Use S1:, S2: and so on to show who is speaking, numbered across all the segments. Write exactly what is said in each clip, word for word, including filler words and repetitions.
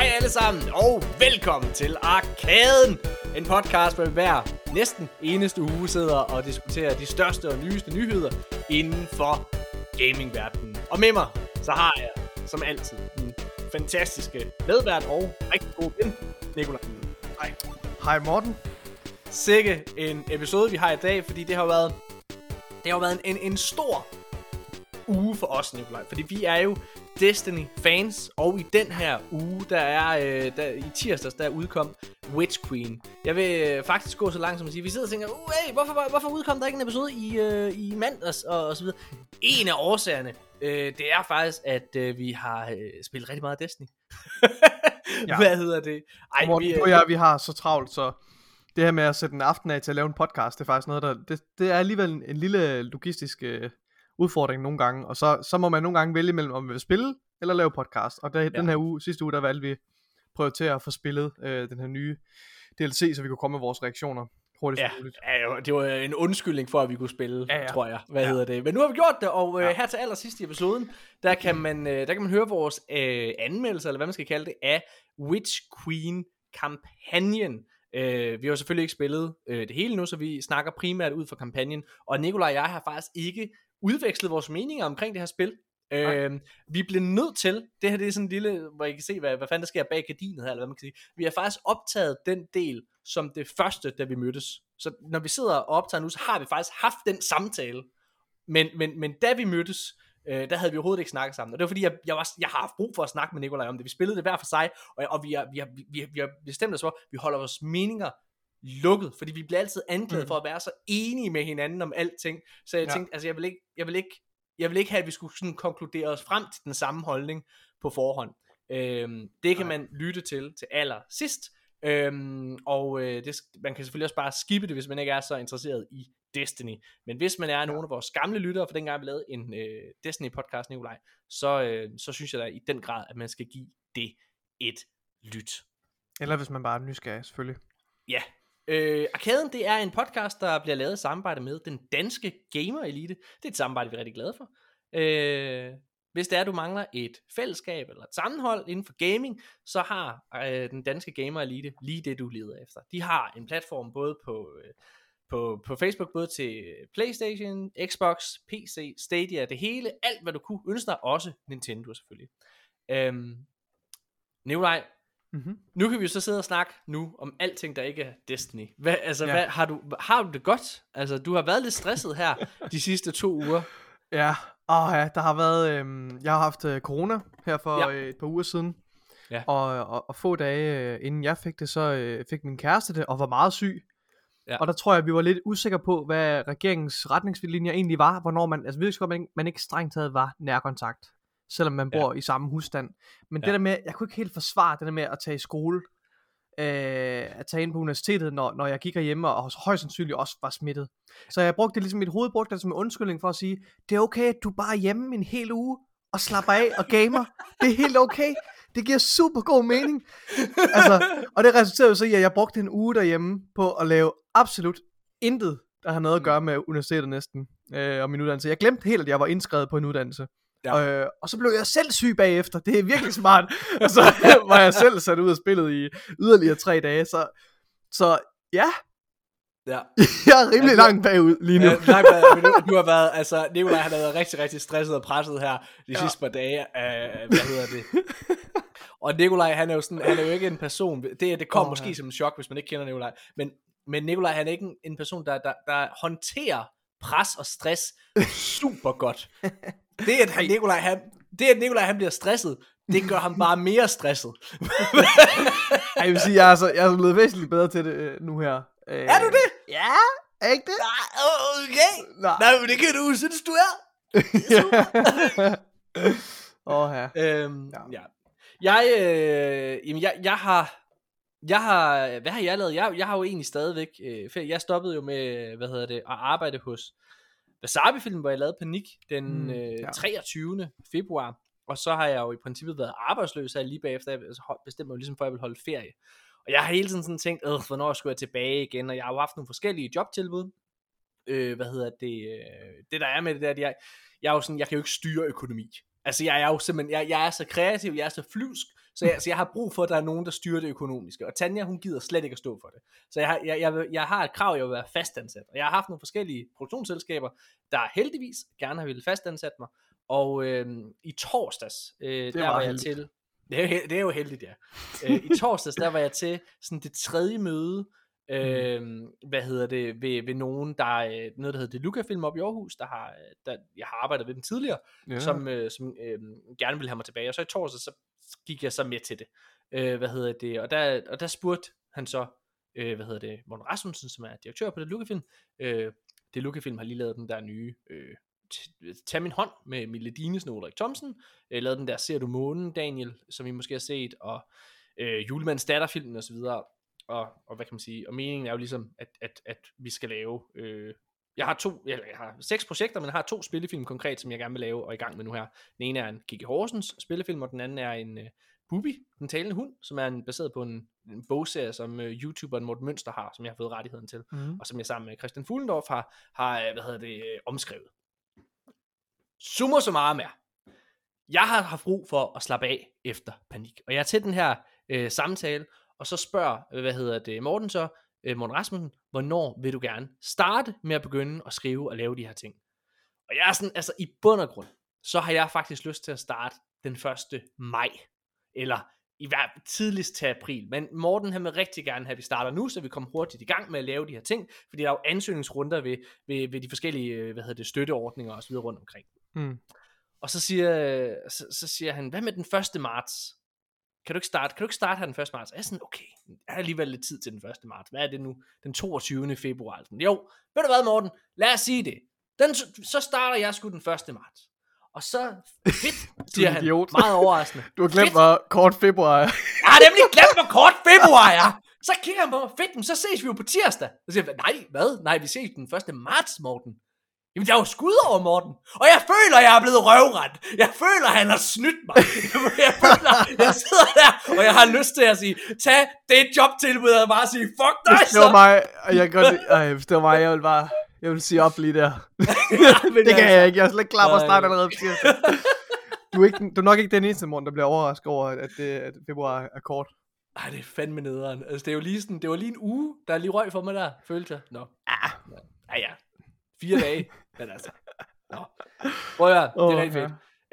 S1: Hej alle sammen, og velkommen til Arkaden. En podcast, hvor vi hver næsten eneste uge sidder og diskuterer de største og nyeste nyheder inden for gamingverdenen. Og med mig, så har jeg, som altid, min fantastiske medvært og rigtig god ven, Nikolaj.
S2: Hej. Hej Morten.
S1: Sikke en episode, vi har i dag, fordi det har været, det har været en, en, en stor uge for os, Nikolaj. Fordi vi er jo Destiny-fans, og i den her uge, der er, øh, der, i tirsdags, der udkom Witch Queen. Jeg vil øh, faktisk gå så langt som at sige, vi sidder og tænker, uh, hey, hvorfor, hvorfor udkom der ikke en episode i, øh, i mandags, og, og så videre. En af årsagerne, øh, det er faktisk, at øh, vi har øh, spillet rigtig meget Destiny.
S2: Ja.
S1: Hvad hedder det?
S2: Ej, Morten, vi, øh, ja, vi har så travlt, så det her med at sætte en aften af til at lave en podcast, det er faktisk noget, der, det, det er alligevel en, en lille logistisk øh, udfordring nogle gange, og så, så må man nogle gange vælge mellem, om vi vil spille eller lave podcast, og der, ja. den her uge, sidste uge, der valgte vi prioritere at få spillet øh, den her nye D L C, så vi kunne komme med vores reaktioner hurtigst
S1: ja,
S2: muligt.
S1: Ja, det var en undskyldning for, at vi kunne spille, ja, ja. tror jeg. Hvad ja. hedder det? Men nu har vi gjort det, og øh, ja. her til allersidst i episoden, der kan man, øh, der kan man høre vores øh, anmeldelse, eller hvad man skal kalde det, af Witch Queen-kampagnen. Øh, vi har jo selvfølgelig ikke spillet øh, det hele nu, så vi snakker primært ud fra kampagnen, og Nikolaj og jeg har faktisk ikke udvekslet vores meninger omkring det her spil. Øh, vi blev nødt til, det her det er sådan en lille, hvor I kan se, hvad, hvad fanden der sker bag gardinet her, eller hvad man kan sige. Vi har faktisk optaget den del som det første, da vi mødtes. Så når vi sidder og optager nu, så har vi faktisk haft den samtale. Men, men, men da vi mødtes, øh, der havde vi overhovedet ikke snakket sammen. Og det var fordi, jeg, jeg, var, jeg har haft brug for at snakke med Nikolaj om det. Vi spillede det hver for sig, og, og vi, har, vi, har, vi, har, vi har bestemt os for, at vi holder vores meninger lukket, fordi vi bliver altid anklaget mm. for at være så enige med hinanden om alting. Så jeg ja. tænkte, altså jeg vil ikke, jeg vil ikke, jeg vil ikke have, at vi skulle sådan konkludere os frem til den samme holdning på forhånd. Øhm, det kan Nej. man lytte til til aller sidst. Øhm, og øh, det, man kan selvfølgelig også bare skippe det, hvis man ikke er så interesseret i Destiny. Men hvis man er ja. nogle af vores gamle lyttere, for dengang vi lavede en øh, Destiny podcast, Nikolaj, så, øh, så synes jeg da i den grad, at man skal give det et lyt.
S2: Eller hvis man bare er nysgerrig, selvfølgelig.
S1: Ja. Øh, Arkaden, det er en podcast, der bliver lavet i samarbejde med den danske Gamer Elite. Det er et samarbejde, vi er rigtig glade for. Øh, hvis det er, du mangler et fællesskab eller et sammenhold inden for gaming, så har øh, den danske Gamer Elite lige det, du leder efter. De har en platform både på, øh, på, på Facebook, både til PlayStation, Xbox, P C, Stadia, det hele, alt hvad du kunne ønske dig, også Nintendo selvfølgelig. Øh, Nikolaj, Mm-hmm. Nu kan vi jo så sidde og snakke nu om alting, der ikke er Destiny. Hvad, altså, ja. hvad, har, du, har du det godt? Altså, du har været lidt stresset her de sidste to uger.
S2: Ja, åh ja, der har været, øhm, jeg har haft øh, corona her for ja. øh, et par uger siden. Ja. Og, og, og få dage øh, inden jeg fik det, så øh, fik min kæreste det, og var meget syg. Ja. Og der tror jeg, at vi var lidt usikre på, hvad regeringens retningslinjer egentlig var. Hvornår man, altså virkelig godt, man, man ikke strengt taget var nærkontakt, selvom man bor ja. i samme husstand. Men ja. det der med, jeg kunne ikke helt forsvare det der med at tage i skole, øh, at tage ind på universitetet, når, når jeg gik hjemme og højst sandsynligt også var smittet. Så jeg brugte det ligesom, mit hoved brugte det som en undskyldning for at sige, det er okay, at du bare er hjemme en hel uge og slapper af og gamer. Det er helt okay. Det giver super god mening. Altså, og det resulterede jo så i, at jeg brugte en uge derhjemme på at lave absolut intet, der har noget at gøre med universitetet næsten, øh, og min uddannelse. Jeg glemte helt, at jeg var indskrevet på en uddannelse. Ja. Øh, og så blev jeg selv syg bagefter. Det er virkelig smart. Og så var jeg selv sat ud af spillet i yderligere tre dage. Så, så ja.
S1: Ja.
S2: Jeg er rimelig ja, langt bagud lige nu.
S1: Ja, langt bagud. Du, du har været, altså Nikolaj han har været rigtig, rigtig stresset og presset her de ja. sidste par dage. Uh, hvad hedder det? Og Nikolaj han er jo sådan, han er jo ikke en person. Det, det kommer oh, måske ja. som en chok, hvis man ikke kender Nikolaj. Men, men Nikolaj han er ikke en, en person, der, der, der håndterer pres og stress super godt. Det at han, Nikolaj, han, det at Nikolaj han bliver stresset, det gør ham bare mere stresset.
S2: Jeg vil sige, jeg er, så, jeg er blevet væsentligt bedre til det øh, nu her.
S1: Øh, er du det?
S2: Ja, er ikke det?
S1: Nej, okay. Nej, Nej men det kan du synes, du er.
S2: Åh oh, ja.
S1: Øhm, ja. ja. Jeg, øh, jamen, jeg, jeg har... Jeg har, hvad har jeg lavet? Jeg, jeg har jo egentlig stadigvæk, øh, jeg stoppede jo med, hvad hedder det, at arbejde hos Wasabi-film, hvor jeg lavede Panik den mm, øh, ja. treogtyvende februar, og så har jeg jo i princippet været arbejdsløs her lige bagefter, jeg bestemte mig ligesom for, at jeg ville holde ferie. Og jeg har hele tiden sådan tænkt, øh, hvornår skulle jeg tilbage igen, og jeg har jo haft nogle forskellige jobtilbud. Øh, hvad hedder det, øh, det der er med det der, at jeg, jeg er jo sådan, jeg kan jo ikke styre økonomi. Altså jeg er jo simpelthen, jeg, jeg er så kreativ, jeg er så flyvsk, Så jeg, så jeg har brug for, at der er nogen, der styrer det økonomiske. Og Tanja, hun gider slet ikke at stå for det. Så jeg har, jeg, jeg, jeg har et krav, jeg vil være fastansat. Og jeg har haft nogle forskellige produktionsselskaber, der heldigvis gerne har ville fastansat mig. Og øh, i torsdags, øh, der var jeg til... Det er, det er jo heldigt, ja. øh, I torsdags, der var jeg til sådan det tredje møde, øh, mm. hvad hedder det, ved, ved nogen, der er noget, der hedder Det Luca-film op i Aarhus, der har, der, jeg har arbejdet ved dem tidligere, ja. som, øh, som øh, gerne ville have mig tilbage. Og så i torsdags, så gik jeg så med til det. Øh, hvad hedder det, og der, og der spurgte han så, øh, hvad hedder det, Morten Rasmussen, som er direktør på Det Luca-film. Øh, Det Luca-film har lige lavet den der nye... Øh, Tag min hånd med Mille Dinesen og Ulrik Thomsen, øh, lavede den der Ser du månen, Daniel, som I måske har set, og øh, Julemandens datter-filmen og så videre, og, og hvad kan man sige, og meningen er jo ligesom, at, at, at vi skal lave, øh, jeg har to, jeg, jeg har seks projekter, men jeg har to spillefilm konkret, som jeg gerne vil lave, og er i gang med nu her. Den ene er en Kiki Horsens spillefilm, og den anden er en øh, Bubi, den talende hund, som er en, baseret på en, en bogserie, som øh, YouTuberen Morten Mønster har, som jeg har fået rettigheden til, mm. og som jeg sammen med Christian Fuglendorf har, har hvad hedder det, øh, omskrevet. Summa summarum er, jeg har haft brug for at slappe af efter panik. Og jeg er til den her øh, samtale, og så spørger, hvad hedder det, Morten så, øh, Morten Rasmussen, hvornår vil du gerne starte med at begynde at skrive og lave de her ting? Og jeg er sådan, altså i bund og grund, så har jeg faktisk lyst til at starte den første maj, eller i hvert tidligst til april. Men Morten, han vil rigtig gerne have, at vi starter nu, så vi kommer hurtigt i gang med at lave de her ting, fordi der er jo ansøgningsrunder ved, ved, ved de forskellige, hvad hedder det, støtteordninger og så videre rundt omkring. Mm. Og så siger, så, så siger han, hvad med den første marts? Kan du ikke starte, kan du ikke starte her den første marts? Og jeg er sådan, okay, jeg har alligevel lidt tid til den første marts. Hvad er det nu? Den toogtyvende februar. Jo, ved du hvad, Morten? Lad os sige det. Den, så starter jeg sgu den første marts. Og så, fedt, siger han, meget overraskende.
S2: Du har glemt mig kort februar.
S1: Jeg har nemlig glemt mig kort februar, ja. Så kigger han på mig, fedt, men så ses vi jo på tirsdag. Så siger jeg, nej, hvad? Nej, vi ses den første marts, Morten. Jamen, jeg er jo skud over, Morten. Og jeg føler, jeg er blevet røvrendt. Jeg føler, han har snydt mig. Jeg føler, jeg sidder der, og jeg har lyst til at sige, tag det jobtilbud, og bare sige, fuck dig så.
S2: Det var mig, og jeg kan godt, ej, det var mig, jeg vil bare, jeg vil sige op lige der. Det kan jeg ikke, jeg er slet ikke klar på at starte allerede på tirsdag. Du er, ikke, du er nok ikke den eneste, Morten, der bliver overrasket over, at, det, at februar er kort.
S1: Ej, det er fandme nederen. Altså, det er jo lige sådan, det var lige en uge, der er lige røg for mig der, følte jeg. Nå. Ah. Ja, ja. Fire dage. Men altså. Nå. Prøv at høre, oh, det er rigtig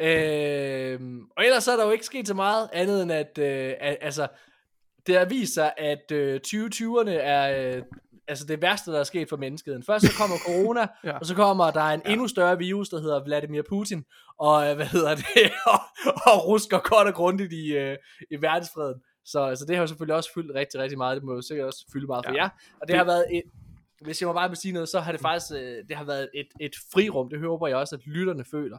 S1: fedt. Øhm, og ellers så er der jo ikke sket så meget andet end at, øh, at altså, det har vist sig, at øh, tyve tyverne er øh, altså det værste, der er sket for menneskeheden. Først så kommer corona, ja. Og så kommer der en ja. endnu større virus, der hedder Vladimir Putin, og øh, hvad hedder det, og, og rusker godt og grundigt i, øh, i verdensfreden. Så altså, det har jo selvfølgelig også fyldt rigtig, rigtig meget. Det må jo sikkert også fylde meget for ja. jer. Og det, det har været et, hvis jeg må bare sige noget, så har det faktisk, øh, det har været et, et frirum. Det håber jeg også, at lytterne føler.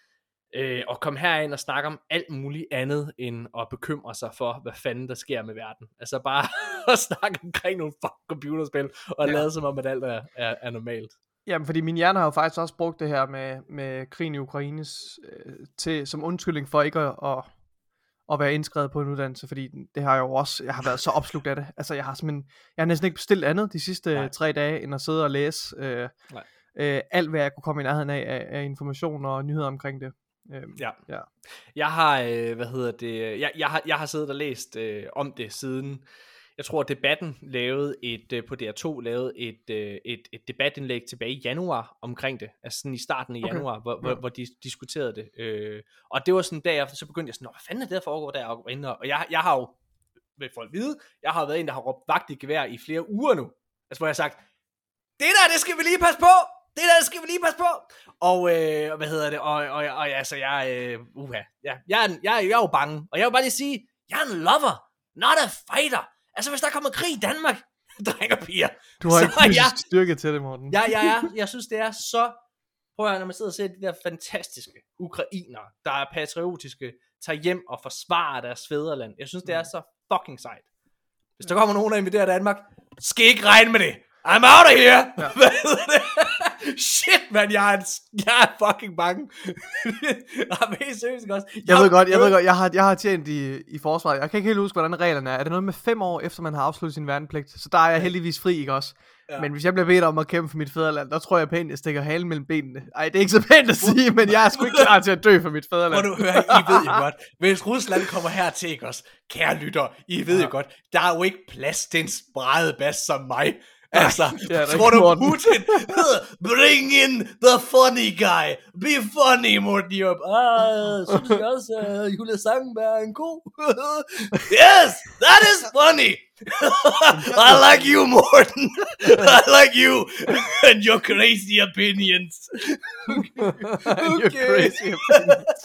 S1: Øh, og komme herind og snakke om alt muligt andet, end at bekymre sig for, hvad fanden der sker med verden. Altså bare at snakke omkring nogle fucking computerspil, og ja. lade som om, at alt er, er, er normalt. Jamen, fordi min hjerne har jo faktisk også brugt det her med, med krigen i Ukraines øh, til, som undskyldning for ikke at, at, at være indskrevet på en uddannelse, fordi det har jeg jo også, jeg har været så opslugt af det. Altså, jeg har simpelthen, jeg har næsten ikke bestilt andet de sidste Nej. tre dage, end at sidde og læse øh, øh, alt, hvad jeg kunne komme i nærheden af, af, af information og nyheder omkring det. Øhm, ja. ja. Jeg har, øh, hvad hedder det, jeg, jeg, har, jeg har siddet og læst øh, om det siden, jeg tror Debatten lavede et, øh, på D R to lavede et, øh, et, et debatindlæg tilbage i januar omkring det, altså sådan i starten af januar, okay. hvor, ja. hvor, hvor de diskuterede det, øh, og det var sådan derefter, så begyndte jeg sådan, hvad fanden er det der foregår der, og, og jeg, jeg har jo, vil folk vide, jeg har været en, der har råbt vagt i gevær i flere uger nu, altså hvor jeg har sagt, det der, det skal vi lige passe på, det der skal vi lige passe på. Og øh, hvad hedder det? Og, og, og altså, jeg, øh, uha, ja, jeg, jeg, jeg er jo bange. Og jeg vil bare lige sige, jeg er en lover, not a fighter. Altså, hvis der kommer krig i Danmark, drenge og piger. Du har ikke fysisk jeg, styrke til det, Morten. Ja, ja, ja. Jeg synes, det er så... Prøv at høre, når man sidder og ser de der fantastiske ukrainere, der er patriotiske, tager hjem og forsvarer deres fædreland. Jeg synes, det er så fucking sejt. Hvis der kommer nogen, der invaderer Danmark, skal I ikke regne med det. I'm out of here. Ja. Hvad hedder det? Shit, man, jeg er, jeg er fucking bange. Jeg, jeg, jeg ved godt, jeg ved godt, jeg har, jeg har tjent i, i forsvaret. Jeg kan ikke helt huske, hvordan reglerne er. Er det noget med fem år efter man har afsluttet sin værnepligt? Så der er jeg heldigvis fri, ikke også?
S2: Ja. Men hvis jeg bliver bedt om at kæmpe for mit fædreland, der tror jeg pænt, jeg stikker halen mellem benene. Ej, det er ikke så pænt at sige, men jeg er sgu ikke klar til at dø for mit fædreland.
S1: Må du høre, I ved jo godt, hvis Rusland kommer her til os, kære lytter, I ved ja. jo godt, der er jo ikke plads til en spredebas som mig. Altså, ja, tror du Putin, bring in the funny guy, be funny, Morten Jup. Ah, synes du også, uh, Julia Sangenberg er en ko? Yes, that is funny. I like you, Morten. I like you and your crazy opinions.
S2: Okay. Your crazy opinions.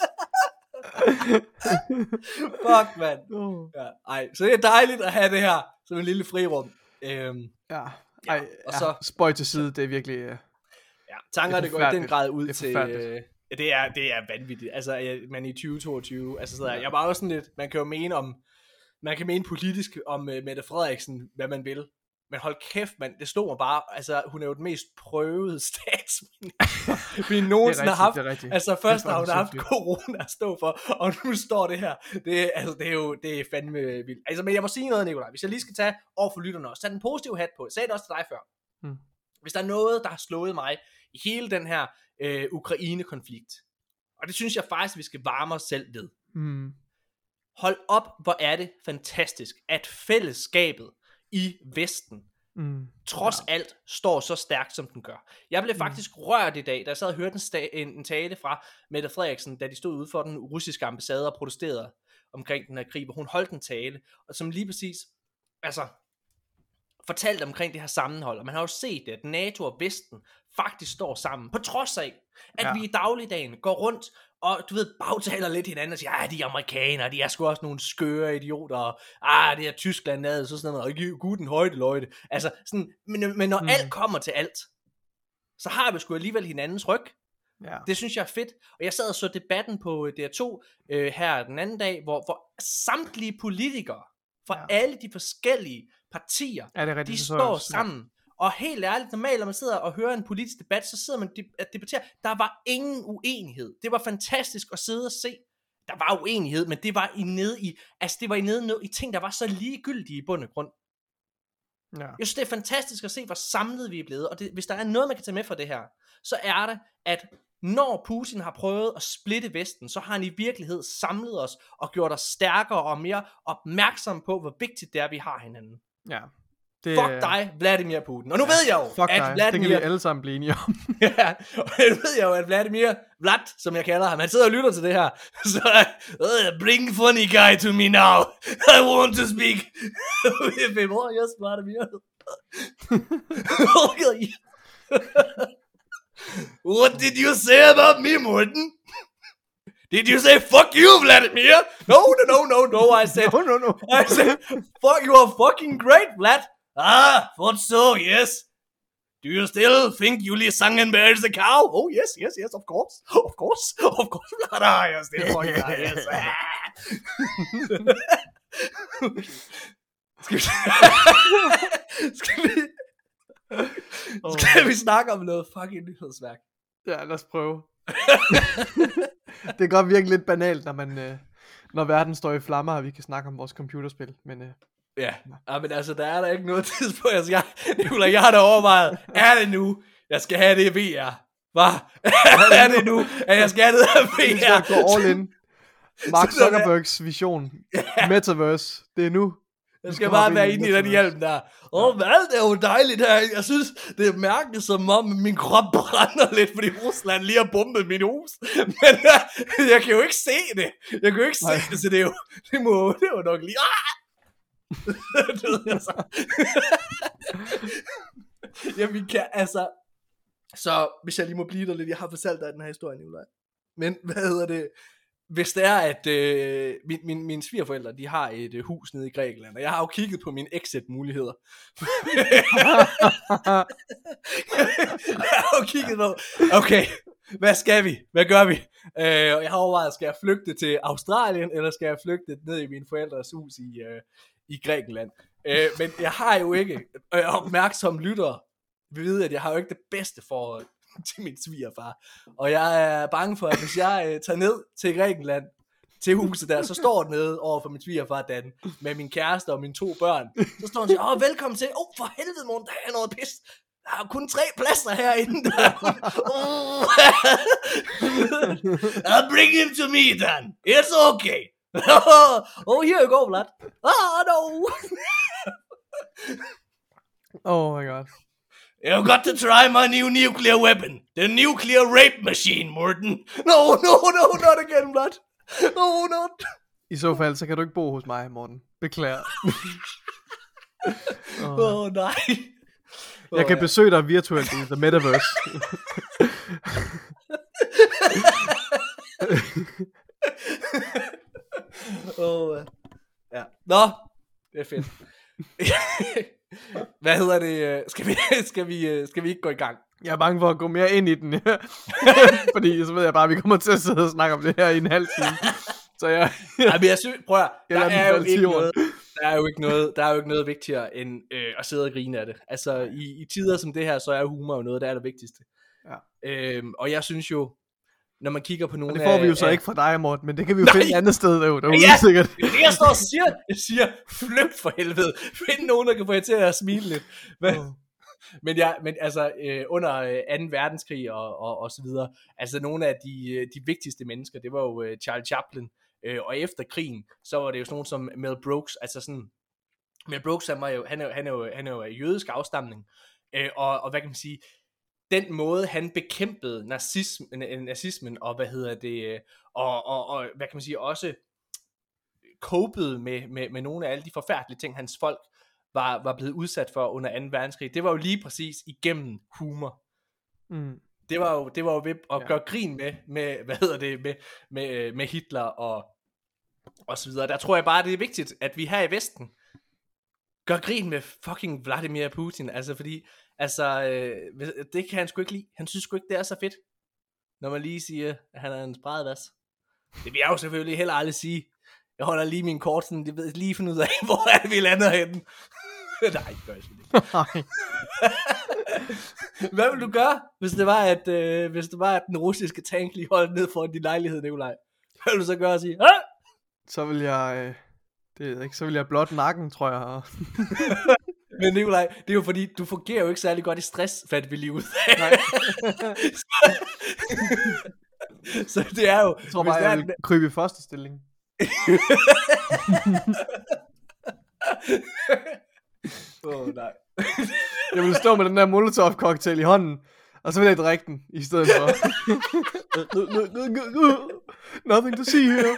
S1: Fuck, man. Ja, ej, så det er dejligt at have det her som en lille frirum. Øhm,
S2: ja. Ej, og så, ja, spøj til side, det er virkelig... Uh,
S1: ja, tankerne går i den grad ud det til... Øh, det, er, det er vanvittigt. Altså, man i tyve toogtyve... Altså, så der, jeg var også sådan lidt... Man kan jo mene om... Man kan mene politisk om uh, Mette Frederiksen, hvad man vil. Men hold kæft, man, det stod mig bare... Altså, hun er jo den mest prøvede statsminister, vi nogensinde har haft. Altså, først har hun haft corona at stå for, og nu står det her. Det, altså, det er jo det er fandme vildt. Altså, men jeg må sige noget, Nikolaj. Hvis jeg lige skal tage over for lytterne også, tag den positive hat på. Jeg sagde det også til dig før. Hmm. Hvis der er noget, der har slået mig i hele den her øh, Ukraine-konflikt, og det synes jeg faktisk, vi skal varme os selv ved. Hmm. Hold op, hvor er det fantastisk, at fællesskabet i Vesten mm, trods ja. alt står så stærkt som den gør. Jeg blev faktisk mm. rørt i dag, da jeg sad og hørte en, sta- en, en tale fra Mette Frederiksen, da de stod ude for den russiske ambassade og protesterede omkring den her krig, hvor hun holdt en tale, og som lige præcis altså fortalte omkring det her sammenhold. Og man har jo set det, at NATO og Vesten faktisk står sammen, på trods af at ja. vi i dagligdagen går rundt og du ved, bagtaler lidt hinanden og siger, ja, de er amerikanere, de er sgu også nogle skøre idioter, og ah, det er Tyskland nede, så sådan noget, og guden højde løjde. Altså, sådan, men, men når mm. alt kommer til alt, så har vi sgu alligevel hinandens ryg. Ja. Det synes jeg er fedt. Og jeg sad og så debatten på D R to øh, her den anden dag, hvor, hvor samtlige politikere fra ja. alle de forskellige partier, ja, det er rigtig, de står sammen. Ja. Og helt ærligt, normalt når man sidder og hører en politisk debat, så sidder man og debatterer. Der var ingen uenighed. Det var fantastisk at sidde og se. Der var uenighed, men det var i nede i, altså det var i nede, nede i ting, der var så ligegyldige i bund og grund. Ja. Jeg synes, det er fantastisk at se, hvor samlet vi er blevet. Og det, hvis der er noget, man kan tage med fra det her, så er det, at når Putin har prøvet at splitte Vesten, så har han i virkelighed samlet os og gjort os stærkere og mere opmærksom på, hvor vigtigt det er, at vi har hinanden. Ja. Det... Fuck dig, Vladimir Putin. Og nu ja, ved jeg jo,
S2: at dig. Vladimir... Det kan vi alle sammen blive enige om.
S1: Ja, og nu ved jeg jo, at Vladimir Vlad, som jeg kalder ham, han sidder og lytter til det her. Så uh, bring funny guy to me now. I want to speak with him. Oh, yes, Vladimir. What did you say about me, Morten? Did you say fuck you, Vladimir? No, no, no, no, no. I said,
S2: no, no, no.
S1: I said, fuck, you are fucking great, Vlad. Ah, thought so, yes. Do you still think Julia Sangenberg is a cow? Oh, yes, yes, yes, of course. Of course, of course, Vlad. Ah, you're still fucking cow, yes. Skal vi... Skal vi... Skal vi snakke om noget fucking nyhedsværk?
S2: Ja, lad os prøve. Det kan godt virke lidt banalt, når man øh, når verden står i flammer, og vi kan snakke om vores computerspil, men øh,
S1: ja, ja, men altså der er der ikke noget tidspunkt. Altså, jeg, Nicolai, jeg har da overvejet, er det nu, jeg skal have det V R? Hvad? Er det nu, at jeg skal have det V R?
S2: Vi skal gå all in. Mark Zuckerbergs vision, ja. Metaverse, det er nu.
S1: Jeg skal bare være inde i den hjelm der. Åh, oh, alt er jo dejligt her. Jeg synes, det er mærkeligt som om, min krop brænder lidt, fordi Rusland lige har bombet min hus. Men uh, jeg kan jo ikke se det. Jeg kan jo ikke se det, så det er jo, det må, det er jo nok lige... Ah! Det ved jeg så. Ja, vi kan, altså... Så, hvis jeg lige må blive der lidt, jeg har fortalt dig den her historie, Nicolai. Men, hvad hedder det... Hvis det er, at øh, min, min, mine svigerforældre, de har et øh, hus nede i Grækenland, og jeg har jo kigget på mine exit-muligheder. Jeg har jo kigget på, okay, hvad skal vi? Hvad gør vi? Øh, og jeg har overvejet, skal jeg flygte til Australien, eller skal jeg flygte ned i mine forældres hus i, øh, i Grækenland? Øh, men jeg har jo ikke øh, opmærksomme lyttere, vil vide, at jeg har jo ikke det bedste forhold til min svigerfar. Og jeg er bange for, at hvis jeg øh, tager ned til Grækenland til huset der, så står den nede over for min svigerfar Dan, med min kæreste og mine to børn. Så står han og siger, åh, velkommen til. Åh, oh, for helvede, morgen, der er noget pis. Der er kun tre pladser herinde. Der er kun... I'll bring him to me, Dan. It's okay. Oh, here you go, blood. Oh, no.
S2: Oh my god.
S1: You've got to try my new nuclear weapon. The nuclear rape machine, Morten. No, no, no, not again, blood. No, not.
S2: I så fald, så kan du ikke bo hos mig, Morten. Beklager.
S1: Åh, oh. oh, nej.
S2: Jeg oh, kan ja. besøge dig virtuelt i The Metaverse.
S1: oh, ja. Nå, det er fedt. Hvad hedder det? Skal vi, skal, vi, skal vi ikke gå i gang?
S2: Jeg er bange for at gå mere ind i den. Fordi så ved jeg bare, at vi kommer til at sidde og snakke om det her i en halv time. Så jeg...
S1: Ej, men jeg synes, prøv at, der er jo ikke noget... Der er jo ikke noget, der er jo ikke noget vigtigere end øh, at sidde og grine af det. Altså i, i tider som det her, så er humor jo noget, der er det vigtigste. Ja. Øhm, og jeg synes jo, når man kigger på nogle af...
S2: Og det får vi jo af, så af... ikke fra dig, Morten, men det kan vi jo nej. finde et andet sted derude.
S1: Ja, ja, sikkert. Det er det, jeg står og siger. Jeg siger, flygt for helvede. Find nogen, der kan få jer til at smile lidt. Men, oh. men, ja, men altså, øh, under øh, anden verdenskrig og, og, og så videre, altså nogle af de, øh, de vigtigste mennesker, det var jo øh, Charles Chaplin. Øh, og efter krigen, så var det jo sådan nogen som Mel Brooks, altså sådan, Mel Brooks, han, var jo, han, er, han, er jo, han er jo af jødisk afstamning, øh, og, og hvad kan man sige, den måde han bekæmpede nazismen, nazismen og hvad hedder det, og, og, og hvad kan man sige, også copede med, med, med nogle af alle de forfærdelige ting, hans folk var, var blevet udsat for under anden verdenskrig, det var jo lige præcis igennem humor. Mm. Det var jo, det var jo ved at ja. gøre grin med, med, hvad hedder det, med, med, med Hitler og, og så videre. Der tror jeg bare, det er vigtigt, at vi her i Vesten gør grin med fucking Vladimir Putin. Altså fordi, altså, øh, det kan han sgu ikke lide. Han synes sgu ikke, det er så fedt, når man lige siger, at han er en spredevas. Det vil jeg jo selvfølgelig heller aldrig sige. Jeg holder lige min kort, sådan, jeg ved lige finde ud af, hvor er det, vi lander henne. Nej, det gør jeg sgu ikke. Hvad vil du gøre, hvis det var, at, øh, hvis det var, at den russiske tank lige holdt ned foran din lejlighed, Nikolaj? Hvad vil du så gøre og sige? Ah!
S2: Så vil jeg, øh, det er ikke, så vil jeg blot nakken, tror jeg.
S1: Men Nikolaj, det er jo fordi, du fungerer jo ikke særlig godt i stress, fandt vi lige ud af.
S2: Nej.
S1: så, så det er jo...
S2: Jeg tror bare, jeg vil krybe i første stilling.
S1: Åh, oh, nej.
S2: Jeg vil stå med den der Molotov cocktail i hånden, og så vil jeg drikke den i stedet for. Nothing to see here.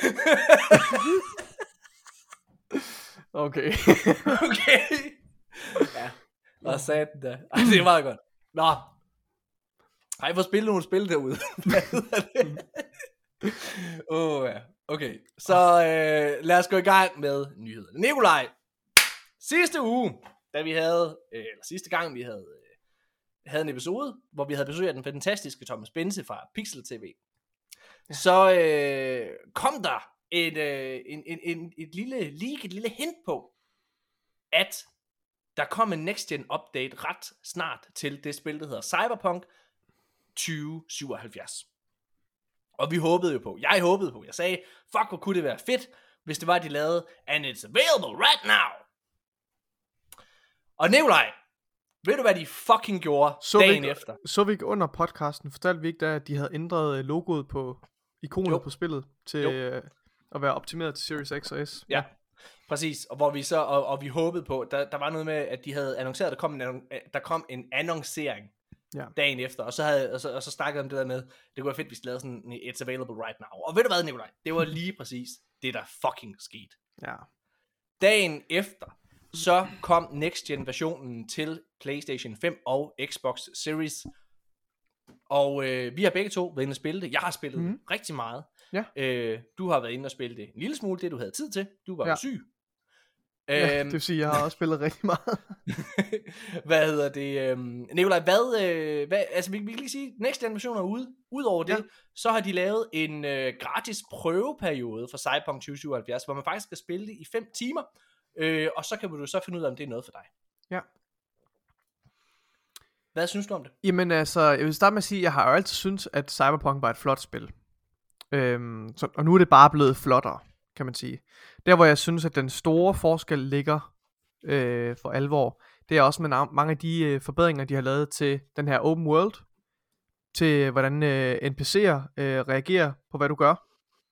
S2: Okay.
S1: Okay. Ja, og sagde den der. Ej, det er meget godt. Nå. Ej, hvor spiller nogle spil derude. Hvad hedder det? Åh, oh, ja. Okay, så øh, lad os gå i gang med nyhederne. Nikolaj, sidste uge, da vi havde, øh, eller sidste gang vi havde, øh, havde en episode, hvor vi havde besøg af den fantastiske Thomas Bense fra Pixel T V, ja. så øh, kom der et, øh, en, en, en, et, lille, leak, et lille hint på, at der kom en next gen update ret snart til det spil, der hedder Cyberpunk tyve syvoghalvfjerds. Og vi håbede jo på, jeg håbede på, jeg sagde, fuck, hvor kunne det være fedt, hvis det var, de lavede, and it's available right now. Og Nikolaj, ved du, hvad de fucking gjorde så dagen
S2: vi,
S1: efter?
S2: Så vi ikke under podcasten, fortalte vi ikke da, at de havde ændret logoet på ikonet jo. på spillet, til øh, at være optimeret til Series X og S.
S1: Ja, ja. Præcis, og hvor vi så, og, og vi håbede på, der, der var noget med, at de havde annonceret, at der kom en, der kom en annoncering, ja. dagen efter, og så, havde, og, så, og så snakkede om det der med, det kunne være fedt, hvis de lavede sådan, it's available right now. Og ved du hvad, Nikolaj? Det var lige præcis det, der fucking skete.
S2: Ja.
S1: Dagen efter, så kom next gen versionen til PlayStation fem og Xbox Series. Og øh, vi har begge to været inde og spille det. Jeg har spillet mm. rigtig meget.
S2: Ja.
S1: Øh, du har været inde og spille det en lille smule, det du havde tid til. Du var ja. syg.
S2: Ja, det vil sige, jeg har også spillet rigtig meget.
S1: Hvad hedder det? Øhm, Nikolaj, hvad, øh, hvad, altså vi, vi kan lige sige, next gen version er ude. Udover det, ja. så har de lavet en øh, gratis prøveperiode for Cyberpunk tyve syvoghalvfjerds, hvor man faktisk skal spille det i fem timer, øh, og så kan du så finde ud af, om det er noget for dig.
S2: Ja.
S1: Hvad synes du om det?
S2: Jamen altså, jeg vil starte med at sige, at jeg har jo altid syntes, at Cyberpunk var et flot spil. Øhm, så, og nu er det bare blevet flottere, kan man sige. Der hvor jeg synes at den store forskel ligger øh, for alvor, det er også med na- mange af de øh, forbedringer de har lavet til den her open world, til hvordan øh, N P C'er øh, reagerer på hvad du gør.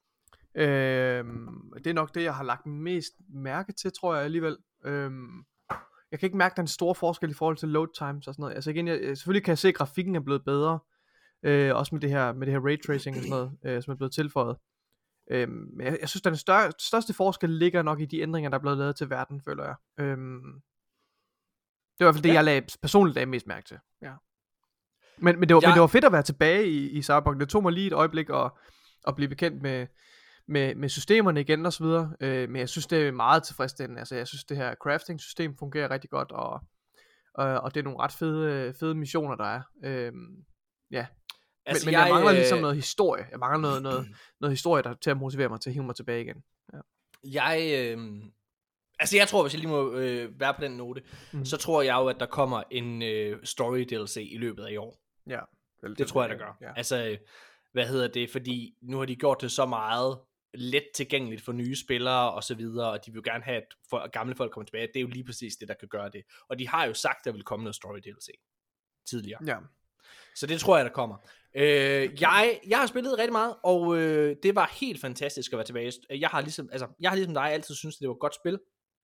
S2: øh, Det er nok det jeg har lagt mest mærke til, tror jeg alligevel. øh, Jeg kan ikke mærke den store forskel i forhold til load times og sådan noget. Altså igen, jeg, selvfølgelig kan jeg se at grafikken er blevet bedre, øh, også med det her med det her ray tracing og sådan noget, øh, som er blevet tilføjet. øh, Men jeg, jeg synes den større, største forskel ligger nok i de ændringer der er blevet lavet til verden, føler jeg. øh, Det er i hvert fald det ja. jeg lagde, personligt lagde mest mærke til. Ja. Men, men, det var, ja. men det var fedt at være tilbage i, i Cyberpunk. Det tog mig lige et øjeblik at, at blive bekendt med, med, med systemerne igen og så videre. Øh, men jeg synes det er meget tilfredsstillende. Altså jeg synes det her crafting system fungerer rigtig godt, og, og, og det er nogle ret fede, fede missioner der er. Øh, ja. Altså, men, men jeg, jeg mangler ligesom noget historie. Jeg mangler noget, noget, noget historie der til at motivere mig til at hive mig tilbage igen. Ja.
S1: Jeg øh... Altså jeg tror, hvis jeg lige må øh, være på den note, mm. så tror jeg jo, at der kommer en øh, story D L C i løbet af i år.
S2: Ja.
S1: Det, det tror jeg, der gør. Ja. Altså, hvad hedder det? Fordi nu har de gjort det så meget let tilgængeligt for nye spillere og så videre, og de vil jo gerne have, at for, gamle folk kommer tilbage. Det er jo lige præcis det, der kan gøre det. Og de har jo sagt, at der vil komme noget story D L C tidligere.
S2: Ja.
S1: Så det tror jeg, der kommer. Øh, jeg, jeg har spillet rigtig meget, og øh, det var helt fantastisk at være tilbage. Jeg har ligesom, altså, jeg har ligesom dig altid syntes, det var et godt spil.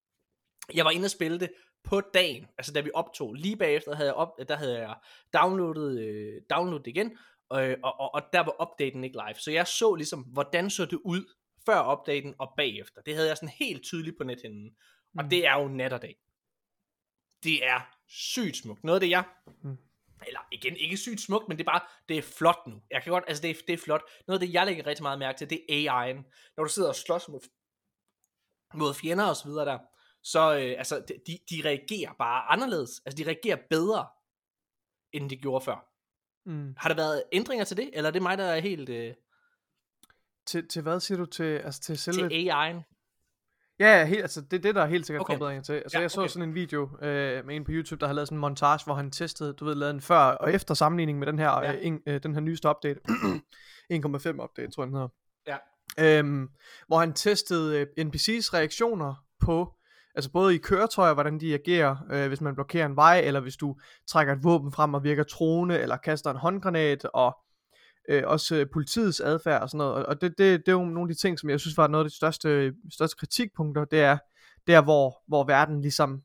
S1: Jeg var inde og spille det på dagen, altså da vi optog. Lige bagefter havde jeg, op, der havde jeg downloadet, øh, downloadet det igen, øh, og, og, og der var updaten ikke live. Så jeg så ligesom, hvordan så det ud før updaten og bagefter. Det havde jeg sådan helt tydeligt på nethinden. Og mm. det er jo nat og dag. Det er sygt smukt. Noget af det jeg... Mm. Eller igen, ikke sygt smukt, men det er bare, det er flot nu. Jeg kan godt, altså det er, det er flot. Noget af det, jeg lægger rigtig meget mærke til, det er A I'en. Når du sidder og slås mod, mod fjender og så videre der, så øh, altså, de, de reagerer bare anderledes. Altså, de reagerer bedre, end de gjorde før. Mm. Har der været ændringer til det, eller er det mig, der er helt... Øh...
S2: Til, til hvad siger du? Til, altså til selve...
S1: Til A I'en.
S2: Ja, helt, altså det er det, der er helt sikkert
S1: okay.
S2: forbedringer til. Altså
S1: ja,
S2: jeg så
S1: okay.
S2: sådan en video øh, med en på YouTube, der har lavet sådan en montage, hvor han testede, du ved, lavet en før og efter sammenligning med den her, ja. øh, en, øh, den her nyeste update. en komma fem update, tror jeg den hedder.
S1: Ja.
S2: Øhm, hvor han testede øh, N P C's reaktioner på, altså både i køretøjer, hvordan de agerer, øh, hvis man blokerer en vej, eller hvis du trækker et våben frem og virker truende, eller kaster en håndgranat, og øh, også øh, politiets adfærd og sådan noget. Og det, det, det er jo nogle af de ting, som jeg synes var noget af de største, største kritikpunkter, det er der, hvor, hvor verden ligesom,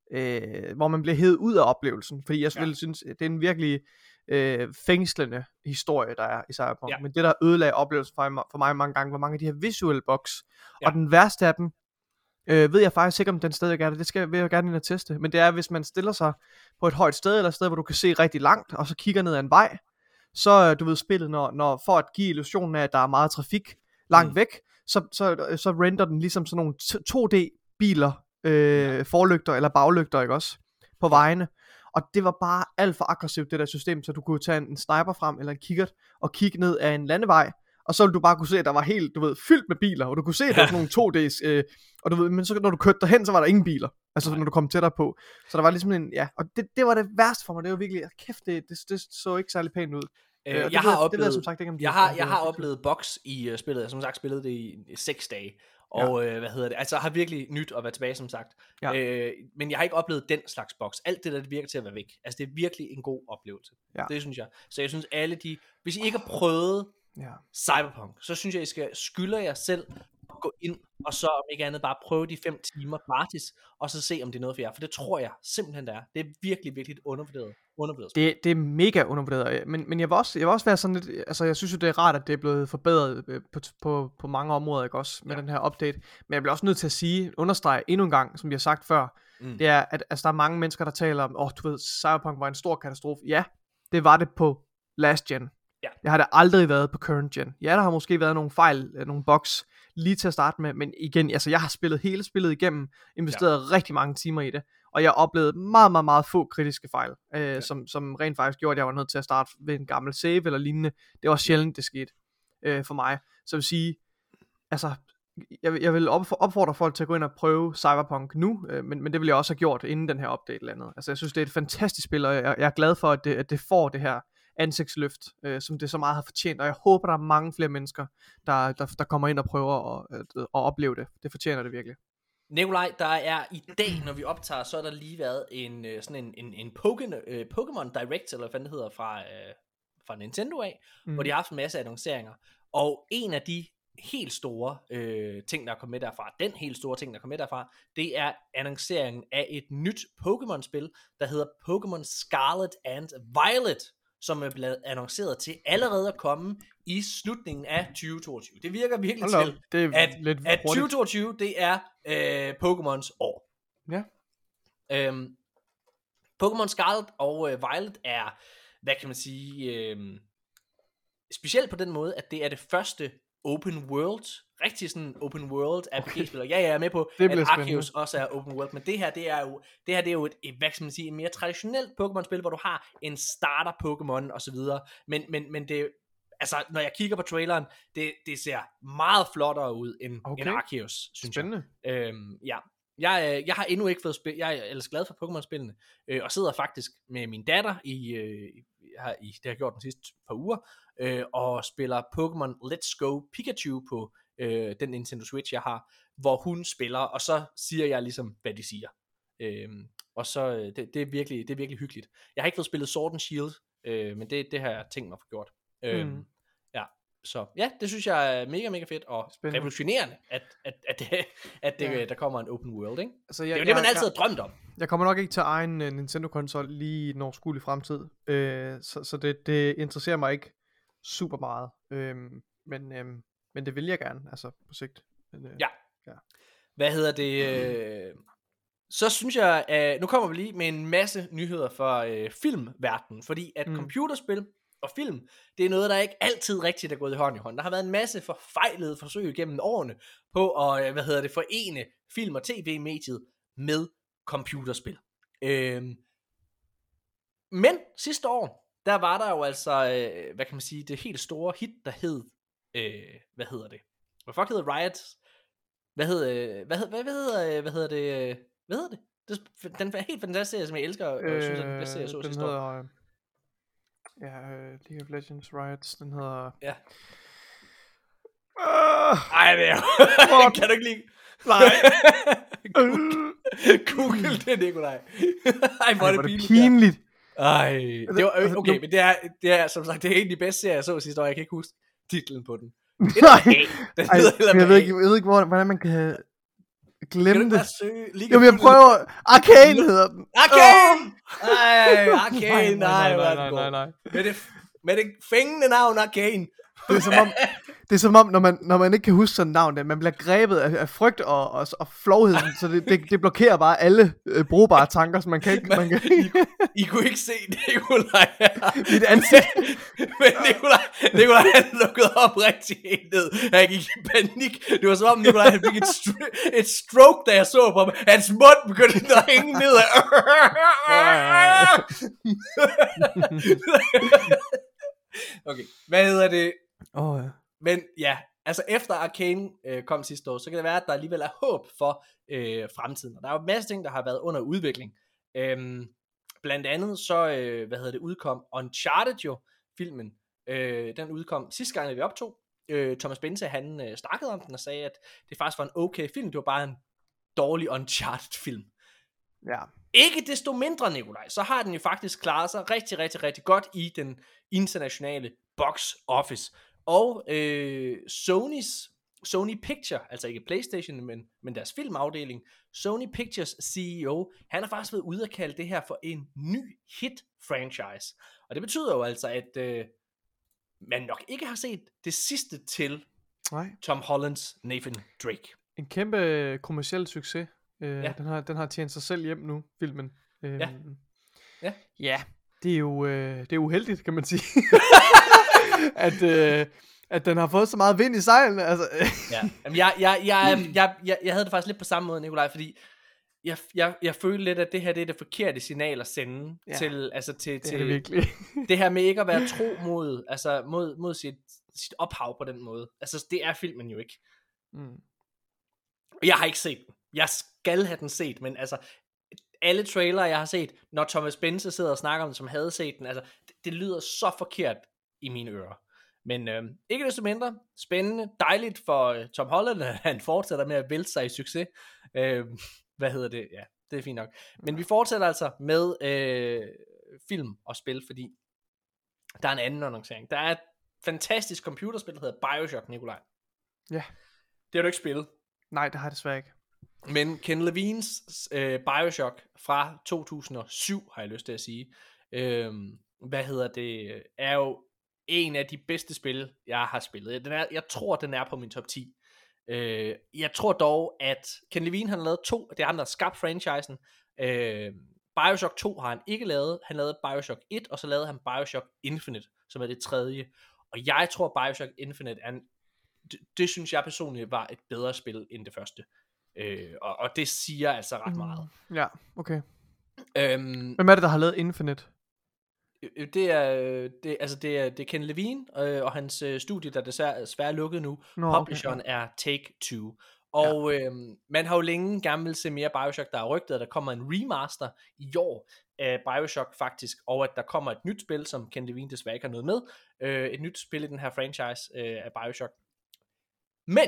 S2: øh, hvor man bliver hævet ud af oplevelsen. Fordi jeg selvfølgelig ja. synes, det er en virkelig øh, fængslende historie, der er i Cyberpunk. Ja. Men det, der ødelagde oplevelsen for mig, for mig mange gange, var mange af de her visuelle bugs. Ja. Og den værste af dem, Øh, ved jeg faktisk ikke om den stadig er det. Det skal, vil jeg gerne ind og teste. Men det er hvis man stiller sig på et højt sted, eller et sted hvor du kan se rigtig langt, og så kigger ned ad en vej, så du ved spillet, når, når for at give illusionen af at der er meget trafik langt mm. væk, så, så, så render den ligesom sådan nogle to D biler, øh, forlygter eller baglygter, ikke også, på vejene. Og det var bare alt for aggressivt det der system, så du kunne tage en, en sniper frem eller en kikkert og kigge ned ad en landevej, og så ville du bare kunne se, at der var helt, du ved, fyldt med biler, og du kunne se, at der var sådan nogle to D's, øh, og du ved, men så når du kørte derhen, så var der ingen biler, altså Nej. når du kom tættere på, så der var ligesom en, ja, og det, det var det værste for mig, det var virkelig, kæft, det, det, det så ikke særlig pænt ud.
S1: Øh, jeg,
S2: det,
S1: har
S2: det,
S1: oplevet,
S2: det ved jeg som sagt ikke, om
S1: jeg har, jeg har oplevet box i uh, spillet, jeg har som sagt spillet det i, i seks dage, og ja. øh, hvad hedder det, altså jeg har virkelig nyt at være tilbage, som sagt, ja. øh, men jeg har ikke oplevet den slags box, alt det der, det virker til at være væk, altså det er virkelig en god oplevelse, ja. det synes jeg, så jeg synes alle de, hvis I ikke har prøvet ja. Cyberpunk, så synes jeg I skal skylde jer selv at gå ind, og så om ikke andet bare prøve de fem timer gratis, og så se om det er noget for jer, for det tror jeg simpelthen det er, det er virkelig, virkelig et undervurderet, undervurderet
S2: det, det er mega undervurderet, men, men jeg vil også, jeg vil også være sådan lidt, altså jeg synes jo det er rart, at det er blevet forbedret på, på, på mange områder, ikke også, med ja. den her update, men jeg bliver også nødt til at sige, understrege endnu en gang, som vi har sagt før, mm. det er, at altså, der er mange mennesker, der taler om, åh, oh, du ved, Cyberpunk var en stor katastrofe, ja, det var det på last gen. Ja. Jeg har da aldrig været på current gen. Ja, der har måske været nogle fejl, nogle bugs lige til at starte med, men igen, altså jeg har spillet hele spillet igennem, investeret ja. rigtig mange timer i det, og jeg oplevede meget, meget, meget få kritiske fejl, øh, ja. som, som rent faktisk gjorde, at jeg var nødt til at starte ved en gammel save eller lignende. Det var sjældent, det skete øh, for mig. Så jeg vil sige, altså, jeg, jeg vil opfordre folk til at gå ind og prøve Cyberpunk nu, øh, men, men det vil jeg også have gjort inden den her update eller andet. Altså jeg synes, det er et fantastisk spil, og jeg, jeg er glad for, at det, at det får det her ansigtsløft, øh, som det så meget har fortjent, og jeg håber, der er mange flere mennesker, der, der, der kommer ind og prøver at, at, at opleve det. Det fortjener det virkelig.
S1: Nikolaj, der er i dag, når vi optager, så er der lige været en sådan en, en, en Pokémon Direct, eller hvad det hedder, fra, øh, fra Nintendo af, mm. hvor de har haft en masse annonceringer, og en af de helt store øh, ting, der er kommet med derfra, den helt store ting, der er kommet med derfra, det er annonceringen af et nyt Pokémon-spil, der hedder Pokémon Scarlet and Violet, som er blevet annonceret til allerede at komme i slutningen af tyve toogtyve. Det virker virkelig
S2: Hello.
S1: til,
S2: det er
S1: at,
S2: lidt
S1: at tyve toogtyve, det er øh, Pokémons år.
S2: Ja.
S1: Øhm, Pokémon Scarlet og øh, Violet er, hvad kan man sige, øh, specielt på den måde, at det er det første open world, rigtig sådan open world R P G-spil. Ja, jeg er med på, at Arceus også er open world, men det her, det er jo, det her, det er jo et, et, hvad skal man sige, et mere traditionelt Pokémon-spil, hvor du har en starter Pokémon og så videre, men, men, men det, altså, når jeg kigger på traileren, det, det ser meget flottere ud end, okay. end Arceus, synes
S2: Spændende.
S1: jeg. Øhm, ja. Jeg, jeg har endnu ikke fået spil, jeg er ellers glad for Pokémon-spillene, øh, og sidder faktisk med min datter i, øh, har, i det har jeg gjort den sidste par uger, øh, og spiller Pokémon Let's Go Pikachu på øh, den Nintendo Switch jeg har, hvor hun spiller, og så siger jeg ligesom hvad de siger, øh, og så det, det er virkelig det er virkelig hyggeligt. Jeg har ikke fået spillet Sword and Shield, øh, men det, det har jeg tænkt mig at få gjort. øh,
S2: mm.
S1: Ja. Så ja, det synes jeg er mega, mega fedt og spændende. Revolutionerende, at, at, at, det, at det, ja. der kommer en open world, ikke?
S2: Altså,
S1: jeg, det er jo
S2: jeg,
S1: det, man
S2: jeg,
S1: altid har drømt om.
S2: Jeg kommer nok ikke til egen uh, Nintendo-konsol lige i den overskuelige fremtid, uh, så, så det, det interesserer mig ikke super meget, uh, men, uh, men det vil jeg gerne, altså på sigt. Men, uh,
S1: ja. ja. Hvad hedder det? Uh, så synes jeg, uh, nu kommer vi lige med en masse nyheder fra uh, filmverdenen, fordi at mm. computerspil og film, det er noget, der ikke altid rigtigt er gået i hånd i hånd. Der har været en masse forfejlede forsøg gennem årene på at, hvad hedder det, forene film- og tv-mediet med computerspil. Øhm. Men sidste år, der var der jo altså, øh, hvad kan man sige, det helt store hit, der hed, øh, hvad hedder det? Hvad fuck hedder Riot? Hvad hedder, hvad hedder, hvad hedder, hvad hedder det? Hvad hedder det? det den er helt fantastisk serie, som jeg elsker, og jeg synes, at den bedste serie, jeg så sidste år.
S2: Ja, uh, League of Legends Riots, den hedder...
S1: Ja.
S2: Uh,
S1: Ej, det er kan du ikke lide...
S2: Nej.
S1: Google, Google det, Nikolaj. Ej, hvor er det pinligt.
S2: pinligt.
S1: Ej, det var, okay, men det er, det er, som sagt, det er en af de bedste serier, jeg så sidste år. Jeg kan ikke huske titlen på den.
S2: Nej. Den Ej, jeg, ved ikke, jeg ved ikke, hvordan man kan... Glem det. Jamen jeg prøver. Arcane hedder den.
S1: Arcane! Ej, Arcane. Nej,
S2: nej, nej, nej, nej.
S1: Med det, med det fængende navn Arcane.
S2: Det er som om, det er som om når, man, når man ikke kan huske sådan et navn, der, man bliver grebet af, af frygt og, og, og flovhed, så det, det, det blokerer bare alle øh, brugbare tanker, så man kan ikke... Man kan...
S1: I, I kunne ikke se Nikolaj her.
S2: Mit ansigt.
S1: Men Nikolaj, Nikolaj han lukkede op rigtig helt ned. Han gik i panik. Det var som om Nikolaj han fik et, stro- et stroke, da jeg så på ham. Hans mund begyndte at hænge ned. Okay, hvad hedder det?
S2: Åh oh, ja.
S1: Men ja, altså efter Arcane øh, kom sidste år, så kan det være, at der alligevel er håb for øh, fremtiden. Og der er jo en masse ting, der har været under udvikling. Øhm, blandt andet så, øh, hvad hedder det, udkom Uncharted jo, filmen. Øh, den udkom sidste gang, da vi optog. Øh, Thomas Bense, han øh, snakkede om den og sagde, at det faktisk var en okay film. Det var bare en dårlig Uncharted-film.
S2: Ja. Ikke
S1: desto mindre, Nikolaj, så har den jo faktisk klaret sig rigtig, rigtig, rigtig godt i den internationale box office. Og øh, Sony's, Sony Picture, altså ikke PlayStation, men, men deres filmafdeling, Sony Pictures C E O, han har faktisk været ude at kalde det her for en ny hit-franchise. Og det betyder jo altså, at øh, man nok ikke har set det sidste til
S2: Nej.
S1: Tom Hollands Nathan Drake.
S2: En kæmpe kommerciel succes. Øh,
S1: ja.
S2: den, har, den har tjent sig selv hjem nu, filmen. Øh,
S1: ja.
S2: Ja. Ja, det er jo øh, det er uheldigt, kan man sige. at, øh, at den har fået så meget vind i sejlene. Altså.
S1: Ja. Jamen, jeg, jeg, jeg, jeg, jeg, jeg havde det faktisk lidt på samme måde, Nikolaj, fordi jeg, jeg, jeg følte lidt, at det her det er det forkerte signal at sende ja. til, altså til,
S2: det,
S1: til
S2: det,
S1: det her med ikke at være tro mod, altså mod, mod sit, sit ophav på den måde. Altså det er filmen jo ikke.
S2: Mm.
S1: Jeg har ikke set den. Jeg skal have den set, men altså alle trailere jeg har set, når Thomas Bense sidder og snakker om den, som havde set den, altså det lyder så forkert i mine ører. Men øh, ikke desto mindre, spændende, dejligt for øh, Tom Holland, at han fortsætter med at vælte sig i succes. Øh, hvad hedder det? Ja, det er fint nok. Men vi fortsætter altså med øh, film og spil, fordi der er en anden annoncering. Der er et fantastisk computerspil, der hedder Bioshock, Nikolaj.
S2: Ja.
S1: Det har du ikke spillet.
S2: Nej, det har jeg desværre ikke.
S1: Men Ken Levines øh, Bioshock fra to tusind og syv, har jeg lyst til at sige, øh, hvad hedder det, er jo en af de bedste spil, jeg har spillet. Den er, jeg tror, den er på min top ti. Øh, jeg tror dog, at Ken Levine han har lavet to, det er ham, der har skabt franchisen. Øh, Bioshock to har han ikke lavet. Han lavede Bioshock et, og så lavede han Bioshock Infinite, som er det tredje. Og jeg tror, Bioshock Infinite er en, det, det synes jeg personligt var et bedre spil end det første. Øh, og, og det siger altså ret meget.
S2: Mm, ja, okay.
S1: Øhm,
S2: Hvem er det, der har lavet Infinite?
S1: Det er, det, altså det er, det er Ken Levine øh, og hans øh, studie, der desværre, desværre er lukket nu. Nå, Publisheren okay, ja. er Take-Two. Og ja. øh, man har jo længe gerne vil se mere Bioshock. Der er rygtet, at der kommer en remaster i år af Bioshock faktisk, og at der kommer et nyt spil, som Ken Levine desværre ikke har noget med. Øh, et nyt spil i den her franchise øh, af Bioshock. Men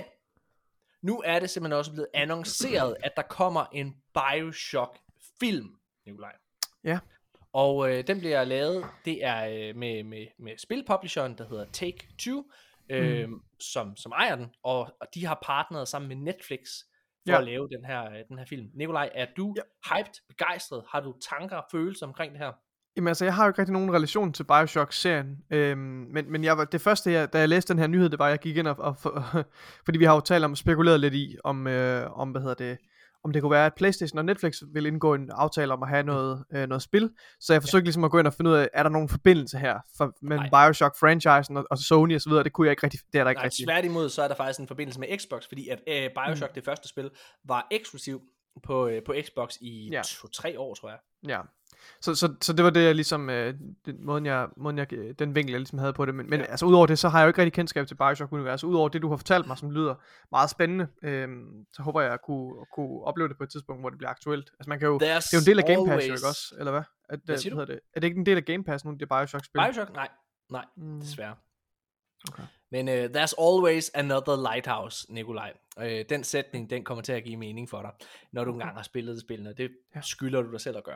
S1: nu er det simpelthen også blevet annonceret, at der kommer en Bioshock-film, Nikolaj.
S2: Ja.
S1: Og øh, den bliver lavet, det er øh, med, med, med spilpublisheren, der hedder Take-Two, øh, mm. som, som ejer den, og, og de har partneret sammen med Netflix for ja. at lave den her, øh, den her film. Nikolaj, er du ja. hyped, begejstret? Har du tanker og følelser omkring det her?
S2: Jamen altså, jeg har jo ikke rigtig nogen relation til Bioshock-serien, øhm, men, men jeg var, det første, jeg, da jeg læste den her nyhed, det var, at jeg gik ind og, og for, fordi vi har jo talt om, spekuleret lidt i, om, øh, om hvad hedder det, om det kunne være, at PlayStation og Netflix ville indgå en aftale om at have noget, øh, noget spil. Så jeg forsøgte ja. ligesom at gå ind og finde ud af, er der nogen forbindelse her for, mellem Bioshock-franchisen og, og Sony og så videre. Det kunne jeg ikke rigtig, det er der ikke
S1: Nej,
S2: rigtig.
S1: Tværtimod, så er der faktisk en forbindelse med Xbox, fordi at øh, Bioshock, mm. det første spil, var eksklusiv på, øh, på Xbox i ja. to-tre år, tror jeg.
S2: Ja. Så, så, så det var det, jeg ligesom, øh, den, måden jeg, måden jeg, den vinkel, jeg ligesom havde på det. Men, men ja. altså, udover det, så har jeg jo ikke rigtig kendskab til Bioshock-universet. Udover det, du har fortalt mig, som lyder meget spændende, øh, så håber jeg, at kunne, at kunne opleve det på et tidspunkt, hvor det bliver aktuelt. Altså, man kan jo, There's det er jo en del af Game Pass, jo, ikke også? Eller hvad? At, hvad siger du? Det? Er det ikke en del af Game Pass nu, det Bioshock-spil?
S1: Bioshock? Nej, nej, mm. desværre. Okay. Men uh, there's always another lighthouse, Nikolaj. Uh, den sætning, den kommer til at give mening for dig, når du okay. engang har spillet spillene. Det ja. skylder du dig selv at gøre.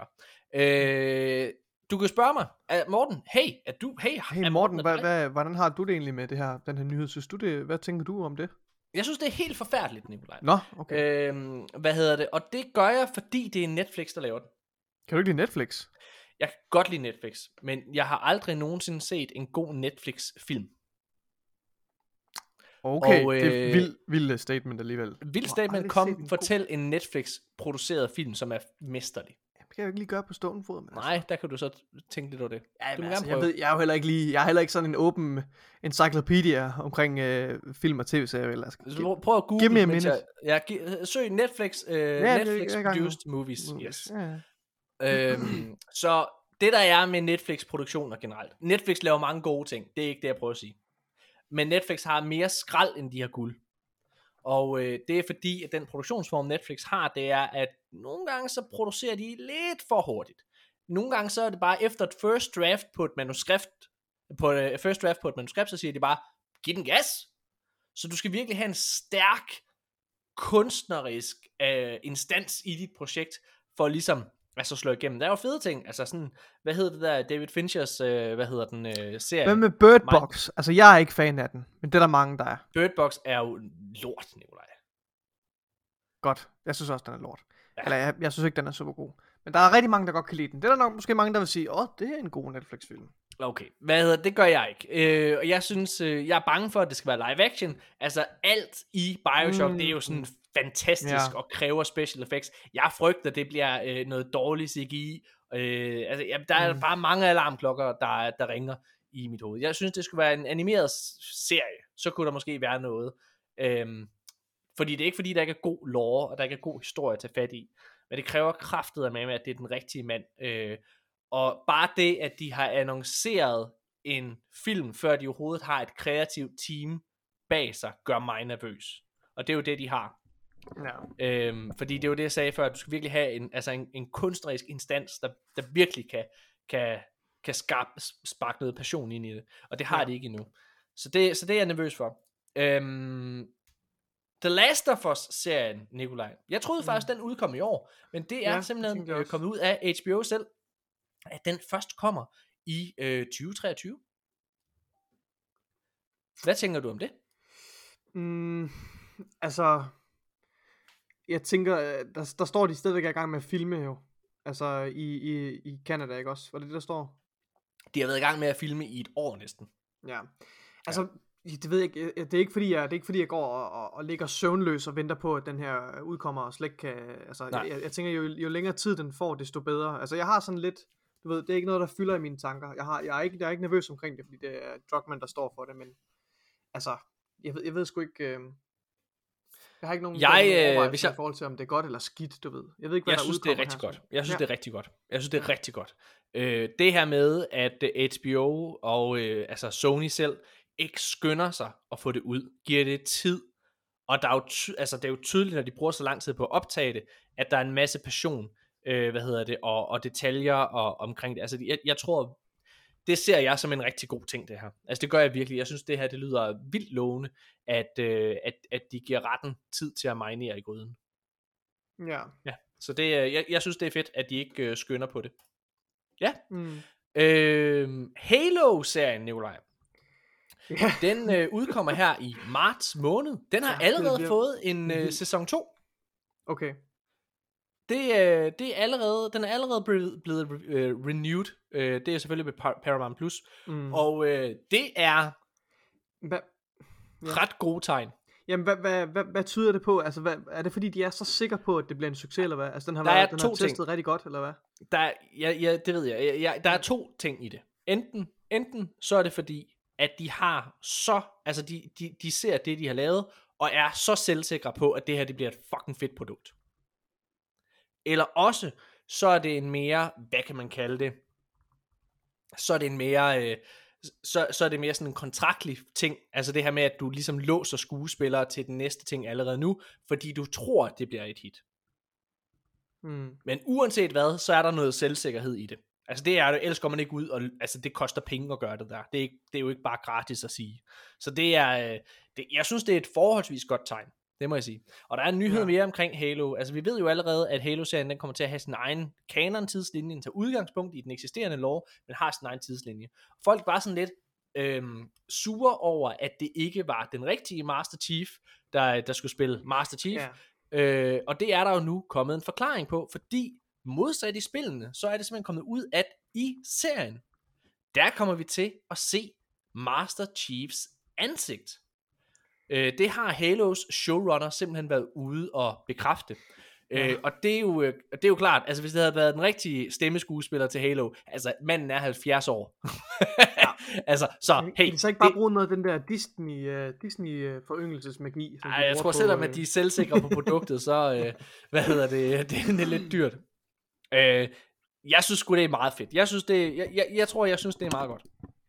S1: Uh, du kan spørge mig, uh, Morten, hey, er du, hey,
S2: hey
S1: er
S2: Morten, hva, hva, hvordan har du det egentlig med det her, den her nyhed? Synes du det, hvad tænker du om det?
S1: Jeg synes, det er helt forfærdeligt, Nikolaj.
S2: Nå, okay.
S1: Uh, hvad hedder det? Og det gør jeg, fordi det er Netflix, der laver den.
S2: Kan du ikke lide Netflix?
S1: Jeg kan godt lide Netflix, men jeg har aldrig nogensinde set en god Netflix-film.
S2: Okay, og, øh, det er vild, vild statement alligevel.
S1: Vild statement, kom, fortæl god... en Netflix-produceret film, som er mesterlig.
S2: Det kan jeg jo ikke lige gøre på stående fod. Men
S1: Nej, altså. Der kan du så tænke lidt over det.
S2: Ja, du altså, jeg, ved, jeg er jo heller ikke lige, jeg er heller ikke sådan en åben encyclopedia omkring øh, film og tv-serier. Altså,
S1: give, prøv at google.
S2: Give me a minute.
S1: Jeg, ja, søg Netflix, øh,
S2: ja,
S1: Netflix
S2: det,
S1: produced movies. Yes.
S2: Ja.
S1: øhm, så det der er med Netflix-produktioner generelt. Netflix laver mange gode ting. Det er ikke det, jeg prøver at sige. Men Netflix har mere skrald, end de har guld. Og øh, det er fordi, at den produktionsform Netflix har, det er, at nogle gange så producerer de lidt for hurtigt. Nogle gange så er det bare efter et first draft på et manuskript, på et first draft på et manuskript, så siger de bare, giv den gas. Så du skal virkelig have en stærk kunstnerisk øh, instans i dit projekt, for ligesom altså slå igennem. Der er jo fede ting, altså sådan, hvad hedder det der, David Finchers, øh, hvad hedder den øh, serie?
S2: Hvad med Bird Box? Altså jeg er ikke fan af den, men det er der mange, der er.
S1: Bird Box er jo lort, Nikolaj.
S2: Godt, jeg synes også, den er lort. Ja. Eller jeg, jeg synes ikke, den er super god. Men der er rigtig mange, der godt kan lide den. Det er der nok måske mange, der vil sige, åh, det er en god Netflix-film.
S1: Okay, hvad hedder det? Gør jeg ikke. Øh, og jeg synes, øh, jeg er bange for, at det skal være live action. Altså alt i Bioshock, mm. det er jo sådan fantastisk ja. og kræver special effects. Jeg frygter, det bliver øh, noget dårligt C G I. Øh, altså, ja, der er mm. bare mange alarmklokker, der, der ringer i mit hoved. Jeg synes, det skulle være en animeret serie. Så kunne der måske være noget. Øh, fordi det er ikke fordi, der ikke er god lore, og der ikke er god historie at tage fat i. Men det kræver kraftet af med, at det er den rigtige mand. Øh, og bare det, at de har annonceret en film, før de overhovedet har et kreativt team bag sig, gør mig nervøs. Og det er jo det, de har. Ja. Øhm, fordi det er jo det, jeg sagde før, at du skal virkelig have en, altså en, en kunstnerisk instans, der, der virkelig kan, kan, kan skarp, sparke noget passion ind i det. Og det har
S2: ja.
S1: de ikke endnu. Så det, så det er jeg nervøs for. Øhm, The Last of Us-serien, Nikolaj. Jeg troede mm. faktisk, den udkom i år. Men det er ja, simpelthen øh, kommet ud af H B O selv, at den først kommer i øh, tyve treogtyve. Hvad tænker du om det?
S2: Mm, altså, jeg tænker, der, der står de stadigvæk i gang med at filme jo. Altså i, i, i Canada, ikke også? Var det det, der står?
S1: De har været i gang med at filme i et år næsten.
S2: Ja. Altså, ja. det ved jeg ikke, det er ikke fordi jeg, det er ikke fordi jeg går og, og, og ligger søvnløs og venter på, at den her udkommer og slet ikke kan, altså, jeg, jeg tænker, jo, jo længere tid den får, desto bedre. Altså, jeg har sådan lidt, du ved, det er ikke noget, der fylder i mine tanker. Jeg, har, jeg, er, ikke, jeg er ikke nervøs omkring det, fordi det er Druckmann, der står for det, men altså, jeg ved, jeg ved sgu ikke, øh, jeg har ikke nogen,
S1: jeg,
S2: nogen
S1: øh, hvis jeg...
S2: i forhold til, om det er godt eller skidt, du ved. Jeg ved ikke, hvad
S1: jeg
S2: der
S1: synes, det er rigtig
S2: her.
S1: godt. Jeg synes,
S2: ja.
S1: det er rigtig godt. Jeg synes, det er rigtig godt. Øh, det her med, at H B O og øh, altså Sony selv ikke skynder sig at få det ud, giver det tid, og der er jo ty- altså, det er jo tydeligt, når de bruger så lang tid på at optage det, at der er en masse passion, øh, hvad hedder det, og, og detaljer og, omkring det. Altså, jeg, jeg tror, det ser jeg som en rigtig god ting, det her. Altså, det gør jeg virkelig. Jeg synes, det her, det lyder vildt lovende, at, øh, at, at de giver retten tid til at minere i gryden.
S2: Ja.
S1: Ja, så det, jeg, jeg synes, det er fedt, at de ikke øh, skynder på det. Ja.
S2: Mm.
S1: Øh, Halo-serien, Nikolaj.
S2: Yeah.
S1: Den øh, udkommer her i marts måned. Den har ja, allerede bliver... fået en øh, sæson to.
S2: Okay.
S1: Det, øh, det er allerede, den er allerede blevet, blevet øh, renewed. Øh, det er selvfølgelig med Par- Paramount Plus. Mm. Og øh, det er
S2: hva? Ja.
S1: ret gode tegn.
S2: Jamen, hvad, hvad, hvad, hvad tyder det på? Altså, hvad, er det fordi, de er så sikre på, at det bliver en succes, eller hvad? Altså, den har,
S1: der
S2: været, den
S1: to
S2: har testet
S1: ting.
S2: rigtig godt, eller hvad?
S1: Der er, ja, ja, det ved jeg. Ja, ja, der er to ting i det. Enten, enten så er det fordi, at de har så, altså de, de, de ser det, de har lavet, og er så selvsikre på, at det her, det bliver et fucking fedt produkt. Eller også, så er det en mere, hvad kan man kalde det, så er det en mere, øh, så, så er det mere sådan en kontraktlig ting, altså det her med, at du ligesom låser skuespillere til den næste ting allerede nu, fordi du tror, at det bliver et hit.
S2: Mm.
S1: Men uanset hvad, så er der noget selvsikkerhed i det. Altså det er det, ellers går man ikke ud, og altså det koster penge at gøre det der. Det er, ikke, det er jo ikke bare gratis at sige. Så det er, det, jeg synes det er et forholdsvis godt tegn. Det må jeg sige. Og der er en nyhed ja. mere omkring Halo. Altså vi ved jo allerede, at Halo-serien den kommer til at have sin egen kanon-tidslinje, den tager udgangspunkt i den eksisterende lore, men har sin egen tidslinje. Folk var sådan lidt øhm, sure over, at det ikke var den rigtige Master Chief, der, der skulle spille Master Chief. Ja. Øh, og det er der jo nu kommet en forklaring på, fordi modsat i spillene, så er det simpelthen kommet ud, at i serien, der kommer vi til at se Master Chiefs ansigt. Øh, det har Halos showrunner simpelthen været ude og bekræfte. Ja. Øh, og det er, jo, det er jo klart, altså hvis det havde været den rigtige stemmeskuespiller til Halo, altså manden er halvfjerds år. Ja. Altså, så hey.
S2: Kan så ikke bare det... bruge noget af den der Disney, uh, Disney uh, foryngelsesmagi?
S1: Ej, jeg tror selvom, at de er selvsikre på produktet, så, uh, hvad hedder det, det, det er lidt dyrt. Uh, jeg synes sgu det er meget fedt. Jeg synes det, jeg, jeg, jeg tror, jeg synes det er meget godt.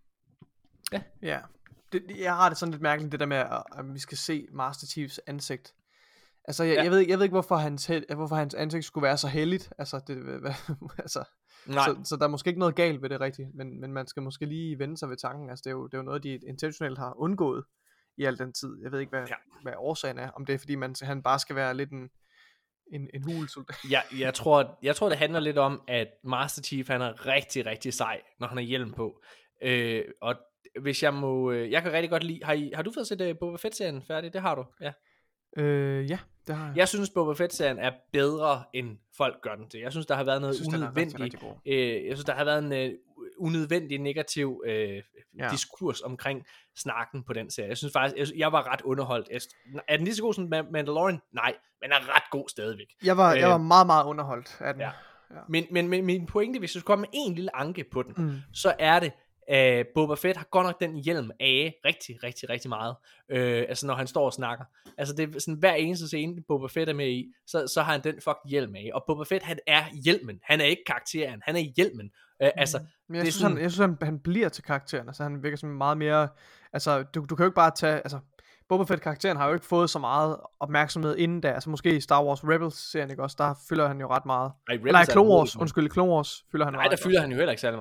S1: Ja.
S2: Ja. Det, jeg har det sådan lidt mærkeligt, det der med, at, at vi skal se Master Chiefs ansigt. Altså, jeg, ja. jeg, ved, jeg ved ikke, hvorfor hans, hvorfor hans ansigt skulle være så heldigt. Altså, det, hvad, altså så, så der er måske ikke noget galt ved det rigtigt, men, men man skal måske lige vende sig ved tanken. Altså, det er jo, det er jo noget, de intentionelt har undgået i al den tid. Jeg ved ikke, hvad, ja. hvad årsagen er. Om det er, fordi man, han bare skal være lidt en, en, en hulsoldat.
S1: Ja, jeg, tror, jeg tror, det handler lidt om, at Master Chief, han er rigtig, rigtig sej, når han har hjelm på. Øh, og hvis jeg må, jeg kan rigtig godt lide, har, I, har du fået set uh, Boba Fett-serien færdig? Det har du, ja.
S2: Øh, ja, det har jeg.
S1: Jeg synes, Boba Fett-serien er bedre, end folk gør den til. Jeg synes, der har været noget unødvendigt, øh, jeg synes, der har været en uh, unødvendig negativ øh, ja. diskurs omkring snakken på den serie. Jeg synes faktisk, jeg, jeg var ret underholdt. Jeg, er den lige så god som Mandalorian? Nej, men er ret god stadigvæk.
S2: Jeg var, øh, jeg var meget, meget underholdt af den.
S1: Ja. Ja. Men, men, men min pointe, hvis du skulle komme med en lille anke på den, mm. så er det, Uh, Boba Fett har godt nok den hjelm af rigtig, rigtig, rigtig meget. Uh, altså når han står og snakker. Altså det er sådan hver eneste scene, Boba Fett er med i, så, så har han den fucking hjelm af. Og Boba Fett, han er hjelmen. Han er ikke karakteren, han er hjelmen. Uh, mm. altså,
S2: Men jeg, det synes, sådan... han, jeg synes, han, han bliver til karakteren. Altså han virker som meget mere, altså du, du kan jo ikke bare tage, altså Boba Fett-karakteren har jo ikke fået så meget opmærksomhed inden da. Altså måske i Star Wars Rebels-serien, ikke også? Der fylder han jo ret meget.
S1: Ej,
S2: Nej, Clone Wars, undskyld, Clone Wars fylder han
S1: Nej, der fylder han jo heller ikke særlig meget.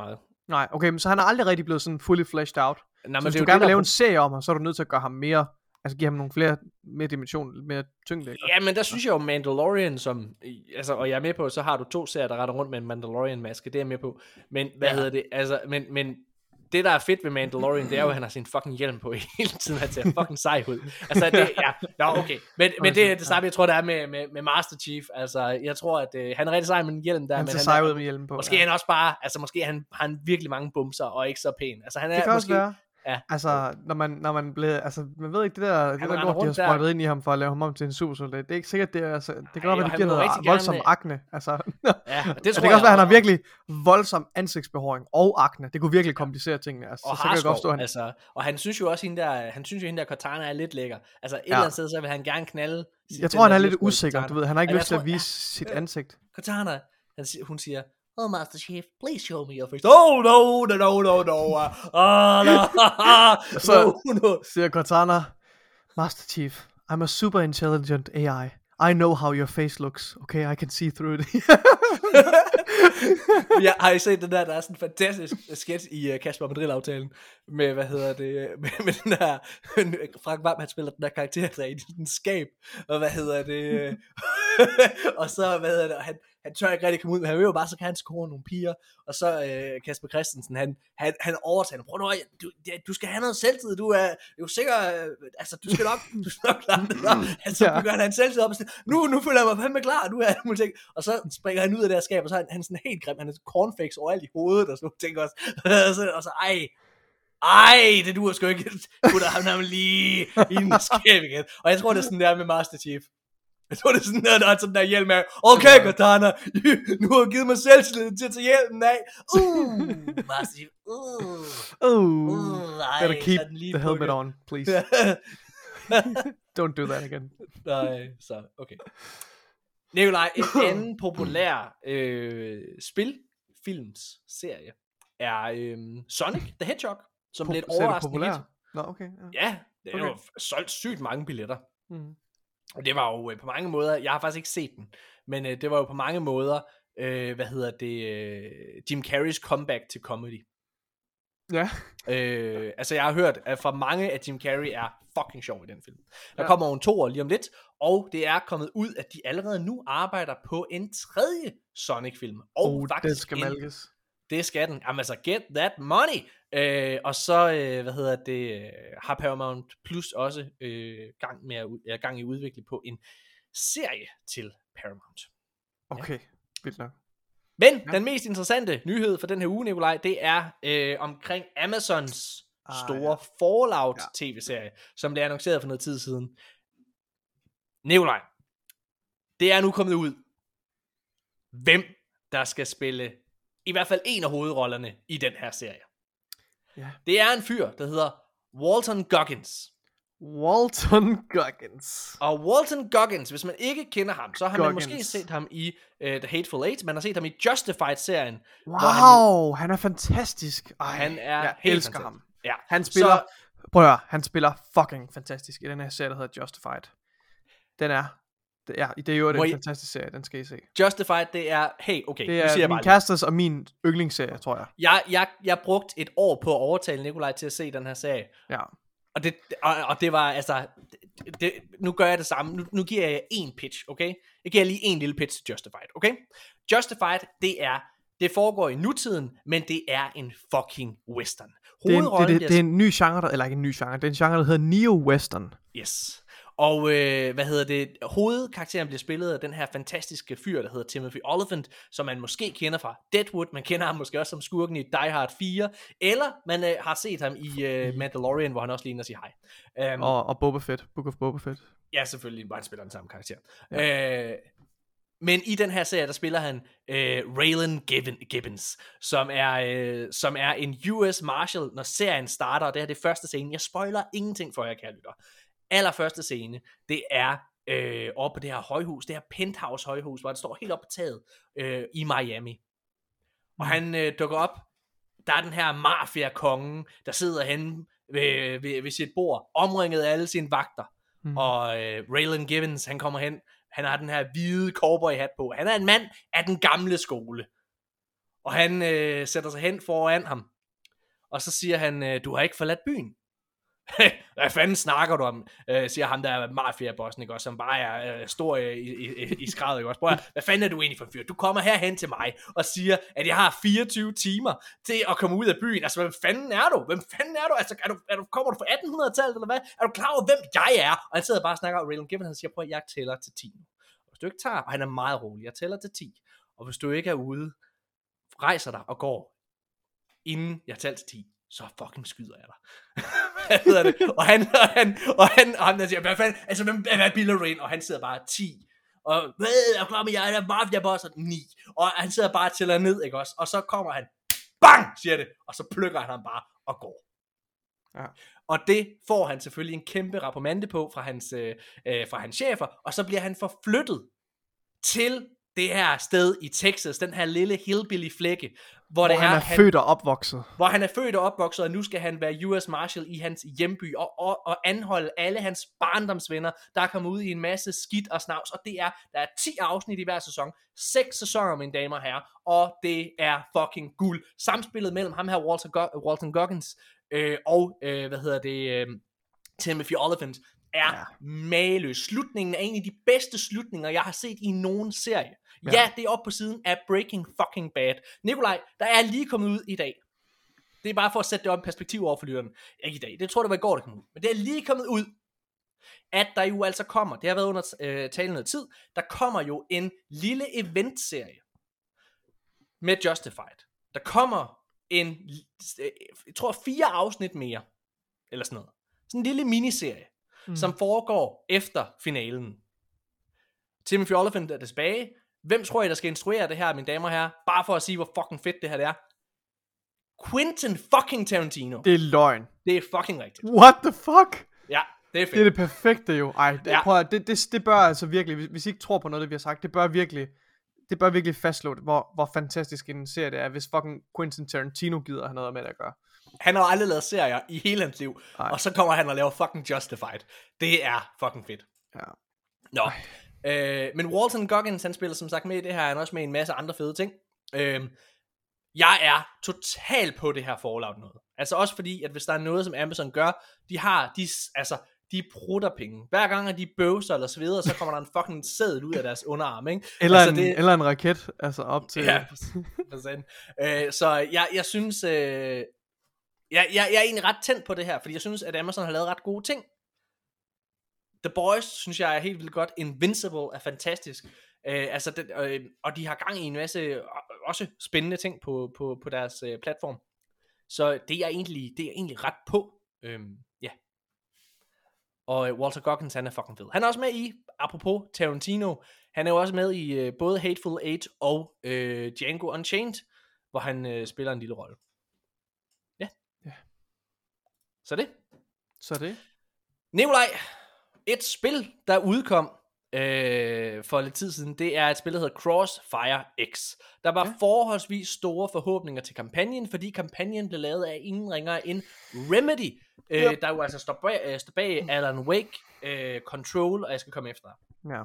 S2: Nej, okay, men så han er aldrig rigtig blevet sådan fully fleshed out.
S1: Nej,
S2: så
S1: men
S2: hvis
S1: det
S2: du
S1: er
S2: gerne vil
S1: det,
S2: lave
S1: der...
S2: en serie om ham, så er du nødt til at gøre ham mere, altså give ham nogle flere, mere dimension, mere tyngde. Ikke?
S1: Ja, men der synes jeg jo Mandalorian, som, altså, og jeg er med på, så har du to serier, der retter rundt med en Mandalorian-maske, det er jeg med på. Men, hvad ja. hedder det, altså, men, men det, der er fedt ved Mandalorian, det er jo, at han har sin fucking hjelm på hele tiden. Han ser fucking sej ud. Altså, det, ja, nå, okay. Men, men det er det samme, jeg tror, der er med, med, med Master Chief. Altså, jeg tror, at øh, han er rigtig sej med en hjelm der.
S2: Han
S1: men
S2: ser
S1: han
S2: sej
S1: er,
S2: ud med hjelm på.
S1: Måske ja. han også bare, altså, måske han, han virkelig mange bumser, og ikke så pæn. Altså, han er
S2: det kan
S1: måske...
S2: også være.
S1: Ja.
S2: Altså, når man, når man bliver, altså, man ved ikke, det der, det der lort, de har sprøjtet der. ind i ham for at lave ham om til en supersoldat. Det er ikke sikkert, det er, altså, det kan godt være, det giver noget voldsom gerne... akne. Altså, ja, det, tror det kan også være, han har virkelig voldsom ansigtsbehåring og akne. Det kunne virkelig komplicere tingene. Altså,
S1: og
S2: så, så kan jeg godt stå,
S1: han... altså, og han synes jo også, hende der, han synes jo, hende der Cortana er lidt lækker. Altså, et ja. eller andet sted, så vil han gerne knalde.
S2: Jeg tror, han er lidt usikker, du ved. Han har ikke lyst til at vise sit ansigt.
S1: Cortana, hun siger, oh, Master Chief, please show me your face. Oh, no, no, no, no, no. Oh, no.
S2: Så no, no. siger Cortana, Master Chief, I'm a super intelligent A I. I know how your face looks. Okay, I can see through it.
S1: Ja, har I set den der, der er sådan en fantastisk sketch i uh, Kasper Madrid-aftalen, med, hvad hedder det, med, med den der, Frank Hvam, han spiller den der karakter, der er i sådan en skab, og hvad hedder det, og så, hvad hedder det, han, han tør ikke rigtig komme ud, men han vil jo bare, så kan han score nogle piger, og så øh, Kasper Christensen, han, han, han overtager, prøv nu, du, du skal have noget selvtid, du er jo sikker, øh, altså, du skal nok, du skal nok klare det, og så begynder han selvtid op, og siger, nu, nu føler jeg mig fandme klar, nu er jeg, ting. Og så springer han ud af det her skab, og så er han, han sådan helt grim, han er cornflakes overalt i hovedet, og så tænker også, og så, og så ej, ej, det duer sgu ikke, putter ham ham lige i en skab igen, og jeg tror, det er sådan der med Master Chief. Jeg tror, det er sådan der, der er sådan der hjelm af. Okay, Cortana, nu har du givet mig selvtillid til at tage hjelmen af. Uh, Master Chief. Uh,
S2: uh, uh better keep the helmet on, please. Don't do that again.
S1: Nej, så, okay. Nikolaj, en anden populær øh, spilfilms serie er øh, Sonic the Hedgehog, som
S2: po-
S1: blev et overraskende hit.
S2: Nå, okay. Ja,
S1: ja det er okay. jo solgt sygt mange billetter.
S2: Mm.
S1: Og det var jo øh, på mange måder, jeg har faktisk ikke set den, men øh, det var jo på mange måder, øh, hvad hedder det, øh, Jim Carreys comeback til comedy.
S2: Ja.
S1: øh, altså jeg har hørt, at for mange af Jim Carrey er fucking sjov i den film. Der ja. kommer jo en toer lige om lidt, og det er kommet ud, at de allerede nu arbejder på en tredje Sonic-film. Og
S2: oh,
S1: faktisk
S2: det skal malkes.
S1: Det skal den. Jamen altså, get that money! Øh, og så, øh, hvad hedder det, øh, har Paramount Plus også øh, gang, med at, er gang i udvikling på en serie til Paramount.
S2: Okay, ja. Vildt nok.
S1: Men ja. den mest interessante nyhed for den her uge, Nikolaj, det er øh, omkring Amazons ah, store ja. Fallout ja. tv-serie, som blev annonceret for noget tid siden. Nikolaj, det er nu kommet ud, hvem der skal spille i hvert fald en af hovedrollerne i den her serie.
S2: Ja.
S1: Det er en fyr, der hedder Walton Goggins.
S2: Walton Goggins.
S1: Og Walton Goggins, hvis man ikke kender ham, så har Goggins. man måske set ham i uh, The Hateful Eight. Man har set ham i Justified-serien.
S2: Wow, hvor han, han er fantastisk. Ej,
S1: han er
S2: jeg
S1: helt
S2: elsker
S1: fantastisk.
S2: ham.
S1: Ja.
S2: Han spiller, så, prøv at høre, han spiller fucking fantastisk i den her serie, der hedder Justified. Den er, det, ja, det er jo en fantastisk serie, den skal I se.
S1: Justified, det er, hey, okay.
S2: Det er siger min kærestes og min yndlingsserie, tror jeg.
S1: Jeg, jeg. jeg brugte et år på at overtale Nikolaj til at se den her serie.
S2: Ja.
S1: Og det, og, og det var, altså, det, det, nu gør jeg det samme. Nu, nu giver jeg en pitch, okay? Jeg giver lige en lille pitch til Justified, okay? Justified, det er, det foregår i nutiden, men det er en fucking western.
S2: Det er, en, det, det, det er en ny genre, der, eller ikke en ny genre, det er en genre, der hedder neo-western.
S1: Yes. Og øh, hvad hedder det, hovedkarakteren bliver spillet af den her fantastiske fyr, der hedder Timothy Olyphant, som man måske kender fra Deadwood, man kender ham måske også som skurken i Die Hard fire, eller man øh, har set ham i øh, Mandalorian, hvor han også ligner at sige hej. Um,
S2: og, og Boba Fett, Book of Boba Fett.
S1: Ja, selvfølgelig, bare han spiller den samme karakter. Ja. Øh, men i den her serie, der spiller han øh, Raylan Gibbons, som er, øh, som er en U S Marshal, når serien starter, og det er det første scene. Jeg spoiler ingenting for jer, kære lytter. Allerførste scene, det er øh, oppe på det her højhus, det her penthouse højhus, hvor det står helt op på taget øh, i Miami. Og mm. han øh, dukker op, der er den her mafia-konge, der sidder henne ved, ved, ved sit bord, omringet af alle sine vagter. Mm. Og øh, Raylan Gibbons, han kommer hen, han har den her hvide cowboy-hat på. Han er en mand af den gamle skole. Og han øh, sætter sig hen foran ham, og så siger han, øh, du har ikke forladt byen. Hvad fanden snakker du om, øh, siger ham, der er mafia-bossen, ikke også, som bare er øh, stor øh, i, i, i skrædet, ikke også. Prøv at, hvad fanden er du egentlig for en fyr? Du kommer herhen til mig og siger, at jeg har fireogtyve timer til at komme ud af byen. Altså, hvem fanden er du? Hvem fanden er du? Altså, er du, er du kommer du fra attenhundredetallet, eller hvad? Er du klar over, hvem jeg er? Og han sidder bare og snakker, og Raylan Givens, han siger, prøv at jeg tæller til ti. Og hvis du ikke tager, og han er meget rolig, jeg tæller til ti. Og hvis du ikke er ude, rejser dig og går, inden jeg tæller til ti, så fucking skyder jeg dig. Hvad hedder det? Og han, og han, og han, og han der siger, hvad fanden, altså, hvem er Billy Rain? Og han sidder bare ti. Og, hvad, jeg er klar med, jeg er mafia-boss, og ni. Og han sidder bare og tæller ned, ikke også? Og så kommer han, bang, siger det, og så plukker han ham bare og går. Ja. Og det får han selvfølgelig en kæmpe rapport på fra hans, øh, fra hans chefer, og så bliver han forflyttet til det her sted i Texas, den her lille hillbilly flække, hvor, hvor det
S2: han
S1: er,
S2: er han, født og opvokset.
S1: Hvor han er født og opvokset, og nu skal han være U S Marshal i hans hjemby, og, og, og anholde alle hans barndomsvenner, der er kommet ud i en masse skidt og snavs, og det er, der er ti afsnit i hver sæson, seks sæsoner, mine damer og herrer, og det er fucking guld. Samspillet mellem ham her, Walter, Go- Walton Goggins, øh, og, øh, hvad hedder det, øh, Timothy Olyphant, er ja. mageløs. Slutningen er en af de bedste slutninger, jeg har set i nogen serie. Ja, ja det er oppe på siden af Breaking fucking Bad. Nikolaj, der er lige kommet ud i dag. Det er bare for at sætte det op i perspektiv over for lytterne. Ikke i dag, det tror jeg, det var i går, det kom ud. Men det er lige kommet ud, at der jo altså kommer, det har været under øh, talen noget tid, der kommer jo en lille eventserie med Justified. Der kommer en, øh, jeg tror fire afsnit mere, eller sådan noget. Sådan en lille miniserie, mm. som foregår efter finalen. Timothy Olyphant er tilbage. Hvem tror I, der skal instruere det her, mine damer og herrer? Bare for at sige, hvor fucking fedt det her det er. Quentin fucking Tarantino.
S2: Det er løgn.
S1: Det er fucking rigtigt.
S2: What the fuck?
S1: Ja, det er fedt.
S2: Det er det perfekte jo. Ej, det,
S1: ja.
S2: prøv at, det, det, det bør altså virkelig, hvis, hvis I ikke tror på noget, det vi har sagt, det bør virkelig, det bør virkelig fastslå det, hvor, hvor fantastisk en serie det er, hvis fucking Quentin Tarantino gider have noget med det at gøre.
S1: Han har aldrig lavet serier i hele hans liv, Ej. og så kommer han og laver fucking Justified. Det er fucking fedt. Ja. Nå. Øh, men Walton Goggins, han spiller som sagt med i det her, han er også med i en masse andre fede ting. Øh, jeg er total på det her Fallout noget. Altså også fordi, at hvis der er noget, som Amazon gør, de har, de, altså, de prutter penge. Hver gang, at de bøvser eller sveder, så kommer der en fucking sædel ud af deres underarm, ikke?
S2: Eller,
S1: altså,
S2: en,
S1: det...
S2: eller en raket, altså op til...
S1: Ja, øh, så jeg, jeg synes, øh, jeg, jeg, jeg er egentlig ret tændt på det her, fordi jeg synes, at Amazon har lavet ret gode ting. The Boys, synes jeg er helt vildt godt. Invincible er fantastisk. Øh, altså det, øh, og de har gang i en masse også spændende ting på, på, på deres øh, platform. Så det er egentlig, det er egentlig ret på. Øhm, yeah. Og øh, Walter Goggins, han er fucking fed. Han er også med i, apropos Tarantino, han er jo også med i øh, både Hateful Eight og øh, Django Unchained, hvor han øh, spiller en lille rolle. Ja. Yeah.
S2: Yeah.
S1: Så det.
S2: Så det.
S1: Nikolaj, et spil, der udkom øh, for lidt tid siden, det er et spil, der hedder Crossfire X. Der var ja. forholdsvis store forhåbninger til kampagnen, fordi kampagnen blev lavet af ingen ringere end Remedy, øh, ja. der jo altså står bag, står bag Alan Wake, øh, Control, og jeg skal komme efter.
S2: Ja.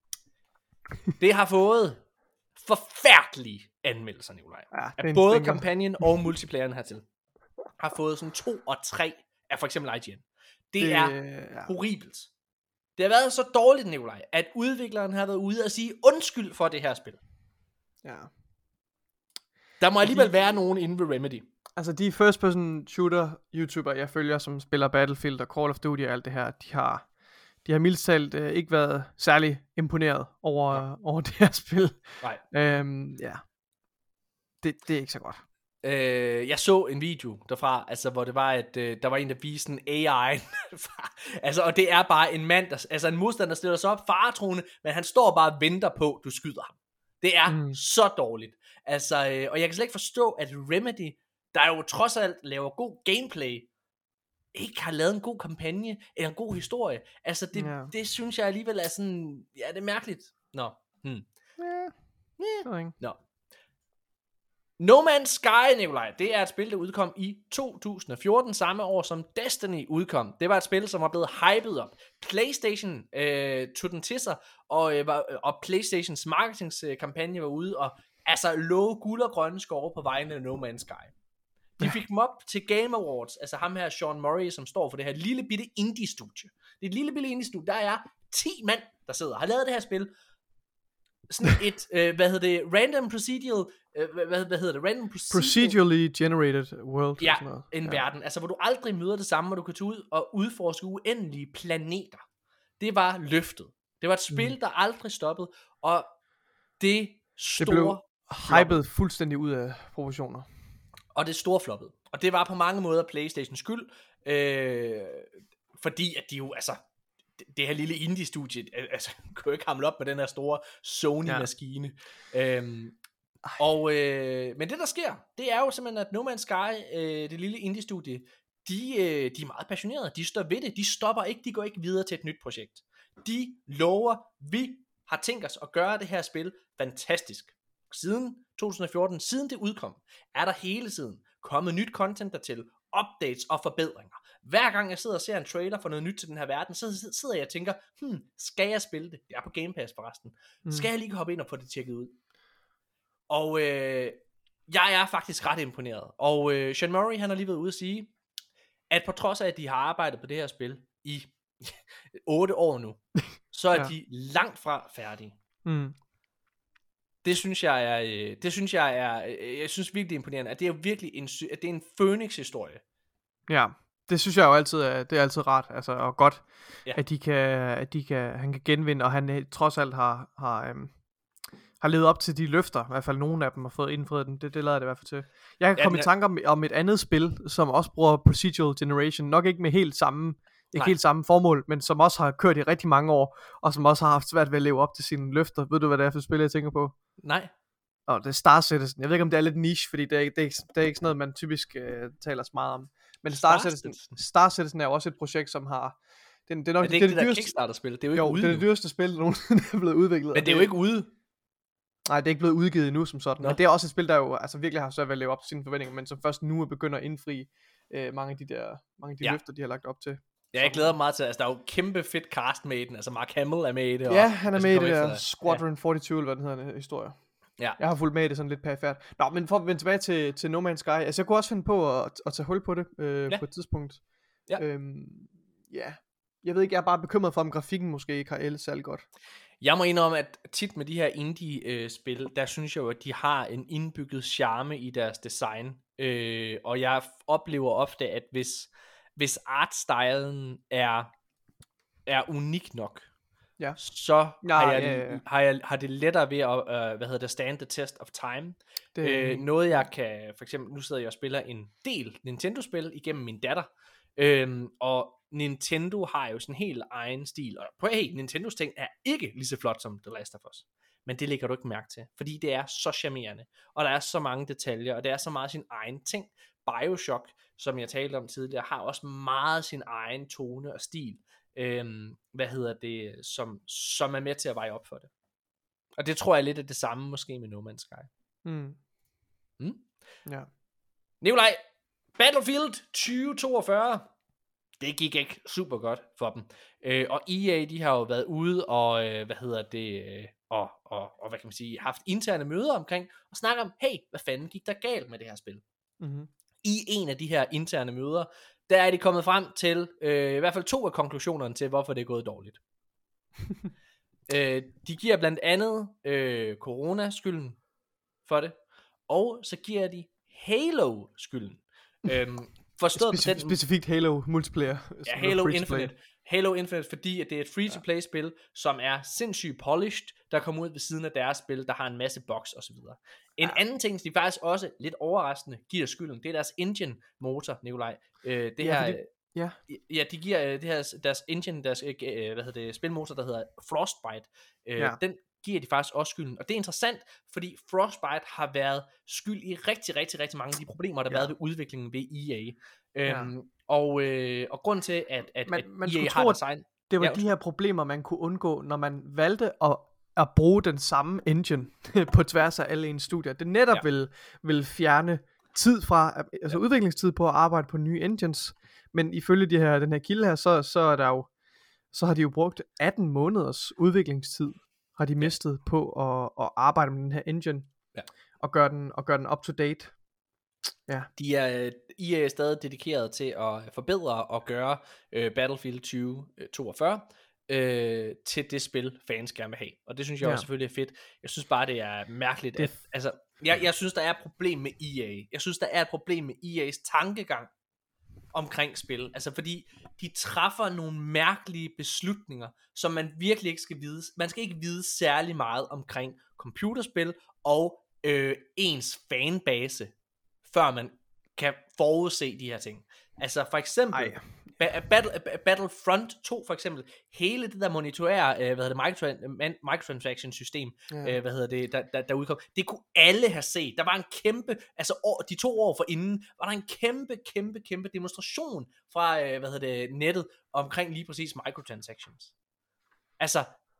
S1: Det har fået forfærdelige anmeldelser, Nikolaj. Ja, af både kampagnen og multiplayeren hertil. Har fået sådan to og tre af for eksempel I G N. Det, det er ja. horribelt. Det har været så dårligt, Nikolaj, at udvikleren har været ude og sige undskyld for det her spil.
S2: Ja.
S1: Der må alligevel de, være nogen inde ved Remedy.
S2: Altså de first person shooter YouTuber, jeg følger, som spiller Battlefield og Call of Duty og alt det her, de har, de har mildt talt øh, ikke været særlig imponeret over, ja. over det her spil. Nej. Øhm, ja. Det, det er ikke så godt.
S1: Øh, jeg så en video derfra, altså hvor det var, at øh, der var en, der viste en A I. altså, og det er bare en mand, der, altså en modstander, der stiller sig op faretroende, men han står bare og venter på, du skyder ham. Det er mm. så dårligt. Altså, øh, og jeg kan slet ikke forstå, at Remedy, der jo trods alt laver god gameplay, ikke har lavet en god kampagne, eller en god historie. Altså, det, yeah. det synes jeg alligevel er sådan, ja, det er mærkeligt. Nå. Hmm.
S2: Yeah.
S1: Yeah. Nå. No Man's Sky, Nikolaj, det er et spil, der udkom i to tusind og fjorten, samme år som Destiny udkom. Det var et spil, som var blevet hypet op. PlayStation øh, tog den til sig, og, øh, og PlayStations marketingskampagne var ude, og altså lå guld og grønne skove på vegne af No Man's Sky. De fik dem op til Game Awards, altså ham her, Sean Murray, som står for det her lille bitte indie-studie. Det er et lille bitte indie-studie, der er ti mand, der sidder og har lavet det her spil. Sådan et, øh, hvad hedder det, random procedural, øh, hvad, hvad hedder det, random procedural,
S2: procedurally generated world.
S1: Ja, en ja. verden, altså hvor du aldrig møder det samme, hvor du kan tage ud og udforske uendelige planeter. Det var løftet. Det var et spil, mm. der aldrig stoppede, og det store...
S2: Det blev hypet fuldstændig ud af proportioner.
S1: Og det store floppede. Og det var på mange måder PlayStations skyld, øh, fordi at de jo, altså... det her lille indie-studie, altså, kunne jo ikke hamle op med den her store Sony-maskine. Ja. Øhm, og, øh, men det der sker, det er jo simpelthen, at No Man's Sky, øh, det lille indie-studie, de, øh, de er meget passionerede, de står ved det, de stopper ikke, de går ikke videre til et nyt projekt. De lover, vi har tænkt os at gøre det her spil fantastisk. Siden to tusind og fjorten, siden det udkom, er der hele tiden kommet nyt content dertil, updates og forbedringer. Hver gang jeg sidder og ser en trailer for noget nyt til den her verden, så sidder jeg og tænker, hmm, skal jeg spille det? Det er på Game Pass forresten. Mm. Skal jeg lige hoppe ind og få det tjekket ud? Og øh, jeg er faktisk ret imponeret. Og øh, Sean Murray, han har lige været ude at sige, at på trods af, at de har arbejdet på det her spil i otte år nu, så er ja. de langt fra færdige. Mm. Det synes jeg er, det synes jeg er, jeg synes virkelig imponerende, at det er virkelig en, at det er en Phoenix-historie.
S2: Ja. Det synes jeg jo altid er, det er altid rart, altså, og godt, ja. at de kan, at de kan, han kan genvinde, og han trods alt har, har, øhm, har levet op til de løfter, i hvert fald nogle af dem har fået indfriet den, det, det lader det i hvert fald til. Jeg kan ja, komme i tanke om, om et andet spil, som også bruger procedural generation, nok ikke med helt samme, ikke helt samme formål, men som også har kørt i rigtig mange år, og som også har haft svært ved at leve op til sine løfter. Ved du, hvad det er for et spil, jeg tænker på?
S1: Nej.
S2: Og det er Star Citizen. Jeg ved ikke, om det er lidt niche, fordi det er, det er, ikke, det er ikke sådan noget, man typisk uh, taler så meget om. Men Star, Star Citizen, Star Citizen er jo også et projekt, som har... Det, det er nok
S1: men det er ikke det, det der Kickstarter-spil. Det er jo ikke
S2: jo,
S1: ude.
S2: det er det dyreste spil, der nogensinde er blevet udviklet.
S1: Men det er jo ikke ude.
S2: Nej, det er ikke blevet udgivet endnu som sådan. Nå. Men det er også et spil, der jo altså, virkelig har svært ved at leve op til sine forventninger, men som først nu er begyndt at indfri øh, mange af de der mange af de ja. løfter, de har lagt op til.
S1: Ja, jeg glæder mig meget til, altså der er jo kæmpe fedt cast med i den, altså Mark Hamill er med i det. Og,
S2: ja, han er med i det der Squadron ja. fireogfyrre, eller hvad den hedder, en historie.
S1: Ja.
S2: Jeg har fulgt med i det sådan lidt perifært. Nå, men for at vende tilbage til, til No Man's Sky, altså jeg kunne også finde på at, at tage hul på det øh, ja. på et tidspunkt.
S1: Ja.
S2: Øhm, ja, jeg ved ikke, jeg er bare bekymret for, om grafikken måske ikke har ældet særlig godt.
S1: Jeg må indrømme, at tit med de her indie-spil, der synes jeg jo, at de har en indbygget charme i deres design. Øh, og jeg oplever ofte, at hvis, hvis artstylen er, er unik nok, ja. så
S2: ja,
S1: har, jeg,
S2: ja, ja.
S1: har, jeg, har det lettere ved at, uh, hvad hedder det, stand the test of time. Det, øh, noget jeg kan, for eksempel, nu sidder jeg og spiller en del Nintendo-spil igennem min datter, øhm, og Nintendo har jo sådan en helt egen stil, og på hey, Nintendos ting er ikke lige så flot som The Last of Us, men det lægger du ikke mærke til, fordi det er så charmerende, og der er så mange detaljer, og det er så meget sin egen ting. BioShock, som jeg talte om tidligere, har også meget sin egen tone og stil, øhm, hvad hedder det, som, som er med til at veje op for det. Og det tror jeg lidt er det samme måske med No Man's Sky.
S2: Mm.
S1: Mm?
S2: Ja.
S1: Nikolaj, Battlefield tyve toogfyrre, det gik ikke super godt for dem. Øh, og E A, de har jo været ude og, øh, hvad hedder det, øh, og, og, og hvad kan man sige, haft interne møder omkring, og snakke om, hey, hvad fanden gik der galt med det her spil?
S2: Mm-hmm.
S1: I en af de her interne møder, der er de kommet frem til, øh, i hvert fald to af konklusionerne til, hvorfor det er gået dårligt. øh, de giver blandt andet øh, corona skylden for det, og så giver de Halo skylden. øhm, forstået
S2: Specif-
S1: den,
S2: specifikt Halo multiplayer.
S1: Ja, Halo Infinite. Halo Infinite, fordi at det er et free-to-play spil, som er sindssygt polished, der kommer ud ved siden af deres spil, der har en masse bugs og så videre. En ja. anden ting, de faktisk også lidt overraskende giver skylden, det er deres engine motor, Nikolaj. Øh, det
S2: ja,
S1: her,
S2: fordi, ja.
S1: ja, de giver det her, deres engine, deres øh, hvad hedder det, spilmotor, der hedder Frostbite. Øh, ja. Den giver de faktisk også skylden. Og det er interessant, fordi Frostbite har været skyld i rigtig, rigtig, rigtig mange af de problemer, der har ja. været ved udviklingen ved E A. Øhm, ja. og, øh, og grund til, at, at,
S2: man,
S1: at
S2: man
S1: E A
S2: skulle
S1: har
S2: tro,
S1: design...
S2: Det var
S1: ja,
S2: de her problemer, man kunne undgå, når man valgte at at bruge den samme engine på tværs af alle ens studier. Det netop ja. vil, vil fjerne tid fra, altså ja. udviklingstid på at arbejde på nye engines. Men ifølge de her, den her kilde her, så, så er der jo, så har de jo brugt atten måneders udviklingstid, har de mistet ja. på at, at arbejde med den her engine, ja. og gøre den, og gøre den up to date. Ja.
S1: De er, I er stadig dedikeret til at forbedre og gøre uh, Battlefield tyve toogfyrre øh, til det spil fans gerne vil have. Og det synes jeg ja. også selvfølgelig er fedt. Jeg synes bare det er mærkeligt, det... at altså, jeg, jeg synes der er et problem med E A. Jeg synes der er et problem med E A's tankegang omkring spil. Altså fordi de træffer nogle mærkelige beslutninger, som man virkelig ikke skal vide. Man skal ikke vide særlig meget omkring computerspil og øh, ens fanbase, før man kan forudse de her ting. Altså for eksempel ba- Battle, Battlefront to for eksempel, hele det der monitorere, øh, hvad hedder det, microtran- microtransaction system, ja. øh, hvad hedder det, der, der, der udkom, det kunne alle have set. Der var en kæmpe, altså år, de to år for inden, var der en kæmpe, kæmpe, kæmpe demonstration fra, øh, hvad hedder det, nettet, omkring lige præcis microtransactions. Altså,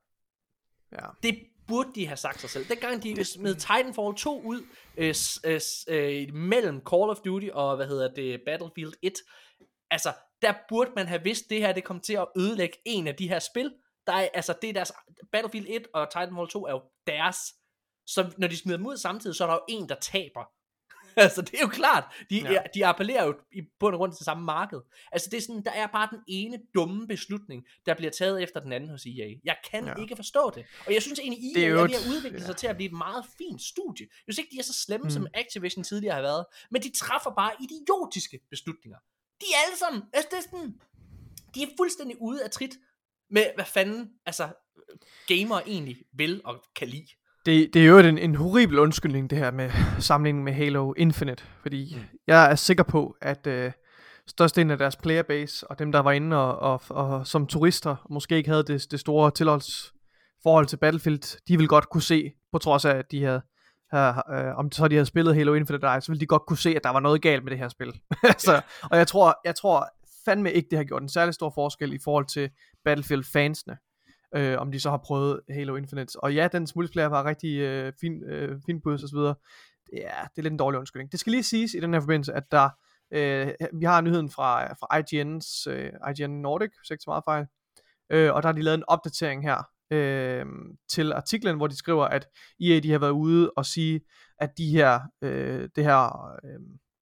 S1: ja. det burde de have sagt sig selv. Dengang de smed Titanfall to ud øh, øh, øh, mellem Call of Duty og hvad hedder det, Battlefield et, altså der burde man have vidst, det her det kom til at ødelægge en af de her spil. Der er, altså det er deres, Battlefield et og Titanfall to er jo deres. Så når de smider dem ud samtidig, så er der jo en der taber. Altså det er jo klart, de, ja. de appellerer jo i bund og grund til samme marked. Altså det er sådan, der er bare den ene dumme beslutning, der bliver taget efter den anden hos E A. Jeg kan ja. ikke forstå det. Og jeg synes egentlig, E A er ved at udvikle ja. sig til at blive et meget fint studie. Jeg synes ikke, de er så slemme, mm. som Activision tidligere har været. Men de træffer bare idiotiske beslutninger. De er alle sammen, altså det er sådan, de er fuldstændig ude af trit med, hvad fanden, altså gamer egentlig vil og kan lide.
S2: Det, det er jo en, en horribel undskyldning, det her med sammenligning med Halo Infinite, fordi mm. jeg er sikker på, at øh, størstedelen af deres playerbase, og dem der var inde og, og, og som turister, måske ikke havde det, det store tilholdsforhold til Battlefield, de ville godt kunne se, på trods af, at de havde, øh, om så de havde spillet Halo Infinite, så ville de godt kunne se, at der var noget galt med det her spil. altså, yeah. Og jeg tror, jeg tror fandme ikke, det har gjort en særlig stor forskel i forhold til Battlefield-fansene. Øh, om de så har prøvet Halo Infinite. Og ja, den multiplayer var rigtig øh, fin, øh, fin bus og så videre. Det er, det er lidt en dårlig undskyldning. Det skal lige siges i den her forbindelse, at der, øh, vi har nyheden fra, fra I G N's, øh, I G N Nordic, hvis ikke så meget fejl, øh, og der har de lavet en opdatering her øh, til artiklen, hvor de skriver, at E A de har været ude og sige, at de her, øh, det her, øh,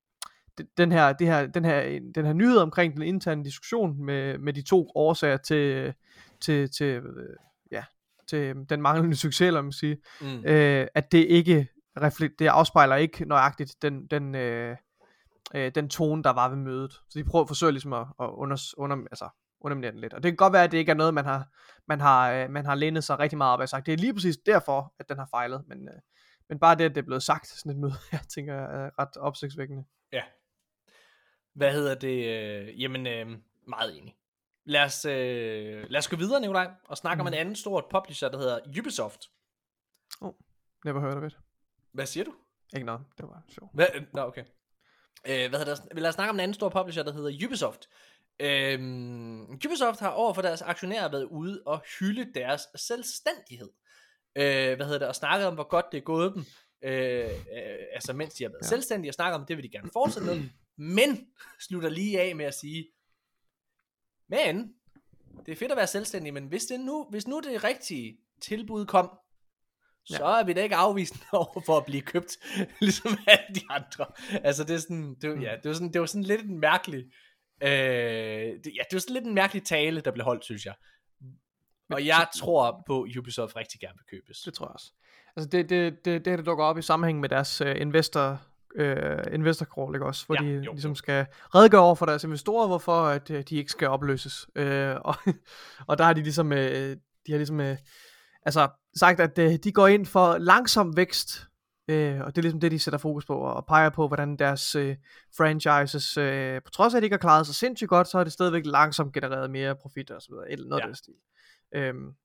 S2: den her, det her, den her, den her nyhed omkring den interne diskussion med, med de to årsager til til, til, øh, ja, til den manglende succes, eller man sige, mm. øh, at det ikke reflekt, det afspejler ikke nøjagtigt den, den, øh, øh, den tone, der var ved mødet. Så de prøver at forsøge ligesom at, at under, under, altså, underminere den lidt. Og det kan godt være, at det ikke er noget, man har, man har, øh, man har lænet sig rigtig meget op og sagt. Det er lige præcis derfor, at den har fejlet. Men, øh, men bare det, at det er blevet sagt sådan et møde, jeg tænker, er ret opsigtsvækkende.
S1: Ja. Hvad hedder det? Øh, jamen, øh, meget enig. Lad os, øh, lad os gå videre, Nikolaj, og snakke mm. om en anden stort publisher, der hedder Ubisoft.
S2: Oh, never heard of it.
S1: Hvad siger du?
S2: Ikke noget, det var sjovt.
S1: Hvad? Nå, okay. Øh, hvad hedder det? Lad os snakke om en anden stor publisher, der hedder Ubisoft. Øh, Ubisoft har overfor deres aktionærer været ude og hylde deres selvstændighed. Øh, hvad hedder det? Og snakket om, hvor godt det er gået dem. Øh, øh, altså, mens de har været ja. selvstændige, og snakket om, det vil de gerne fortsætte med. Men slutter lige af med at sige, men det er fedt at være selvstændig, men hvis, det nu, hvis nu det rigtige tilbud kom, ja. så er vi da ikke afvisende over for at blive købt, ligesom alle de andre. Altså det er sådan, det, ja, det var sådan, det var sådan lidt en mærkelig, øh, det, ja, det var sådan lidt en mærkelig tale, der blev holdt, synes jeg. Og jeg tror på, Ubisoft rigtig gerne vil købes.
S2: Det tror jeg også. Altså det, det, det, det, det dukker op i sammenhæng med deres uh, investor Uh, investor call, ikke også, hvor ja, de jo, ligesom jo. skal redegøre over for deres investorer, hvorfor at uh, de ikke skal opløses. Uh, og, og der har de ligesom, uh, de har ligesom, uh, altså sagt, at uh, de går ind for langsom vækst, uh, og det er ligesom det, de sætter fokus på, og peger på, hvordan deres uh, franchises, uh, på trods af, at de ikke har klaret sig sindssygt godt, så har det stadigvæk langsomt genereret mere profit og så videre, eller noget ja. af det stil. Um,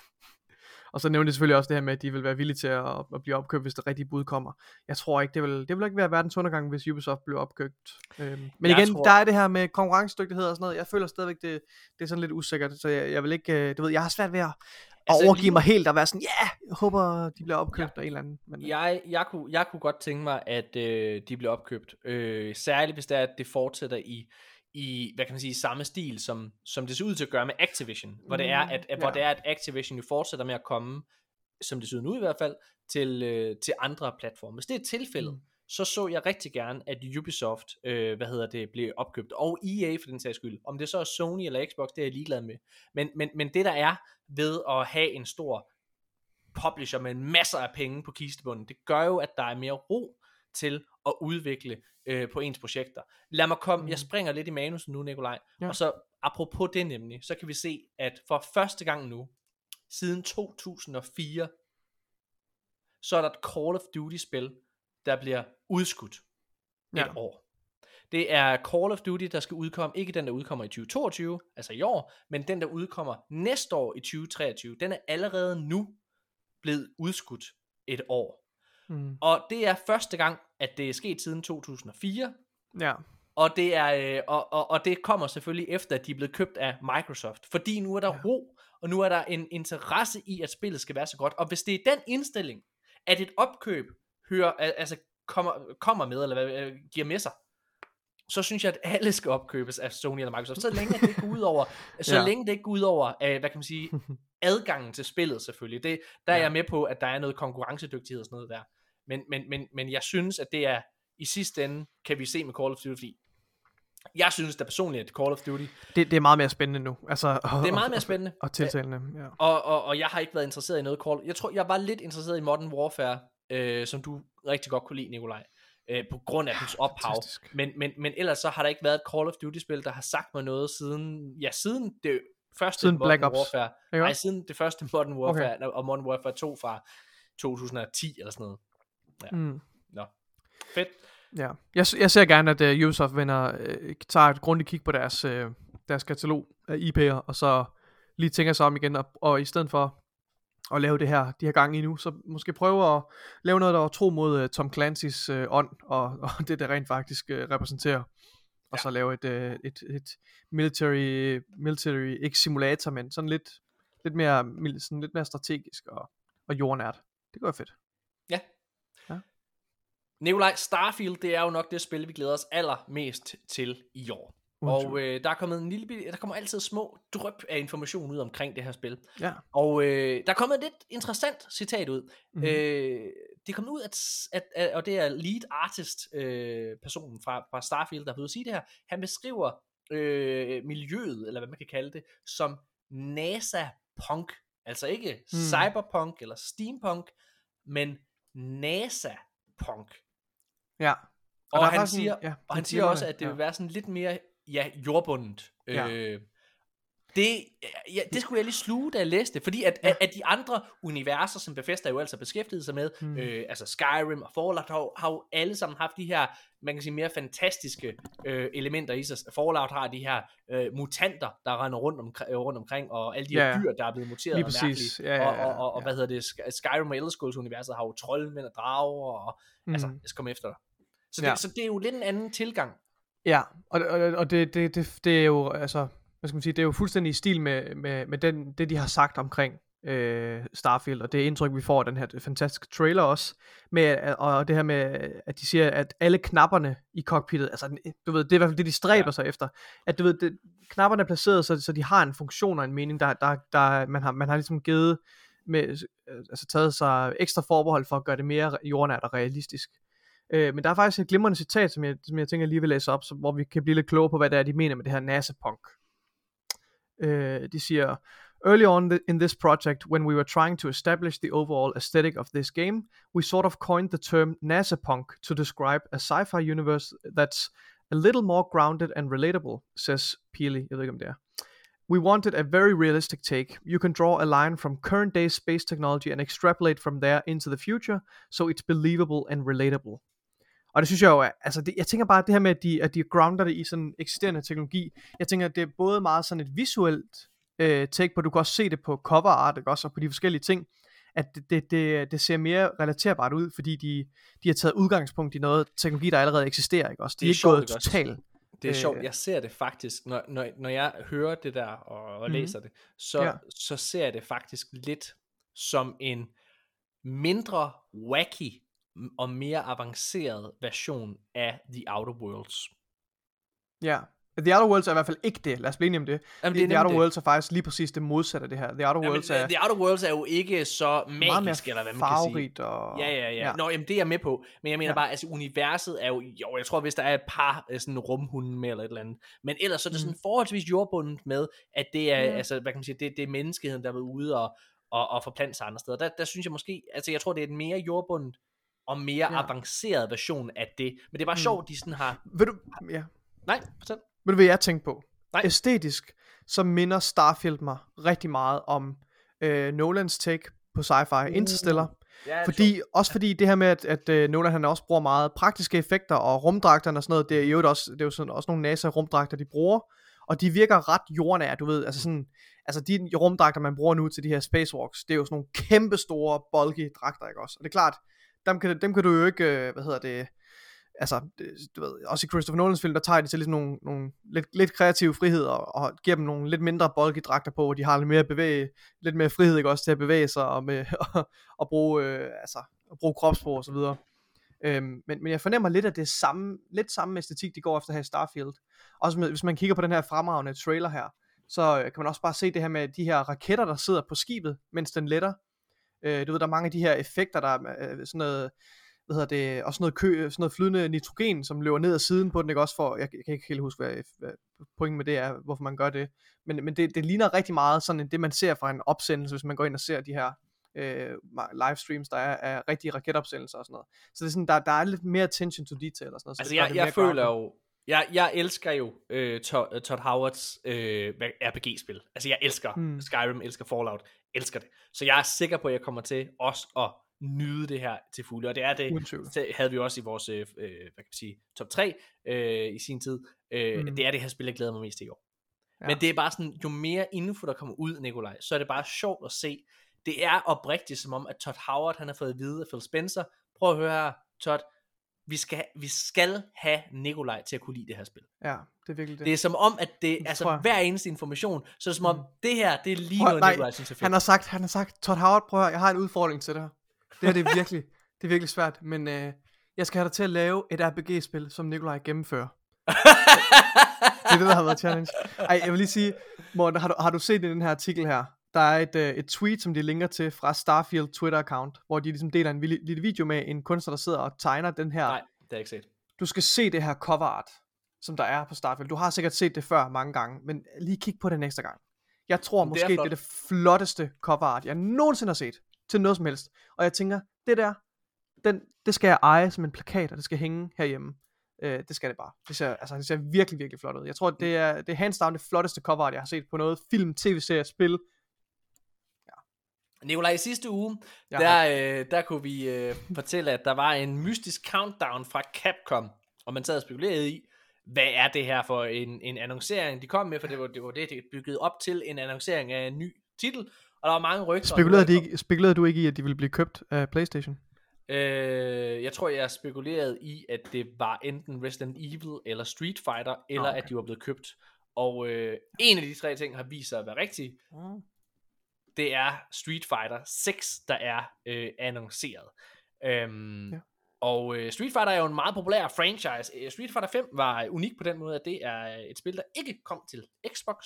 S2: Og så nævnte de selvfølgelig også det her med, at de vil være villige til at, at blive opkøbt, hvis det rigtige bud kommer. Jeg tror ikke, det vil, det vil ikke være verdens undergang, hvis Ubisoft bliver opkøbt. Øhm, men jeg igen, tror... der er det her med konkurrencedygtighed og sådan noget. Jeg føler stadigvæk, det, det er sådan lidt usikkert. Så jeg, jeg vil ikke, du ved, jeg har svært ved at, altså, overgive lige... mig helt og være sådan, ja, yeah, jeg håber, de bliver opkøbt ja. af en eller anden. Men...
S1: Jeg, jeg, kunne, jeg kunne godt tænke mig, at øh, de bliver opkøbt. Øh, særligt hvis det er, at det fortsætter i, i hvad kan man sige, samme stil, som, som det ser ud til at gøre med Activision. Hvor, mm, det, er, at, at, hvor ja. det er, at Activision jo fortsætter med at komme, som det ser ud nu i hvert fald, til, øh, til andre platforme. Hvis det er tilfældet, mm. så så jeg rigtig gerne, at Ubisoft, øh, hvad hedder det, blev opkøbt, og E A for den sags skyld. Om det så er Sony eller Xbox, det er jeg ligeglad med. Men, men, men det der er ved at have en stor publisher med masser af penge på kistebunden, det gør jo, at der er mere ro til at udvikle øh, på ens projekter. Lad mig komme, mm. jeg springer lidt i manusen nu, Nikolaj, ja. og så apropos det nemlig, så kan vi se, at for første gang nu, siden to tusind og fire, så er der et Call of Duty-spil, der bliver udskudt et ja. år. Det er Call of Duty, der skal udkomme, ikke den, der udkommer i tyve toogtyve, altså i år, men den, der udkommer næste år i tyve treogtyve. Den er allerede nu blevet udskudt et år. Mm. Og det er første gang, at det er sket siden to tusind og fire.
S2: Ja.
S1: Og det er og, og, og det kommer selvfølgelig efter, at de er blevet købt af Microsoft, fordi nu er der ja. ro, og nu er der en interesse i, at spillet skal være så godt. Og hvis det er den indstilling, at et opkøb hører, altså kommer, kommer med, eller hvad, giver med sig, så synes jeg, at alle skal opkøbes af Sony eller Microsoft, så længe det ikke går ud over, så ja. længe det ikke går ud over, hvad kan man sige, adgangen til spillet selvfølgelig. Det, der er ja. jeg med på, at der er noget konkurrencedygtighed og sådan noget der. Men, men, men, men jeg synes, at det er, i sidste ende, kan vi se med Call of Duty, fordi jeg synes da personligt, at Call of Duty...
S2: Det, det er meget mere spændende nu. Altså, og,
S1: det er meget mere spændende.
S2: Og, og tiltalende, ja.
S1: Og, og, og jeg har ikke været interesseret i noget Call... Jeg tror, jeg var lidt interesseret i Modern Warfare, øh, som du rigtig godt kunne lide, Nikolaj. Øh, på grund af dens ophav. Men, men, men ellers så har der ikke været et Call of Duty-spil, der har sagt mig noget siden... Ja, siden det første
S2: siden
S1: Modern
S2: Black Ops.
S1: Warfare. Nej, siden det første Modern Warfare, okay. og Modern Warfare to fra to tusind og ti eller sådan noget. Ja. Mm. Nå. Fedt.
S2: Ja, jeg, jeg ser gerne, at uh, Ubisoft vender, uh, tager et grundigt kig på deres, uh, deres katalog af I P'er, og så lige tænker sig om igen, og, og i stedet for at lave det her, de her gange endnu, så måske prøve at lave noget, der er tro mod uh, Tom Clancy's uh, ånd, og, og det, der rent faktisk uh, repræsenterer, og ja. så lave et, uh, et, et military, military, ikke simulator, men sådan lidt, lidt, mere, sådan lidt mere strategisk og, og jordnært. Det går fedt.
S1: Ja. Ja. Nikolaj, Starfield, det er jo nok det spil, vi glæder os allermest til i år. Undskyld. Og øh, der er kommet en lille der kommer altid små dryp af information ud omkring det her spil.
S2: Ja.
S1: Og øh, der er kommet et lidt interessant citat ud. Mm-hmm. Øh, det er kommet ud, at, at, at, og det er lead artist øh, personen fra, fra Starfield, der har fået at sige det her. Han beskriver øh, miljøet, eller hvad man kan kalde det, som NASA-punk. Altså ikke mm. cyberpunk eller steampunk, men NASA-punk.
S2: Ja.
S1: Og, og han siger, en, ja, og han siger også, at det ja. vil være sådan lidt mere ja, jordbundet. Ja. Øh, det, ja, det skulle jeg lige sluge, da jeg læste, fordi at, ja. at, at de andre universer, som Bethesda jo altså beskæftiget sig med, hmm. øh, altså Skyrim og Fallout, har, har jo alle sammen haft de her, man kan sige, mere fantastiske øh, elementer i sig. Fallout har de her øh, mutanter, der render rundt, om, rundt omkring, og alle de her ja, ja. dyr, der er blevet muteret og mærkelige. Ja, ja, ja, og, og, og, og ja. hvad hedder det, Skyrim og Elder Scrolls universet har jo troldmænd og drager, og mm. altså, jeg skal komme efter dig. Så det, ja. så det er jo lidt en anden tilgang.
S2: Ja, og, og, og det, det, det, det er jo, altså, hvad skal man sige, det er jo fuldstændig i stil med, med, med den, det, de har sagt omkring øh, Starfield, og det indtryk, vi får af den her fantastiske trailer også, med, og det her med, at de siger, at alle knapperne i cockpittet, altså, du ved, det er i hvert fald det, de stræber ja. sig efter, at du ved, det, knapperne er placeret, så, så de har en funktion og en mening, der, der, der man, har, man har ligesom givet, med, altså taget sig ekstra forbehold for at gøre det mere jordnært og realistisk. Øh, men der er faktisk et glimrende citat, som jeg, som jeg tænker lige vil læse op, så, hvor vi kan blive lidt klogere på, hvad det er, de mener med det her NASA-punk. Øh, de siger, early on in this project, when we were trying to establish the overall aesthetic of this game, we sort of coined the term NASA-punk to describe a sci-fi universe that's a little more grounded and relatable, says Peely. Jeg ved ikke om det er. We wanted a very realistic take. You can draw a line from current day space technology and extrapolate from there into the future, so it's believable and relatable. Og det synes jeg jo, altså det, jeg tænker bare, at det her med, at de, at de grounder det i sådan eksisterende teknologi, jeg tænker, at det er både meget sådan et visuelt øh, take på, du kan også se det på cover art, ikke? Også, og på de forskellige ting, at det, det, det, det ser mere relaterbart ud, fordi de, de har taget udgangspunkt i noget teknologi, der allerede eksisterer, ikke? Også, de er, er ikke gået totalt.
S1: Det er øh, sjovt, jeg ser det faktisk, når, når, når jeg hører det der og, og mm. læser det, så, ja. så ser jeg det faktisk lidt som en mindre wacky og mere avanceret version af The Outer Worlds.
S2: Ja, The Outer Worlds er i hvert fald ikke det. Lad os blive enige om det.
S1: Jamen, det
S2: The Outer det. Worlds er faktisk lige præcis det modsatte af det her. The Outer
S1: jamen,
S2: Worlds er...
S1: The Outer Worlds er jo ikke så magisk, eller hvad man kan sige.
S2: Og...
S1: Ja, ja, ja. ja. Nå, jamen det er jeg med på. Men jeg mener ja. bare, altså universet er jo... Jo, jeg tror, hvis der er et par sådan rumhunde med, eller et eller andet. Men ellers så er det sådan mm. forholdsvis jordbundet med, at det er, mm. altså, hvad kan man sige, det, det er menneskeheden, der er ude og, og, og forplante sig andre steder. Der, der synes jeg måske... Altså, jeg tror, det er en mere jordbundet og mere ja. avanceret version af det. Men det er bare mm. sjovt, de sådan har...
S2: Ved du... Ja.
S1: Nej, fortæl.
S2: Ved du, hvad jeg tænkte på?
S1: Nej.
S2: Æstetisk, så minder Starfield mig rigtig meget om øh, Nolans take på sci-fi, uh, Interstellar. Ja, fordi, også fordi det her med, at, at uh, Nolan han også bruger meget praktiske effekter, og rumdragterne og sådan noget, det er jo også, det er jo sådan, også nogle NASA-rumdragter, de bruger, og de virker ret jordnære, du ved, altså sådan, altså de rumdragter, man bruger nu til de her spacewalks, det er jo sådan nogle kæmpe store, bulky dragter, ikke også? Og det er klart, dem kan, dem kan du jo ikke, øh, hvad hedder det, altså, du ved, også i Christopher Nolans film, der tager de til lidt nogle, nogle lidt, lidt kreative friheder, og giver dem nogle lidt mindre bulky dragter på, hvor de har lidt mere bevæge, lidt mere frihed, ikke også, til at bevæge sig, og med, og, og bruge, øh, altså, at bruge kropsprog og så videre. Øhm, men, men jeg fornemmer lidt, at det er samme, lidt samme æstetik, de går efter her i Starfield. Også med, hvis man kigger på den her fremragende trailer her, så kan man også bare se det her med de her raketter, der sidder på skibet, mens den letter. Øh, du ved, der er mange af de her effekter, der er øh, sådan noget, hvad hedder det, også noget, kø, sådan noget flydende nitrogen, som løber ned ad siden på den, ikke også for, jeg, jeg kan ikke helt huske, hvad, hvad pointen med det er, hvorfor man gør det, men, men det, det ligner rigtig meget sådan det, man ser fra en opsendelse, hvis man går ind og ser de her øh, livestreams, der er af rigtige raketopsendelser og sådan noget. Så det er sådan, der, der er lidt mere attention to detail og sådan noget. Så
S1: altså
S2: det,
S1: jeg,
S2: det
S1: jeg føler jo, jeg, jeg elsker jo øh, Todd, Todd Howards øh, R P G-spil. Altså jeg elsker hmm. Skyrim, elsker Fallout, elsker det. Så jeg er sikker på, at jeg kommer til også at nyde det her til fulde, og det er det, det havde vi også i vores øh, hvad kan man sige, top tre øh, i sin tid. Øh, mm. Det er det her spil, jeg glæder mig mest til i år. Ja. Men det er bare sådan, jo mere info der kommer ud, Nikolaj, så er det bare sjovt at se. Det er oprigtigt som om, at Todd Howard, han har fået at vide af Phil Spencer, prøv at høre her, Todd, vi skal, vi skal have Nikolaj til at kunne lide det her spil.
S2: Ja, det er virkelig det.
S1: Det er som om, at det, altså hver eneste information, så er det som om, mm. det her, det er lige prøv, noget, nej, Nikolaj synes er fedt.
S2: Han har sagt, han har sagt, Todd Howard, prøv at høre, jeg har en udfordring til det her. Det her, det er virkelig, det er virkelig svært, men øh, jeg skal have dig til at lave et R P G-spil, som Nikolaj gennemfører. Det er det, der har været challenge. Ej, jeg vil lige sige, Morten, har du, har du set i den her artikel her? Der er et, øh, et tweet, som de linker til fra Starfield Twitter-account, hvor de ligesom deler en lille, lille video med en kunstner, der sidder og tegner den her.
S1: Nej, det har jeg ikke set.
S2: Du skal se det her cover art, som der er på Starfield. Du har sikkert set det før mange gange, men lige kig på det næste gang. Jeg tror det måske, det er det flotteste cover art, jeg nogensinde har set til noget som helst. Og jeg tænker, det der, den, det skal jeg eje som en plakat, og det skal hænge herhjemme. Øh, det skal det bare. Det ser, altså, det ser virkelig, virkelig flot ud. Jeg tror, det er, det er hands down det flotteste cover art, jeg har set på noget film, tv-serie, spil.
S1: Ja. Nikolaj, i sidste uge, ja. der, øh, der kunne vi øh, fortælle, at der var en mystisk countdown fra Capcom, og man sad og spekulerede i, hvad er det her for en, en annoncering, de kom med, for det var det, var det, det byggede op til en annoncering af en ny titel, og der var mange rygter.
S2: Spekulerede, de ikke, spekulerede du ikke i, at de ville blive købt af PlayStation?
S1: Øh, jeg tror, jeg spekulerede i, at det var enten Resident Evil eller Street Fighter, eller okay. at de var blevet købt. Og øh, en af de tre ting har vist sig at være rigtige. Mm. Det er Street Fighter seks, der er øh, annonceret. Øhm, ja. Og øh, Street Fighter er jo en meget populær franchise. Street Fighter fem var unik på den måde, at det er et spil, der ikke kom til Xbox.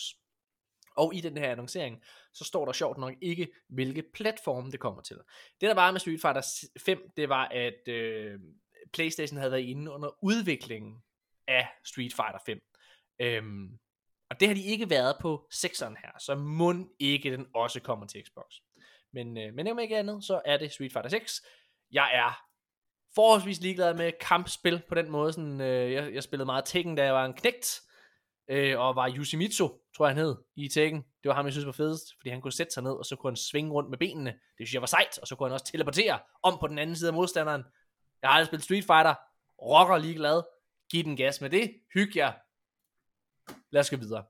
S1: Og i den her annoncering, så står der sjovt nok ikke, hvilke platform det kommer til. Det der var med Street Fighter fem, det var, at øh, PlayStation havde været inde under udviklingen af Street Fighter fem. Øhm, og det har de ikke været på sekseren her, så må ikke den også kommer til Xbox. Men, øh, men om ikke andet, så er det Street Fighter seks. Jeg er forholdsvis ligeglad med kampspil på den måde. Sådan, øh, jeg, jeg spillede meget Tekken, da jeg var en knægt. Øh, og var Yoshimitsu, tror jeg han hed, i Tekken. Det var ham, jeg synes var fedest, fordi han kunne sætte sig ned, og så kunne han svinge rundt med benene. Det synes jeg var sejt, og så kunne han også teleportere om på den anden side af modstanderen. Jeg har aldrig spillet Street Fighter, rocker ligeglad, giv den gas med det, hyg jer. Lad os gå videre.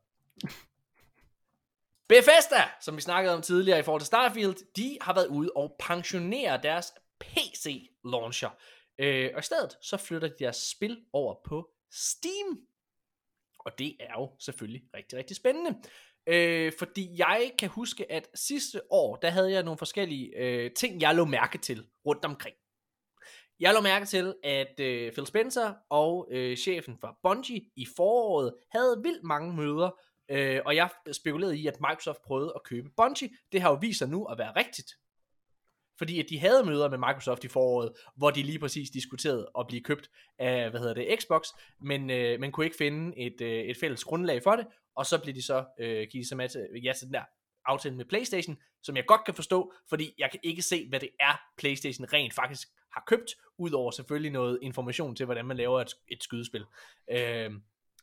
S1: Bethesda, som vi snakkede om tidligere i forhold til Starfield, de har været ude og pensionere deres P C-launcher. Øh, og i stedet, så flytter de deres spil over på Steam. Og det er jo selvfølgelig rigtig, rigtig spændende. Øh, fordi jeg kan huske, at sidste år, der havde jeg nogle forskellige øh, ting, jeg lå mærke til rundt omkring. Jeg lå mærke til, at øh, Phil Spencer og øh, chefen for Bungie i foråret havde vildt mange møder, øh, og jeg spekulerede i, at Microsoft prøvede at købe Bungie. Det har jo vist sig nu at være rigtigt. Fordi at de havde møder med Microsoft i foråret, hvor de lige præcis diskuterede at blive købt af, hvad hedder det, Xbox, men øh, man kunne ikke finde et, øh, et fælles grundlag for det, og så blev de så øh, givet så med ja, til den der aftale med PlayStation, som jeg godt kan forstå, fordi jeg kan ikke se, hvad det er, PlayStation rent faktisk har købt, udover selvfølgelig noget information til, hvordan man laver et, et skydespil. Øh,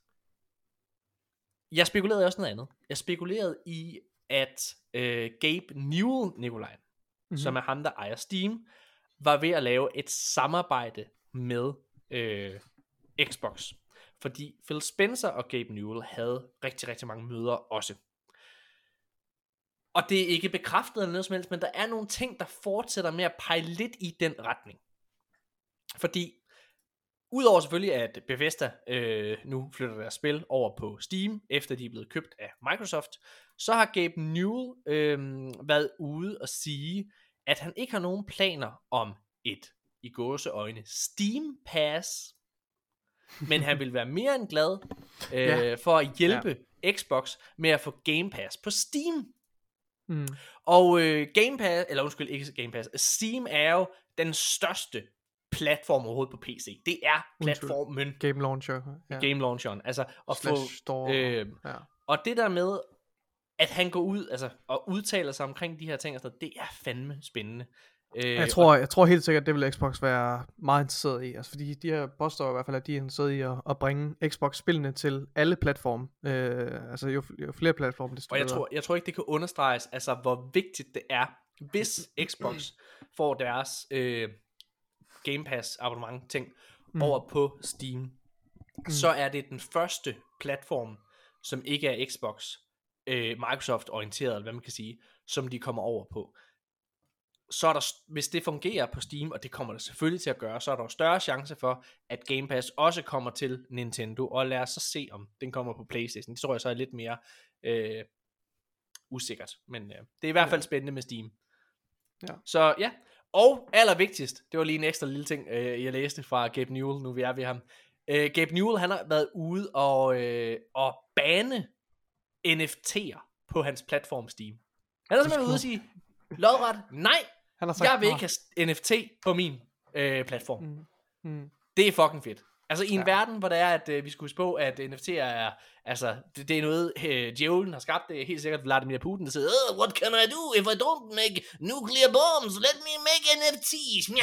S1: jeg spekulerede også noget andet. Jeg spekulerede i, at øh, Gabe Newell, Nikolaj, mm-hmm. som er ham, der ejer Steam, var ved at lave et samarbejde med øh, Xbox. Fordi Phil Spencer og Gabe Newell havde rigtig, rigtig mange møder også. Og det er ikke bekræftet eller noget som helst, men der er nogle ting, der fortsætter med at pege lidt i den retning. Fordi, udover selvfølgelig, at Bethesda øh, nu flytter deres spil over på Steam, efter de er blevet købt af Microsoft, så har Gabe Newell øh, været ude og sige, at han ikke har nogen planer om et, i gåseøjne, Steam Pass, men han vil være mere end glad øh, ja. for at hjælpe ja. Xbox med at få Game Pass på Steam. Mm. Og øh, Game Pass, eller undskyld, ikke Game Pass, Steam er jo den største platform overhovedet på P C. Det er platformen.
S2: Game Launcher.
S1: Ja. Game Launcheren. Altså at
S2: Slash
S1: få
S2: store,
S1: øh,
S2: ja.
S1: Og det der med at han går ud altså og udtaler sig omkring de her ting, altså, det er fandme spændende.
S2: Øh, jeg tror og, jeg tror helt sikkert, det vil Xbox være meget interesseret i. Altså fordi de her påstår i hvert fald, at de er interesseret i at, at bringe Xbox-spillene til alle platforme. Øh, altså jo, jo flere platforme, desto
S1: Og jeg tror, jeg tror ikke, det kan understreges, altså hvor vigtigt det er, hvis Xbox får deres øh, Game Pass abonnement ting mm. over på Steam, mm. så er det den første platform, som ikke er Xbox øh, Microsoft orienteret, eller hvad man kan sige, som de kommer over på. Så er der, hvis det fungerer på Steam, og det kommer det selvfølgelig til at gøre, så er der jo større chance for, at Game Pass også kommer til Nintendo, og lad os så se, om den kommer på PlayStation. Det tror jeg så er lidt mere øh, usikkert, men øh, det er i hvert fald spændende med Steam. Ja. Så ja, og allervigtigst, det var lige en ekstra lille ting, øh, jeg læste fra Gabe Newell, nu vi er ved ham. Øh, Gabe Newell, han har været ude og, øh, og bane N F T'er på hans platform Steam. Han er simpelthen ude og sige, lodret, nej, sagt, jeg vil ikke have N F T på min øh, platform. Mm. Mm. Det er fucking fedt. Altså i en ja. verden, hvor det er, at øh, vi skulle huske på, at N F T'er er, altså, det, det er noget, øh, djævlen har skabt. Det er helt sikkert Vladimir Putin, der siger, oh, what can I do if I don't make nuclear bombs? Let me make N F T's.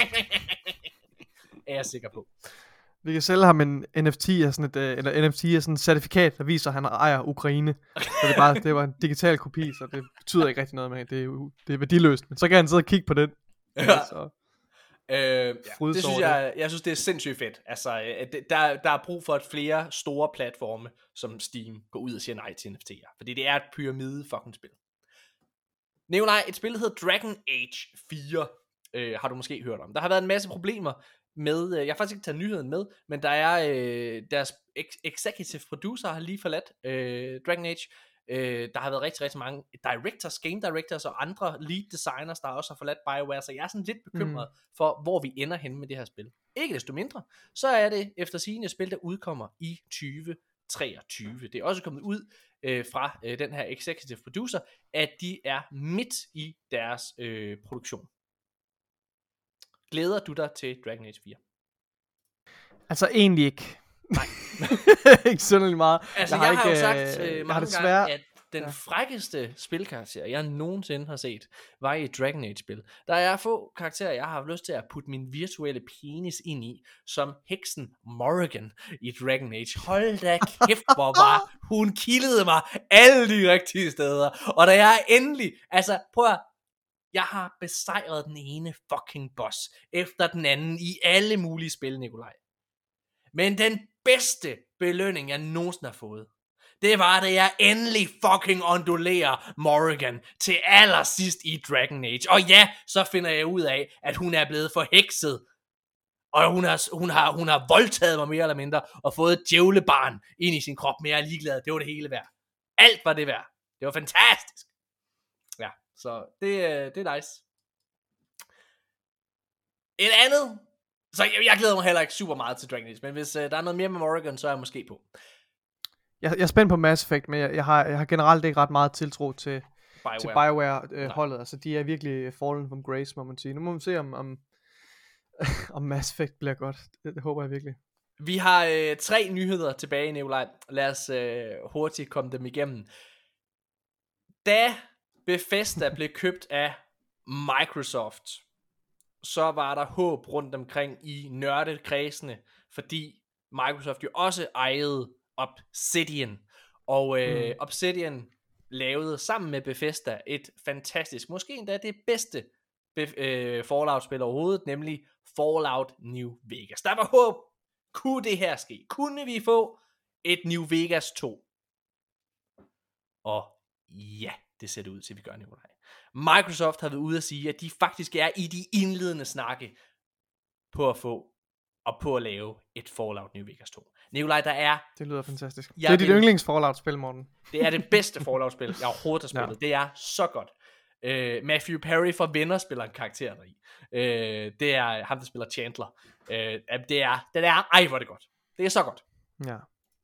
S1: Er jeg sikker på.
S2: Vi kan sælge ham en N F T er sådan et, eller N F T er sådan et certifikat, der viser, at han ejer Ukraine. Så det er bare, det var en digital kopi, så det betyder ikke rigtig noget med det. Er, det er værdiløst, men så kan han sidde og kigge på den.
S1: Ja. Så, øh, ja. Det synes jeg, jeg synes det er sindssygt fedt. Altså, det, der, der er brug for, at flere store platforme, som Steam, går ud og siger nej til N F T'er. Fordi det er et pyramide fucking spil. Nikolaj, et spil, der hedder Dragon Age fire, øh, har du måske hørt om. Der har været en masse problemer med, jeg har faktisk ikke taget nyheden med, men der er øh, deres executive producer har lige forladt øh, Dragon Age. Øh, der har været rigtig, rigtig mange directors, game directors og andre lead designers, der også har forladt BioWare, så jeg er sådan lidt bekymret mm. for, hvor vi ender hen med det her spil. Ikke desto mindre, så er det efter sigende spil, der udkommer i tyve treogtyve. Det er også kommet ud øh, fra øh, den her executive producer, at de er midt i deres øh, produktion. Glæder du dig til Dragon Age fire?
S2: Altså egentlig ikke.
S1: Nej.
S2: Ikke synderligt meget.
S1: Altså jeg, jeg har, har jo sagt øh,
S2: jeg
S1: mange
S2: har desværre...
S1: gange, at den ja. frækkeste spilkarakter, jeg nogensinde har set, var i et Dragon Age-spil. Der er få karakterer, jeg har haft lyst til at putte min virtuelle penis ind i, som heksen Morrigan i Dragon Age. Hold da kæft, hvor var hun kildede mig alle de rigtige steder. Og da jeg endelig, altså prøv at, jeg har besejret den ene fucking boss efter den anden i alle mulige spil, Nikolaj. Men den bedste belønning, jeg nogensinde har fået, det var, da jeg endelig fucking ondulerer Morrigan til allersidst i Dragon Age. Og ja, så finder jeg ud af, at hun er blevet forhekset. og hun har, hun, har, hun har voldtaget mig mere eller mindre, og fået et djævlebarn ind i sin krop, men jeg er ligeglad, det var det hele værd. Alt var det værd. Det var fantastisk. Ja, så det, det er nice. Et andet, så jeg, jeg glæder mig heller ikke super meget til Dragon Age, men hvis uh, der er noget mere med Morrigan, så er jeg måske på.
S2: Jeg, jeg er spændt på Mass Effect, men jeg, jeg, har, jeg har generelt ikke ret meget tiltro til BioWare, til BioWare-holdet. Øh, altså, de er virkelig fallen from grace, må man sige. Nu må man se, om, om, om Mass Effect bliver godt. Det, det håber jeg virkelig.
S1: Vi har øh, tre nyheder tilbage, Nikolaj. Lad os øh, hurtigt komme dem igennem. Da Bethesda blev købt af Microsoft, så var der håb rundt omkring i nørdekredsene, fordi Microsoft jo også ejede Obsidian. Og øh, mm. Obsidian lavede sammen med Bethesda et fantastisk, måske endda det bedste øh, Fallout-spil overhovedet, nemlig Fallout New Vegas. Der var håb. Kunne det her ske? Kunne vi få et New Vegas to? Og ja, det ser det ud til, at vi gør nu. Microsoft har været ude at sige, at de faktisk er i de indledende snakke på at få og på at lave et Fallout New Vegas to. Nikolaj, der er...
S2: Det lyder fantastisk. Det er dit yndlings Fallout-spil, Morten.
S1: Det er det bedste Fallout-spil, jeg overhovedet har spillet. Ja. Det er så godt. Uh, Matthew Perry fra Venner spiller en karakter deri. Uh, det er ham, der spiller Chandler. Uh, det er... Det er... Ej, hvor er det godt. Det er så godt.
S2: Ja.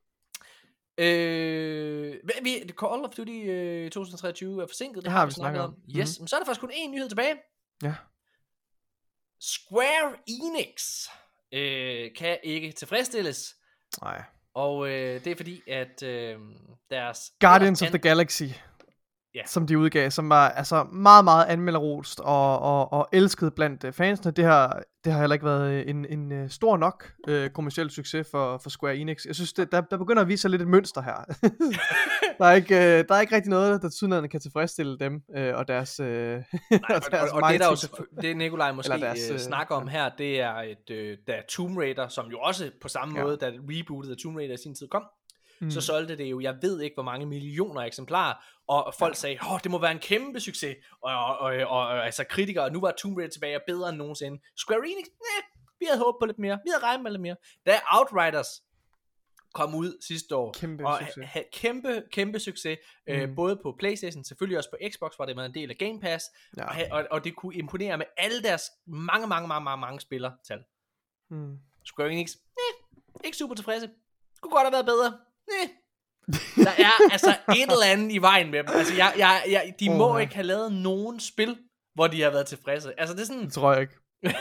S1: Uh, vi, Call of Duty uh, tyve treogtyve er forsinket. Det,
S2: det
S1: har,
S2: har
S1: vi
S2: vi
S1: snakket om. om. Yes, mm-hmm. Men så er der faktisk kun én nyhed tilbage.
S2: Ja.
S1: Square Enix øh, kan ikke tilfredsstilles.
S2: Nej.
S1: Og øh, det er fordi, at øh, deres...
S2: Guardians of the Galaxy, yeah. som de udgav, som var altså meget, meget anmelderost og, og, og elsket blandt uh, fansene. Det har, det har heller ikke været en, en uh, stor nok uh, kommerciel succes for, for Square Enix. Jeg synes, det, der, der begynder at vise sig lidt et mønster her. der, er ikke, uh, der er ikke rigtig noget, der tydeligvis kan tilfredsstille dem uh, og deres... Uh, Nej,
S1: og, deres og, og det, der også, det Nikolaj måske deres, uh, snakker om
S2: uh,
S1: her, det er et uh, der Tomb Raider, som jo også på samme ja. måde, da rebootet af Tomb Raider i sin tid kom, Mm. så solgte det jo, jeg ved ikke hvor mange millioner eksemplarer, og folk ja. sagde, åh, det må være en kæmpe succes, og, og, og, og, og altså kritikere, og nu var Tomb Raider tilbage bedre end nogensinde. Square Enix, nej, vi havde håbet på lidt mere, vi havde regnet med lidt mere. Da Outriders kom ud sidste år,
S2: kæmpe
S1: og
S2: succes.
S1: Ha, kæmpe, kæmpe succes, mm. øh, både på PlayStation, selvfølgelig også på Xbox, hvor det var en del af Game Pass, ja. og, og, og det kunne imponere med alle deres mange, mange, mange, mange, mange spillertal.
S2: Mm.
S1: Square Enix, nej, ikke super tilfredse, kunne godt have været bedre. Nej. Der er altså et eller andet i vejen med dem. Altså jeg, jeg, jeg, de oh, må ja. ikke have lavet nogen spil, hvor de har været tilfredse. Altså det er sådan...
S2: Det tror jeg ikke.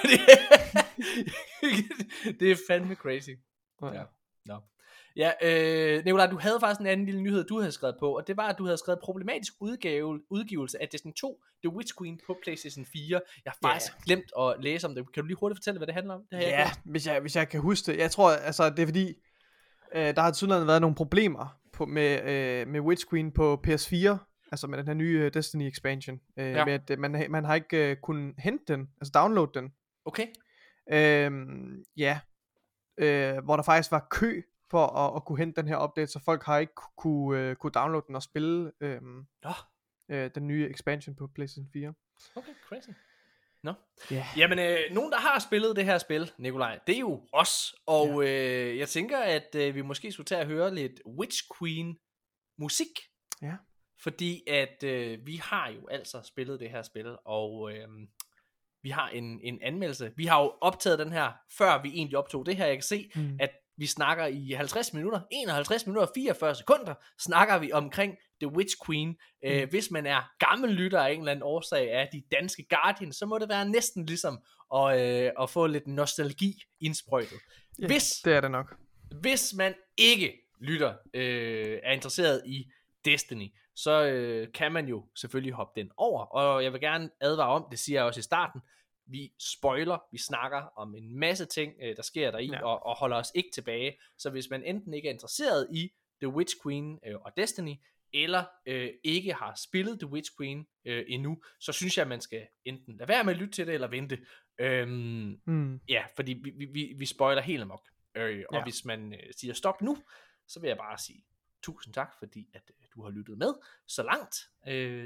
S1: Det er fandme crazy.
S2: Oh, ja.
S1: Ja, no. ja øh, Nikolaj, du havde faktisk en anden lille nyhed, du havde skrevet på, og det var, at du havde skrevet problematisk udgave, udgivelse af Destiny to, The Witch Queen på PlayStation fire. Jeg har faktisk yeah. glemt at læse om det. Kan du lige hurtigt fortælle, hvad det handler om? Det
S2: ja, jeg hvis, jeg, hvis jeg kan huske det. Jeg tror, altså det er fordi... Øh, der har tydeligvis været nogle problemer på, med, øh, med Witch Queen på P S fire, altså med den her nye uh, Destiny expansion, øh, ja. med at man, man har ikke uh, kunnet hente den, altså downloade den.
S1: Okay.
S2: Øh, ja, øh, hvor der faktisk var kø for at, at kunne hente den her update, så folk har ikke kunne, uh, kunne downloade den og spille øh,
S1: oh.
S2: øh, den nye expansion på PlayStation fire.
S1: Okay, crazy. Nå. No.
S2: Yeah.
S1: Jamen, øh, nogen der har spillet det her spil, Nikolaj, det er jo os. Og yeah. øh, jeg tænker, at øh, vi måske skulle tage at høre lidt Witch Queen musik.
S2: Ja. Yeah.
S1: Fordi at øh, vi har jo altså spillet det her spil, og øh, vi har en, en anmeldelse. Vi har jo optaget den her, før vi egentlig optog det her. Jeg kan se, mm. at vi snakker i halvtreds minutter, enoghalvtreds minutter og fireogfyrre sekunder, snakker vi omkring The Witch Queen. Mm. Øh, hvis man er gammel lytter af en eller anden årsag af de danske Guardians, så må det være næsten ligesom at, øh, at få lidt nostalgi indsprøjtet.
S2: Ja, hvis, det er det nok.
S1: Hvis man ikke lytter, øh, er interesseret i Destiny, så øh, kan man jo selvfølgelig hoppe den over. Og jeg vil gerne advare om, det siger jeg også i starten, vi spoiler, vi snakker om en masse ting, øh, der sker deri, ja. og, og holder os ikke tilbage. Så hvis man enten ikke er interesseret i The Witch Queen øh, og Destiny, eller øh, ikke har spillet The Witch Queen øh, endnu, så synes jeg, at man skal enten lade være med at lytte til det, eller vente. Øhm, mm. Ja, fordi vi, vi, vi spoiler helt amok. Øh, og ja. Hvis man øh, siger stop nu, så vil jeg bare sige tusind tak, fordi at øh, du har lyttet med så langt. Øh,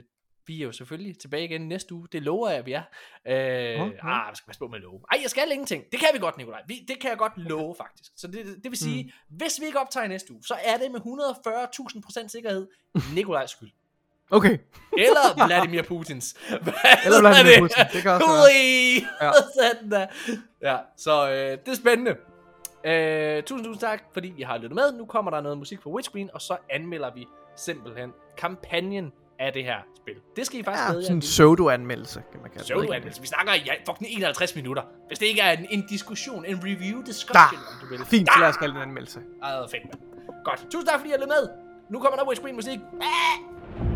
S1: vi er jo selvfølgelig tilbage igen næste uge. Det lover jeg, vi er. Øh, okay. Ah, jeg skal passe på med at love. Ej, jeg skal ingenting. Det kan vi godt, Nikolaj. Vi, det kan jeg godt love, faktisk. Så det, det vil sige, mm. hvis vi ikke optager næste uge, så er det med et hundrede og fyrre tusind procent sikkerhed Nikolajs skyld.
S2: Okay.
S1: Eller Vladimir Putins.
S2: Eller Vladimir Putin. Det kan også
S1: være. Ja. Ja, så øh, det er spændende. Øh, tusind, tusind tak, fordi I har lyttet med. Nu kommer der noget musik på Witch Queen, og så anmelder vi simpelthen kampagnen af det her spil. Det skal I faktisk
S2: ja,
S1: med.
S2: Sådan en pseudo-anmeldelse, kan man kalde det.
S1: Pseudo-anmeldelse. Vi snakker i ja, fucking enoghalvtreds minutter. Hvis det ikke er en, en diskussion, en review discussion,
S2: da.
S1: om du vil.
S2: Fint, så lad os kalde det en anmeldelse.
S1: Ah, fedt, man. Godt. Tusind tak, fordi I har lyttet med. Nu kommer der Witch Queen musik. Ah!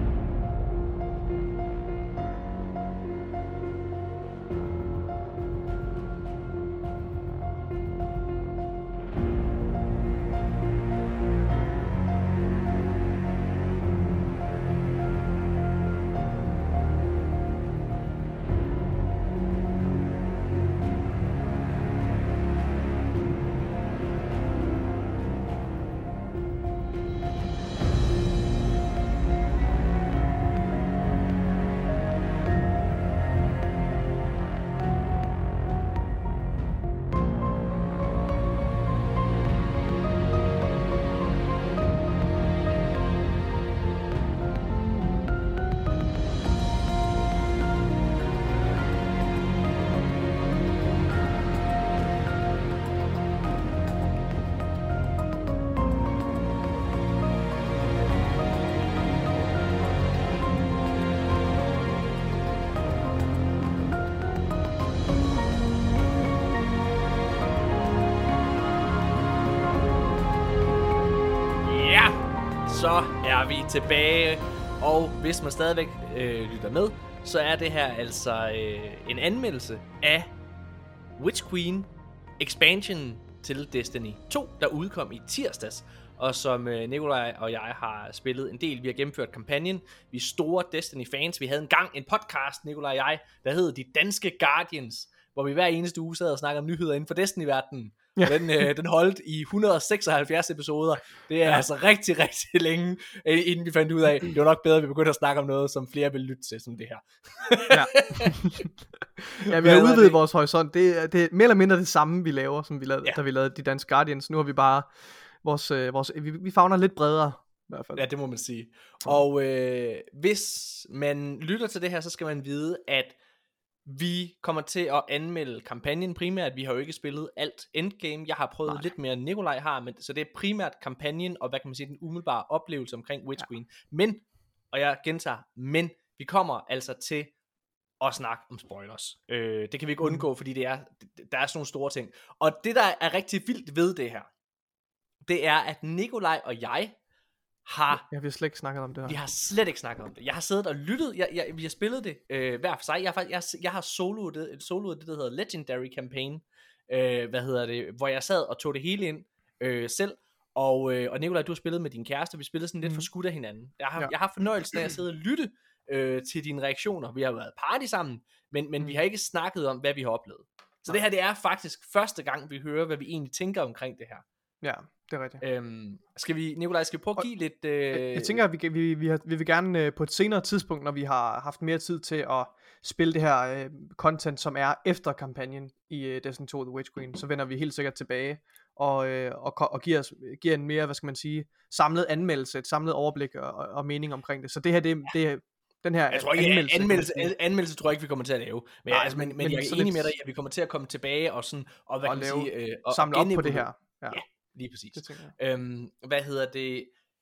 S1: Så er vi tilbage, og hvis man stadigvæk øh, lytter med, så er det her altså øh, en anmeldelse af Witch Queen expansion til Destiny to, der udkom i tirsdags, og som øh, Nikolaj og jeg har spillet en del. Vi har gennemført kampagnen. Vi er store Destiny-fans. Vi havde engang en podcast, Nikolaj og jeg, der hed De Danske Guardians, hvor vi hver eneste uge sad og snakkede om nyheder inden for Destiny-verdenen. Ja. Den, øh, den holdt i et hundrede og seksoghalvfjerds episoder. Det er ja. altså rigtig, rigtig længe, inden vi fandt ud af, det var nok bedre, at vi begyndte at snakke om noget, som flere vil lytte til, som det her.
S2: Ja, ja vi har udvidet det? vores horisont. Det er, det er mere eller mindre det samme, vi laver, som vi lavede, ja. da vi lavede De Danske Guardians. Nu har vi bare, vores, øh, vores, vi, vi favner lidt bredere. I hvert fald.
S1: Ja, det må man sige. Og øh, hvis man lytter til det her, så skal man vide, at vi kommer til at anmelde kampagnen primært. Vi har jo ikke spillet alt endgame. Jeg har prøvet Nej. lidt mere end Nikolaj har, men, så det er primært kampagnen og hvad kan man sige, den umiddelbare oplevelse omkring Witch Queen. Ja. Men, og jeg gentager, men vi kommer altså til at snakke om spoilers. Øh, det kan vi ikke undgå, fordi det er, der er sådan nogle store ting. Og det der er rigtig vildt ved det her, det er at Nikolaj og jeg har...
S2: Jeg har slet ikke snakket om det her.
S1: Vi har slet ikke snakket om det. Jeg har siddet og lyttet. Jeg, jeg, vi har spillet det øh, hver for sig. Jeg har, jeg, jeg har soloet det, soloet det, der hedder Legendary Campaign. Øh, hvad hedder det? Hvor jeg sad og tog det hele ind øh, selv. Og, øh, og Nikolaj, du har spillet med din kæreste. Vi spillede sådan lidt mm. for skudt af hinanden. Jeg har, ja. jeg har fornøjelsen af at sidde og lytte øh, til dine reaktioner. Vi har været party sammen, men, men mm. vi har ikke snakket om, hvad vi har oplevet. Så det her, det er faktisk første gang, vi hører, hvad vi egentlig tænker omkring det her.
S2: Ja, det er rigtigt.
S1: Øhm, skal vi, Nikolaj, skal vi prøve at give og, lidt... Øh...
S2: Jeg, jeg tænker, at vi, vi, vi, har, vi vil gerne øh, på et senere tidspunkt, når vi har haft mere tid til at spille det her øh, content, som er efter kampagnen i øh, Destiny to The Witch Queen, så vender vi helt sikkert tilbage og, øh, og, og giver, os, giver en mere, hvad skal man sige, samlet anmeldelse, et samlet overblik og, og, og mening omkring det. Så det her, det, det er... Den her
S1: jeg tror ikke, anmeldelse, anmeldelse, anmeldelse tror jeg ikke vi kommer til at lave. Men, Nej, altså, men, men, men jeg er enig lidt... med dig i, at vi kommer til at komme tilbage og sådan og hvad
S2: og
S1: kan
S2: lave,
S1: man sige, øh, og
S2: samle op på det her.
S1: Ja, ja lige præcis. Øhm, hvad hedder det?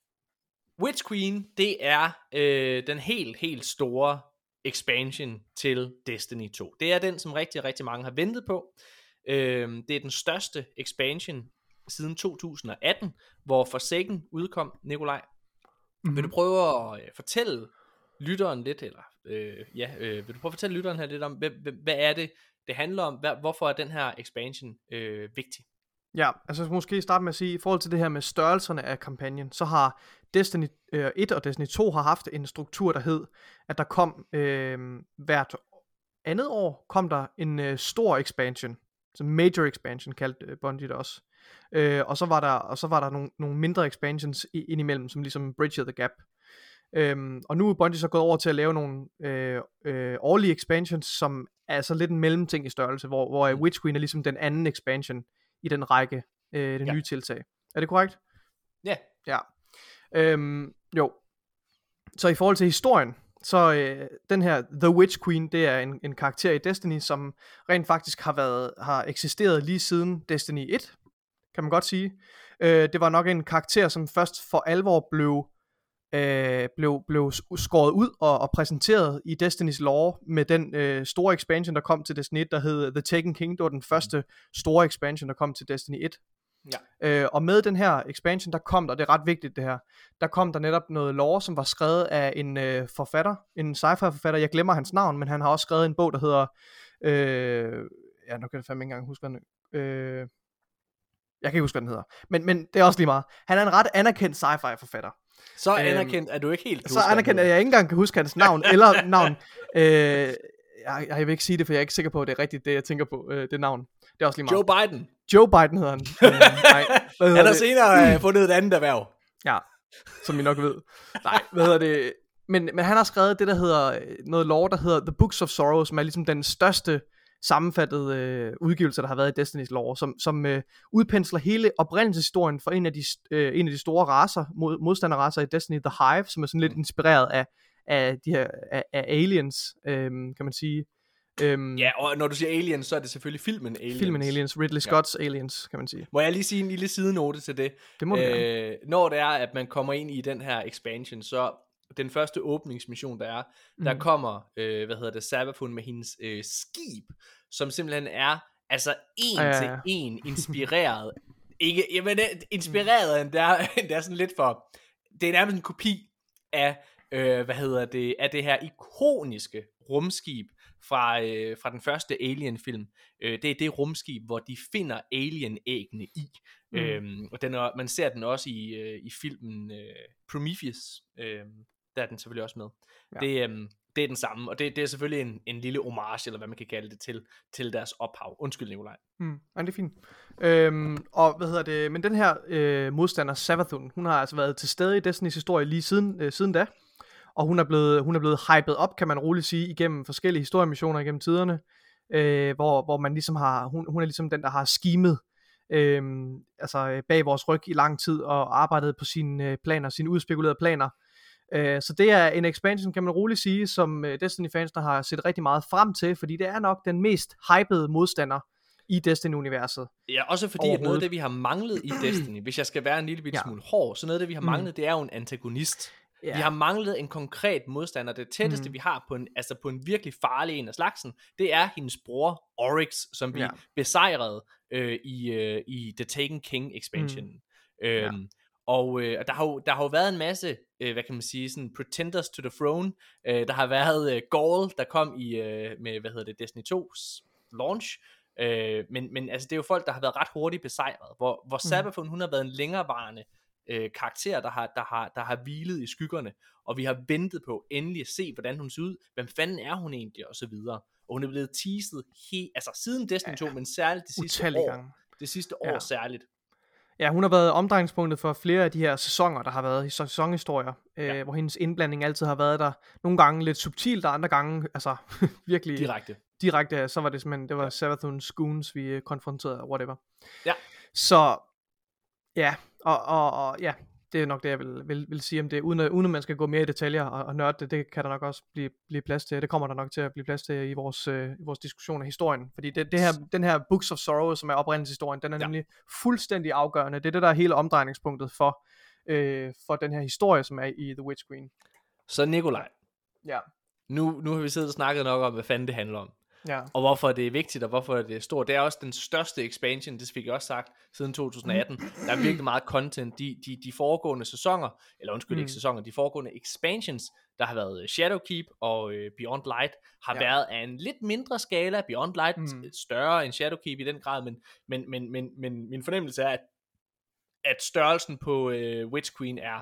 S1: Witch Queen, det er øh, den helt helt store expansion til Destiny to. Det er den, som rigtig rigtig mange har ventet på. Øhm, det er den største expansion siden to tusind og atten, hvor Forsaken udkom. Nikolaj, mm-hmm. vil du prøve at øh, fortælle lytteren lidt, eller øh, ja, øh, vil du prøve at fortælle lytteren her lidt om, hvad, hvad, hvad er det, det handler om, hvad, hvorfor er den her expansion øh, vigtig?
S2: Ja, altså jeg skal måske starte med at sige, i forhold til det her med størrelserne af kampagnen, så har Destiny øh, et og Destiny to har haft en struktur, der hed, at der kom øh, hvert andet år, kom der en øh, stor expansion, så major expansion kaldte øh, Bungie det også, øh, og så var der, og så var der nogle, nogle mindre expansions i, indimellem, som ligesom bridged the gap. Øhm, og nu er Bungie så gået over til at lave nogle øh, øh, årlige expansions, som er så lidt en mellemting i størrelse, hvor, hvor mm. Witch Queen er ligesom den anden expansion i den række, øh, det ja. nye tiltag. Er det korrekt?
S1: Ja.
S2: Ja. Øhm, jo. Så i forhold til historien, så øh, den her The Witch Queen, det er en, en karakter i Destiny, som rent faktisk har været har eksisteret lige siden Destiny et, kan man godt sige. Øh, det var nok en karakter, som først for alvor blev øh, blev, blev skåret ud og, og præsenteret i Destinys lore med den øh, store expansion, der kom til Destiny et, der hed The Taken King. Det var den første store expansion, der kom til Destiny et. Ja. Øh, og med den her expansion, der kom der, det er ret vigtigt det her, der kom der netop noget lore, som var skrevet af en øh, forfatter, en sci-fi forfatter, jeg glemmer hans navn, men han har også skrevet en bog, der hedder, øh, ja, nu kan jeg fandme ikke engang huske, den, øh, jeg kan ikke huske, hvad den hedder, men, men det er også lige meget. Han er en ret anerkendt sci-fi forfatter.
S1: Så anerkendt, at du ikke helt kan
S2: Så anerkendt, at jeg ikke engang kan huske hans navn, eller navn, øh, jeg, jeg vil ikke sige det, for jeg er ikke sikker på, at det er rigtigt, det jeg tænker på, øh, det navn. Det er også lige
S1: meget. Joe Biden.
S2: Joe Biden hedder han. øh, nej,
S1: han har senere uh, fundet et andet erhverv.
S2: Ja, som I nok ved. Nej, hvad hedder det? Men, men han har skrevet det, der hedder noget lore, der hedder The Books of Sorrow, som er ligesom den største sammenfattede øh, udgivelse, der har været i Destinys lore, som, som øh, udpensler hele oprindelseshistorien for en af de, øh, en af de store racer, mod, modstanderracer i Destiny, The Hive, som er sådan lidt inspireret af, af de her af, af aliens, øh, kan man sige.
S1: Um, ja, og når du siger Aliens, så er det selvfølgelig filmen Aliens.
S2: Filmen Aliens, Ridley Scott's ja. Aliens, kan man sige.
S1: Må jeg lige sige en lille sidenote til det?
S2: Det må du øh,
S1: Når det er, at man kommer ind i den her expansion, så den første åbningsmission, der er, mm. der kommer, øh, hvad hedder det, Savathun med hendes øh, skib, som simpelthen er, altså en ja, ja, ja. til en inspireret. Ikke, jamen, inspireret, mm. det, er, det er sådan lidt for, det er nærmest en kopi af, øh, hvad hedder det, af det her ikoniske rumskib, Fra, øh, fra den første Alien-film. øh, Det er det rumskib, hvor de finder Alien-æggene i. mm. øhm, Og den er, man ser den også i, øh, i filmen øh, Prometheus. øh, Der er den selvfølgelig også med. ja. det, øh, det er den samme. Og det, det er selvfølgelig en, en lille homage, eller hvad man kan kalde det, til, til deres ophav. Undskyld, Nikolaj.
S2: mm. Ja, det er fint. øhm, Og hvad hedder det, men den her øh, modstander Savathun, hun har altså været til stede i Destinys historie lige siden, øh, siden da. Og hun er blevet hun er blevet hypet op, kan man roligt sige, igennem forskellige historiemissioner igennem tiderne, øh, hvor hvor man ligesom har hun hun er ligesom den, der har skimet øh, altså bag vores ryg i lang tid og arbejdet på sine planer, sine udspekulerede planer. Øh, så det er en expansion, kan man roligt sige, som Destiny fans der har set rigtig meget frem til, fordi det er nok den mest hypede modstander i Destiny-universet.
S1: Ja, også fordi at noget af det, vi har manglet i Destiny, hvis jeg skal være en lille bitte smule ja. hård, så noget af det, vi har manglet, mm. det er jo en antagonist. Yeah. Vi har manglet en konkret modstander. Det tætteste mm. vi har på en, altså på en virkelig farlig en af slagsen, det er hendes bror Oryx, som vi yeah. besejrede øh, i, øh, i The Taken King expansion. Mm. Øhm, yeah. Og øh, der har jo der har jo været en masse, øh, hvad kan man sige, sådan pretenders to the throne. Øh, der har været øh, Gaul, der kom i øh, med hvad hedder det Destiny to's launch. Øh, men men altså det er jo folk, der har været ret hurtigt besejret. Hvor hvor mm. Savathun, hun har været en længerevarende Øh, karakter, der har, der, har, der har hvilet i skyggerne, og vi har ventet på endelig at se, hvordan hun ser ud, hvem fanden er hun egentlig, og så videre. Og hun er blevet teaset he- altså siden Destiny to, ja, men særligt det sidste år. Gange. Det sidste år ja. særligt.
S2: Ja, hun har været omdrejningspunktet for flere af de her sæsoner, der har været i sæsonhistorier, ja. øh, hvor hendes indblanding altid har været der. Nogle gange lidt subtilt, og andre gange altså virkelig
S1: direkte.
S2: Direkte, så var det simpelthen, det var ja. Savathun Scoons, vi konfronterede, whatever.
S1: Ja.
S2: Så ja, og, og, og ja, det er nok det, jeg vil, vil, vil sige om det, uden at, uden at man skal gå mere i detaljer og, og nørde det, det kan der nok også blive, blive plads til, det kommer der nok til at blive plads til i vores, øh, i vores diskussion af historien, fordi det, det her, den her Books of Sorrow, som er oprindelseshistorien, den er ja. nemlig fuldstændig afgørende, det er det, der er hele omdrejningspunktet for, øh, for den her historie, som er i The Witch Queen.
S1: Så Nikolaj,
S2: ja.
S1: nu, nu har vi siddet og snakket nok om, hvad fanden det handler om.
S2: Ja.
S1: Og hvorfor det er vigtigt, og hvorfor det er stort. Det er også den største expansion, det fik jeg også sagt, siden to tusind atten. Der er virkelig meget content. De, de, de foregående sæsoner, eller undskyld mm. ikke sæsoner, de foregående expansions, der har været Shadowkeep og øh, Beyond Light, har ja. været af en lidt mindre skala. Beyond Light mm. større end Shadowkeep i den grad, men, men, men, men, men min fornemmelse er, at, at størrelsen på øh, Witch Queen er,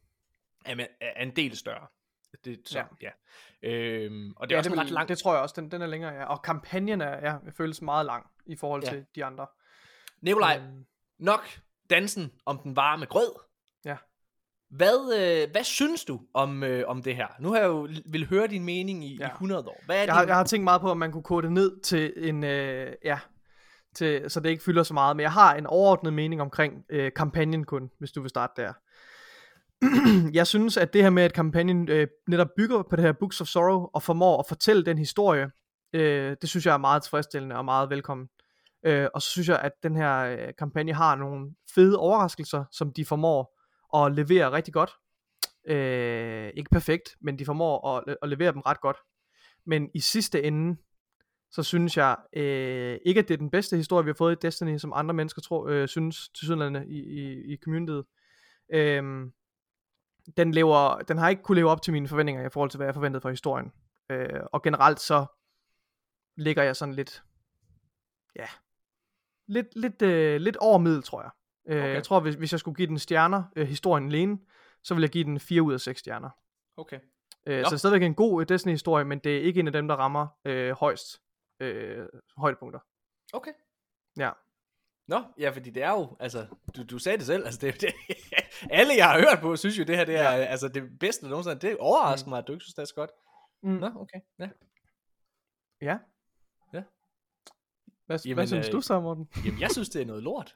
S1: er, er en del større. Det, så, ja. ja. Øhm, og det er ja, også
S2: det,
S1: ret langt.
S2: Det tror jeg også, den, den er længere, ja. Og kampagnen er, ja, føles meget lang i forhold ja. til de andre.
S1: Nikolaj, øhm. nok dansen om den varme grød.
S2: Ja.
S1: Hvad, øh, hvad synes du om, øh, om det her? Nu har jeg jo vil høre din mening i, ja. i hundrede år. Hvad er
S2: jeg,
S1: din...
S2: har, jeg har tænkt meget på, om man kunne kode det ned til en, øh, ja, til, så det ikke fylder så meget. Men jeg har en overordnet mening omkring øh, kampagnen kun, hvis du vil starte der. Jeg synes, at det her med, at kampagnen øh, netop bygger på det her Books of Sorrow, og formår at fortælle den historie, øh, det synes jeg er meget tilfredsstillende og meget velkommen. Øh, og så synes jeg, at den her øh, kampagne har nogle fede overraskelser, som de formår at levere rigtig godt. Øh, ikke perfekt, men de formår at, at levere dem ret godt. Men i sidste ende, så synes jeg øh, ikke, at det er den bedste historie, vi har fået i Destiny, som andre mennesker tror, øh, synes tilsyneladende i, i, i communityet. Øh, den, lever, den har ikke kunne leve op til mine forventninger i forhold til, hvad jeg forventede fra historien. Øh, og generelt så ligger jeg sådan lidt, ja, lidt, lidt, øh, lidt over middel, tror jeg. Øh, okay. Jeg tror, hvis, hvis jeg skulle give den stjerner, øh, historien alene, så vil jeg give den fire ud af seks stjerner.
S1: Okay.
S2: Øh, så det er stadigvæk en god Destiny-historie, men det er ikke en af dem, der rammer øh, højst øh, højdepunkter.
S1: Okay.
S2: Ja.
S1: Nå, ja, fordi det er jo, altså, du, du sagde det selv, altså, det, det alle jeg har hørt på, synes jo, det her, det er, ja. altså, det bedste nogensinde, det overrasker mm. mig, at du ikke synes, det er så godt. Mm. Nå, okay, ja.
S2: Ja.
S1: Ja.
S2: Hvad, jamen, hvad synes øh, du så, Morten?
S1: Jamen, jeg synes, det er noget lort.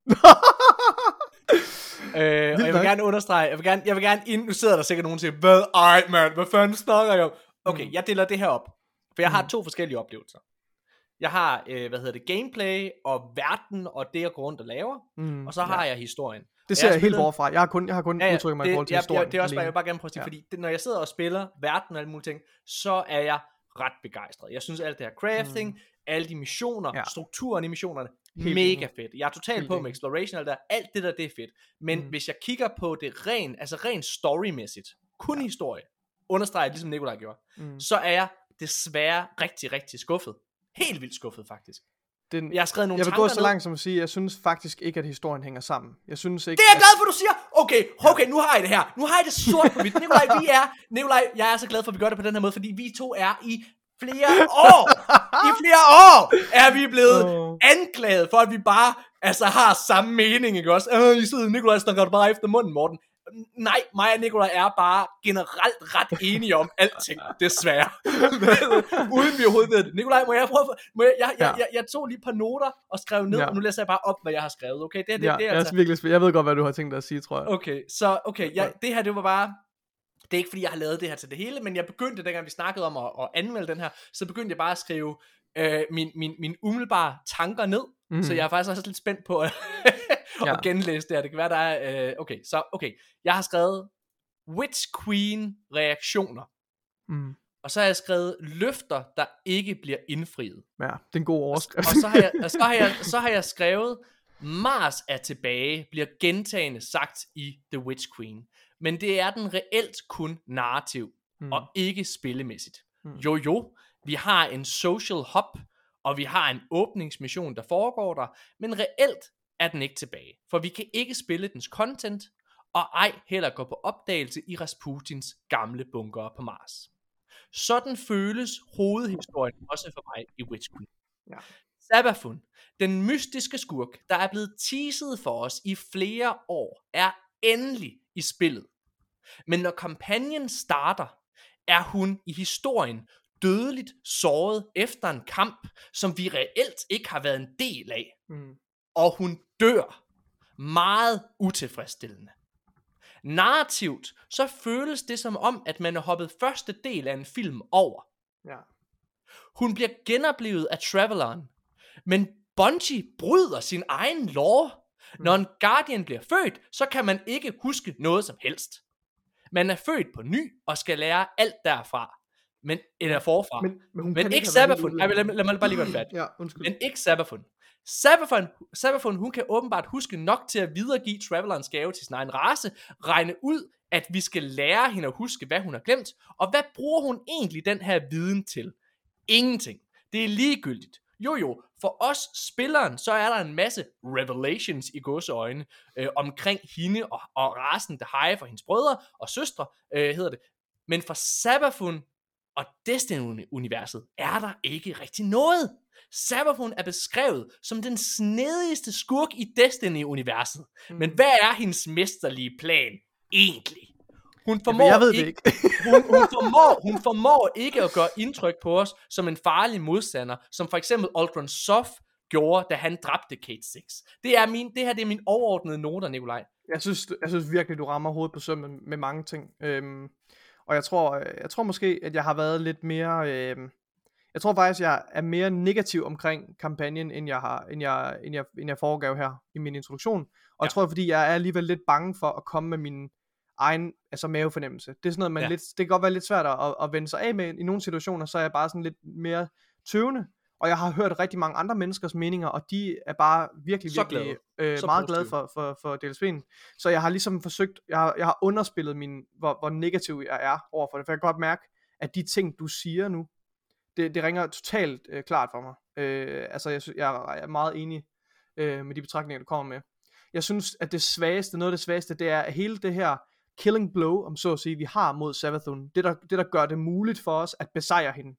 S1: øh, og jeg vil gerne understrege, jeg vil gerne, jeg vil gerne ind, nu sidder der sikkert nogen og siger, hvad, ej man, hvad fanden snakker jeg om? Okay, mm. jeg deler det her op, for jeg har mm. to forskellige oplevelser. Jeg har, øh, hvad hedder det, gameplay og verden og det jeg går rundt og laver, mm. og så har ja. jeg historien.
S2: Det ser jeg, jeg helt forfra. Jeg har kun, jeg har kun ja, udtrykket mig
S1: det,
S2: i forhold til
S1: ja,
S2: historien.
S1: Ja, det er også bare, jeg vil bare gerne prøve at sige, ja. fordi det, når jeg sidder og spiller verden og alle mulige ting, så er jeg ret begejstret. Jeg synes alt det her crafting, mm. alle de missioner, ja. strukturen i missionerne, helt mega enig. Fedt. Jeg er totalt helt på med exploration, alt, der, alt det der, det er fedt. Men mm. hvis jeg kigger på det ren, altså rent storymæssigt, kun ja. historie, understreget ligesom Nikolaj gjorde, mm. så er jeg desværre rigtig, rigtig skuffet. Helt vildt skuffet faktisk.
S2: Den,
S1: jeg har skrevet nogle
S2: jeg vil
S1: tanker
S2: gå så langt som at sige, at jeg synes faktisk ikke, at historien hænger sammen. Jeg synes ikke.
S1: Det er jeg glad for, du siger. Okay, okay, nu har jeg det her. Nu har jeg det sort på hvidt. Nikolaj, vi er, Nikolaj, jeg er så glad for, at vi gør det på den her måde, fordi vi to er i flere år, i flere år er vi blevet oh. anklaget for, at vi bare altså har samme mening, ikke også? Øh, I sidder, Nikolaj snakker bare efter munden, Morten. Nej, mig og Nikolaj er bare generelt ret enige om alting, desværre. Uden vi overhovedet ved det. Nikolaj, må jeg prøve, må jeg, jeg, jeg, jeg, jeg tog lige et par noter og skrev ned, ja. og nu læser jeg bare op, hvad jeg har skrevet, okay? Det, det,
S2: ja,
S1: det, det,
S2: er
S1: altså...
S2: jeg, virkelig, jeg ved godt, hvad du har tænkt dig at sige, tror jeg.
S1: Okay, så okay, jeg, det her, det var bare, det er ikke fordi, jeg har lavet det her til det hele, men jeg begyndte, dengang vi snakkede om at, at anmelde den her, så begyndte jeg bare at skrive øh, min, min, min umiddelbare tanker ned, mm. så jeg er faktisk også lidt spændt på at, ja. at genlæse det her. Det kan være, der er, øh, okay, så okay, jeg har skrevet Witch Queen reaktioner, mm. og så har jeg skrevet løfter, der ikke bliver indfriet.
S2: Ja, det er en god overskrift.
S1: Og, og, så, har jeg, og så, har jeg, så har jeg skrevet, Mars er tilbage, bliver gentagende sagt i The Witch Queen. Men det er den reelt kun narrativ, mm. og ikke spillemæssigt. Mm. Jo jo, vi har en social hub, og vi har en åbningsmission, der foregår der, men reelt er den ikke tilbage. For vi kan ikke spille dens content, og ej heller gå på opdagelse i Rasputins gamle bunker på Mars. Sådan føles hovedhistorien også for mig i Witch Queen. Ja. Savathun, den mystiske skurk, der er blevet teaset for os i flere år, er endelig i spillet. Men når kampagnen starter, er hun i historien dødeligt såret efter en kamp, som vi reelt ikke har været en del af. Mm. Og hun dør meget utilfredsstillende. Narrativt, så føles det som om, at man har hoppet første del af en film over. Ja. Hun bliver genoplevet af Traveleren, men Bungie bryder sin egen lore. Mm. Når en Guardian bliver født, så kan man ikke huske noget som helst. Man er født på ny og skal lære alt derfra. Men, eller forfra. Men, men, men ikke Savathun. Lad, lad, lad mig bare lige gøre det færdigt.
S2: Ja, undskyld.
S1: Men ikke Savathun. Savathun, Savathun, hun kan åbenbart huske nok til at videregive Travelerens gave til sin egen race, regne ud, at vi skal lære hende at huske, hvad hun har glemt, og hvad bruger hun egentlig den her viden til? Ingenting. Det er ligegyldigt. Jo jo, for os spilleren, så er der en masse revelations i gåseøjne øh, omkring hende og, og rasen, der hejer for hendes brødre og søstre, øh, hedder det. Men for Savathun og Destiny-universet er der ikke rigtig noget. Savathun er beskrevet som den snedigste skurk i Destiny-universet. Mm. Men hvad er hendes mesterlige plan? egentlig? Hun formår,
S2: jeg ved
S1: ikke,
S2: det ikke.
S1: hun, hun, formår, hun formår ikke at gøre indtryk på os som en farlig modstander, som for eksempel Aldrin Soft gjorde, da han dræbte Cayde seks. Det, er min, det her det er mine overordnede noter, Nikolaj.
S2: Jeg synes, jeg synes virkelig, du rammer hovedet på sømmet med, med mange ting. Øhm, og jeg tror, jeg tror måske, at jeg har været lidt mere... Øhm, jeg tror faktisk, jeg er mere negativ omkring kampagnen, end jeg, har, end jeg, end jeg, end jeg foregav her i min introduktion. Og ja. jeg tror, fordi jeg er alligevel lidt bange for at komme med min egen altså mavefornemmelse. Det er sådan noget, man ja. lidt, det kan godt være lidt svært at, at vende sig af med. I nogle situationer, så er jeg bare sådan lidt mere tøvende. Og jeg har hørt rigtig mange andre menneskers meninger, og de er bare virkelig, virkelig øh, meget glade for, for, for D L C'en. Så jeg har ligesom forsøgt, jeg har, jeg har underspillet min, hvor, hvor negativ jeg er overfor det. For jeg kan godt mærke, at de ting, du siger nu, det, det ringer totalt øh, klart for mig. Øh, altså, jeg, jeg er meget enig øh, med de betragtninger, du kommer med. Jeg synes, at det svageste, noget af det svageste, det er hele det her killing blow, om så at sige, vi har mod Savathun. Det der, det, der gør det muligt for os at besejre hende.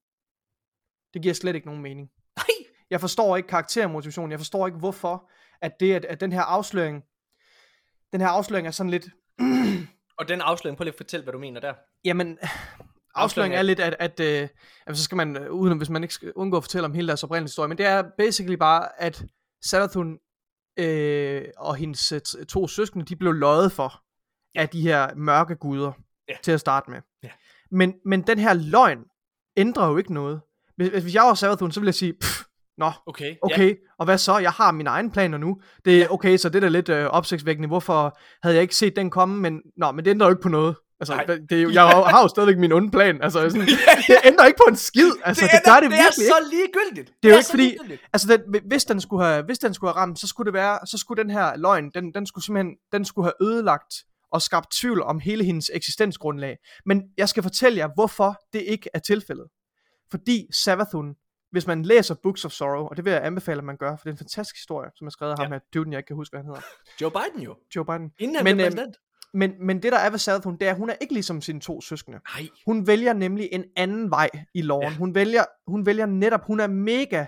S2: Det giver slet ikke nogen mening.
S1: Nej.
S2: Jeg forstår ikke karaktermotivationen. Jeg forstår ikke hvorfor at det at, at den her afsløring den her afsløring er sådan lidt
S1: og den afsløring, prøv lige at fortælle hvad du mener der.
S2: Jamen afsløring er lidt at at, at, at så skal man uden hvis man ikke skal undgå at fortælle om hele deres oprindelige historie, men det er basically bare at Savathun øh, og hendes to søskende, de blev løjet for ja. af de her mørke guder ja. til at starte med. Ja. Men men den her løgn ændrer jo ikke noget. Hvis, hvis jeg var Savathun, så ville jeg sige, pff, nå,
S1: okay,
S2: okay
S1: ja.
S2: og hvad så? Jeg har mine egne planer nu. Det er okay, så det er da lidt øh, opsigtsvækkende. Hvorfor havde jeg ikke set den komme? Men, nå, men det ændrer jo ikke på noget. Altså, det, det er jo, jeg har, har jo stadigvæk min onde plan. Altså, sådan, det ændrer ikke på en skid. Altså, det,
S1: det,
S2: ender, det gør det,
S1: det
S2: virkelig
S1: ikke. Det er
S2: ikke.
S1: så ligegyldigt.
S2: Det er jo ikke fordi, altså, den, hvis, den skulle have, hvis den skulle have ramt, så skulle det være, så skulle den her løgn, den, den skulle simpelthen, den skulle have ødelagt og skabt tvivl om hele hendes eksistensgrundlag. Men jeg skal fortælle jer, hvorfor det ikke er tilfældet. Fordi Savathun, hvis man læser Books of Sorrow, og det vil jeg anbefale, at man gør, for det er en fantastisk historie, som er skrevet af ja. ham her duden, jeg ikke kan huske, hvad han hedder.
S1: Joe Biden jo.
S2: Joe Biden.
S1: Inden han
S2: men,
S1: blev præsident.
S2: Men, men det der er ved Savathun, det er, at hun er ikke ligesom sine to søskende.
S1: Nej.
S2: Hun vælger nemlig en anden vej i loven. Ja. Hun vælger, hun vælger netop, hun er mega,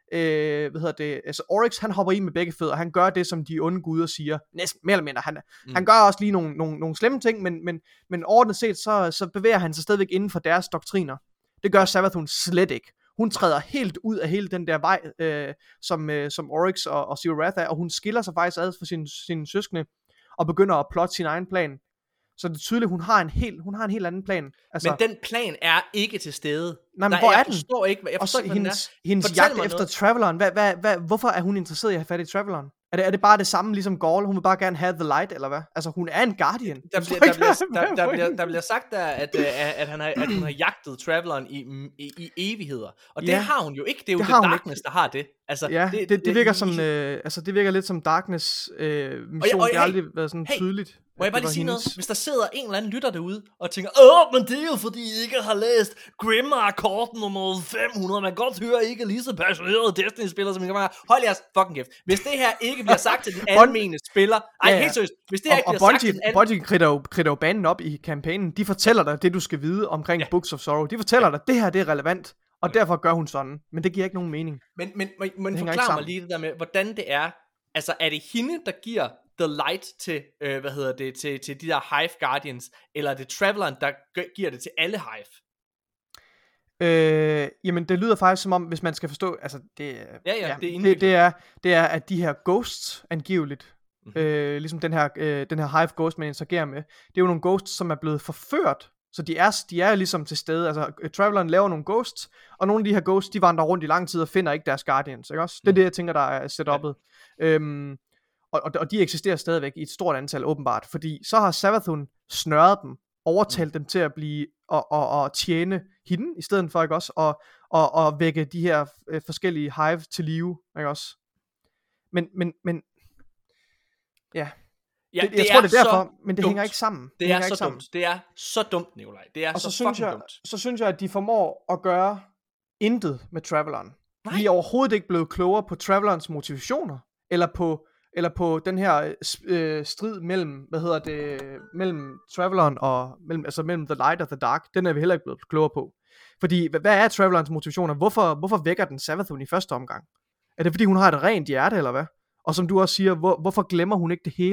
S2: øh, hvad hedder det, altså Oryx, han hopper i med begge fødder, han gør det, som de onde guder siger, næsten mere eller mindre. Han, mm. han gør også lige nogle, nogle, nogle slemme ting, men, men, men ordentligt set, så, så bevæger han sig stadigvæk inden for deres doktriner. Det gør Savathun slet ikke. Hun træder helt ud af hele den der vej, øh, som, øh, som Oryx og, og Zero Wrath er, og hun skiller sig faktisk ad fra sine, sine søskende, og begynder at plotte sin egen plan. Så det er tydeligt, hun har en helt, hun har en helt anden plan. Altså,
S1: men den plan er ikke til stede.
S2: Nej, men hvor
S1: er,
S2: er
S1: jeg
S2: den?
S1: Forstår ikke, jeg forstår
S2: og
S1: ikke,
S2: hendes, hendes jagt efter noget. Traveleren, hvad, hvad, hvad, hvorfor er hun interesseret i at have fat i Traveleren? Er det, er det bare det samme ligesom Gaul? Hun vil bare gerne have the light, eller hvad? Altså, hun er en guardian.
S1: Der bliver, der bliver, der, der bliver, der bliver sagt der, at, at, at, han har, at hun har jagtet Traveleren i, i, i evigheder. Og det ja, har hun jo ikke. Det er jo det, det Darkness, der har det. Altså,
S2: ja, det, det, det, virker det, som, øh, altså, det virker lidt som Darkness øh, mission. Det har aldrig været sådan hey, tydeligt.
S1: Må jeg bare lige sige hendes... noget? Hvis der sidder en eller anden lytter derude og tænker, åh, men det er jo fordi I ikke har læst Grimmark-kort nummer fem hundrede. Man kan godt høre, I ikke er lige så passionerede Destiny-spillere, som I kan være. Hold jeres fucking kæft. Hvis det her ikke bliver sagt til den almene spiller, ej, ja, ja. helt seriøst. Hvis det her ikke
S2: og,
S1: bliver
S2: og
S1: sagt til den
S2: almene... Bungie kridter jo, kridter jo banen op i kampagnen. De fortæller dig det, du skal vide omkring ja. Books of Sorrow. De fortæller dig, det her det er relevant. Og okay. derfor gør hun sådan. Men det giver ikke nogen mening.
S1: Men, men, men, men forklar mig lige det der med, hvordan det er. Altså, er det hende, der giver the light til, øh, hvad hedder det, til, til de der Hive Guardians, eller er det Traveleren, der giver det til alle Hive?
S2: Øh, jamen, det lyder faktisk som om, hvis man skal forstå, altså, det,
S1: ja, ja,
S2: ja,
S1: det, er
S2: det, det, er, det er, at de her ghosts, angiveligt, mm-hmm. øh, ligesom den her, øh, den her Hive Ghost, man interagerer med, det er jo nogle ghosts, som er blevet forført, så de er, de er ligesom til stede, altså, uh, Traveleren laver nogle ghosts, og nogle af de her ghosts, de vandrer rundt i lang tid, og finder ikke deres Guardians, ikke også? Det er det, jeg tænker, der er setup'et. Ja. Øhm, Og, og de eksisterer stadigvæk i et stort antal åbenbart, fordi så har Savathun snørret dem, overtalt mm. dem til at blive og, og, og tjene hende i stedet for, ikke også, og, og, og vække de her øh, forskellige Hive til live, ikke også. Men men men ja, ja det, det jeg tror det er derfor, men det
S1: dumt.
S2: hænger ikke sammen.
S1: Det,
S2: det
S1: er så
S2: sammen.
S1: dumt. Det er så dumt, Nikolaj. Det er
S2: og
S1: så,
S2: så synes
S1: fucking
S2: jeg,
S1: dumt.
S2: Så synes jeg, at de formår at gøre intet med Traveleren. Vi er overhovedet ikke blevet klogere på Travelerens motivationer eller på eller på den her øh, strid mellem, hvad hedder det, mellem Traveleren og, mellem, altså mellem The Light og The Dark, den er vi heller ikke blevet klogere på. Fordi, hvad er Travelerens motivationer? Hvorfor, hvorfor vækker den Savathun i første omgang? Er det fordi hun har et rent hjerte, eller hvad? Og som du også siger, hvor, hvorfor glemmer hun ikke det hele?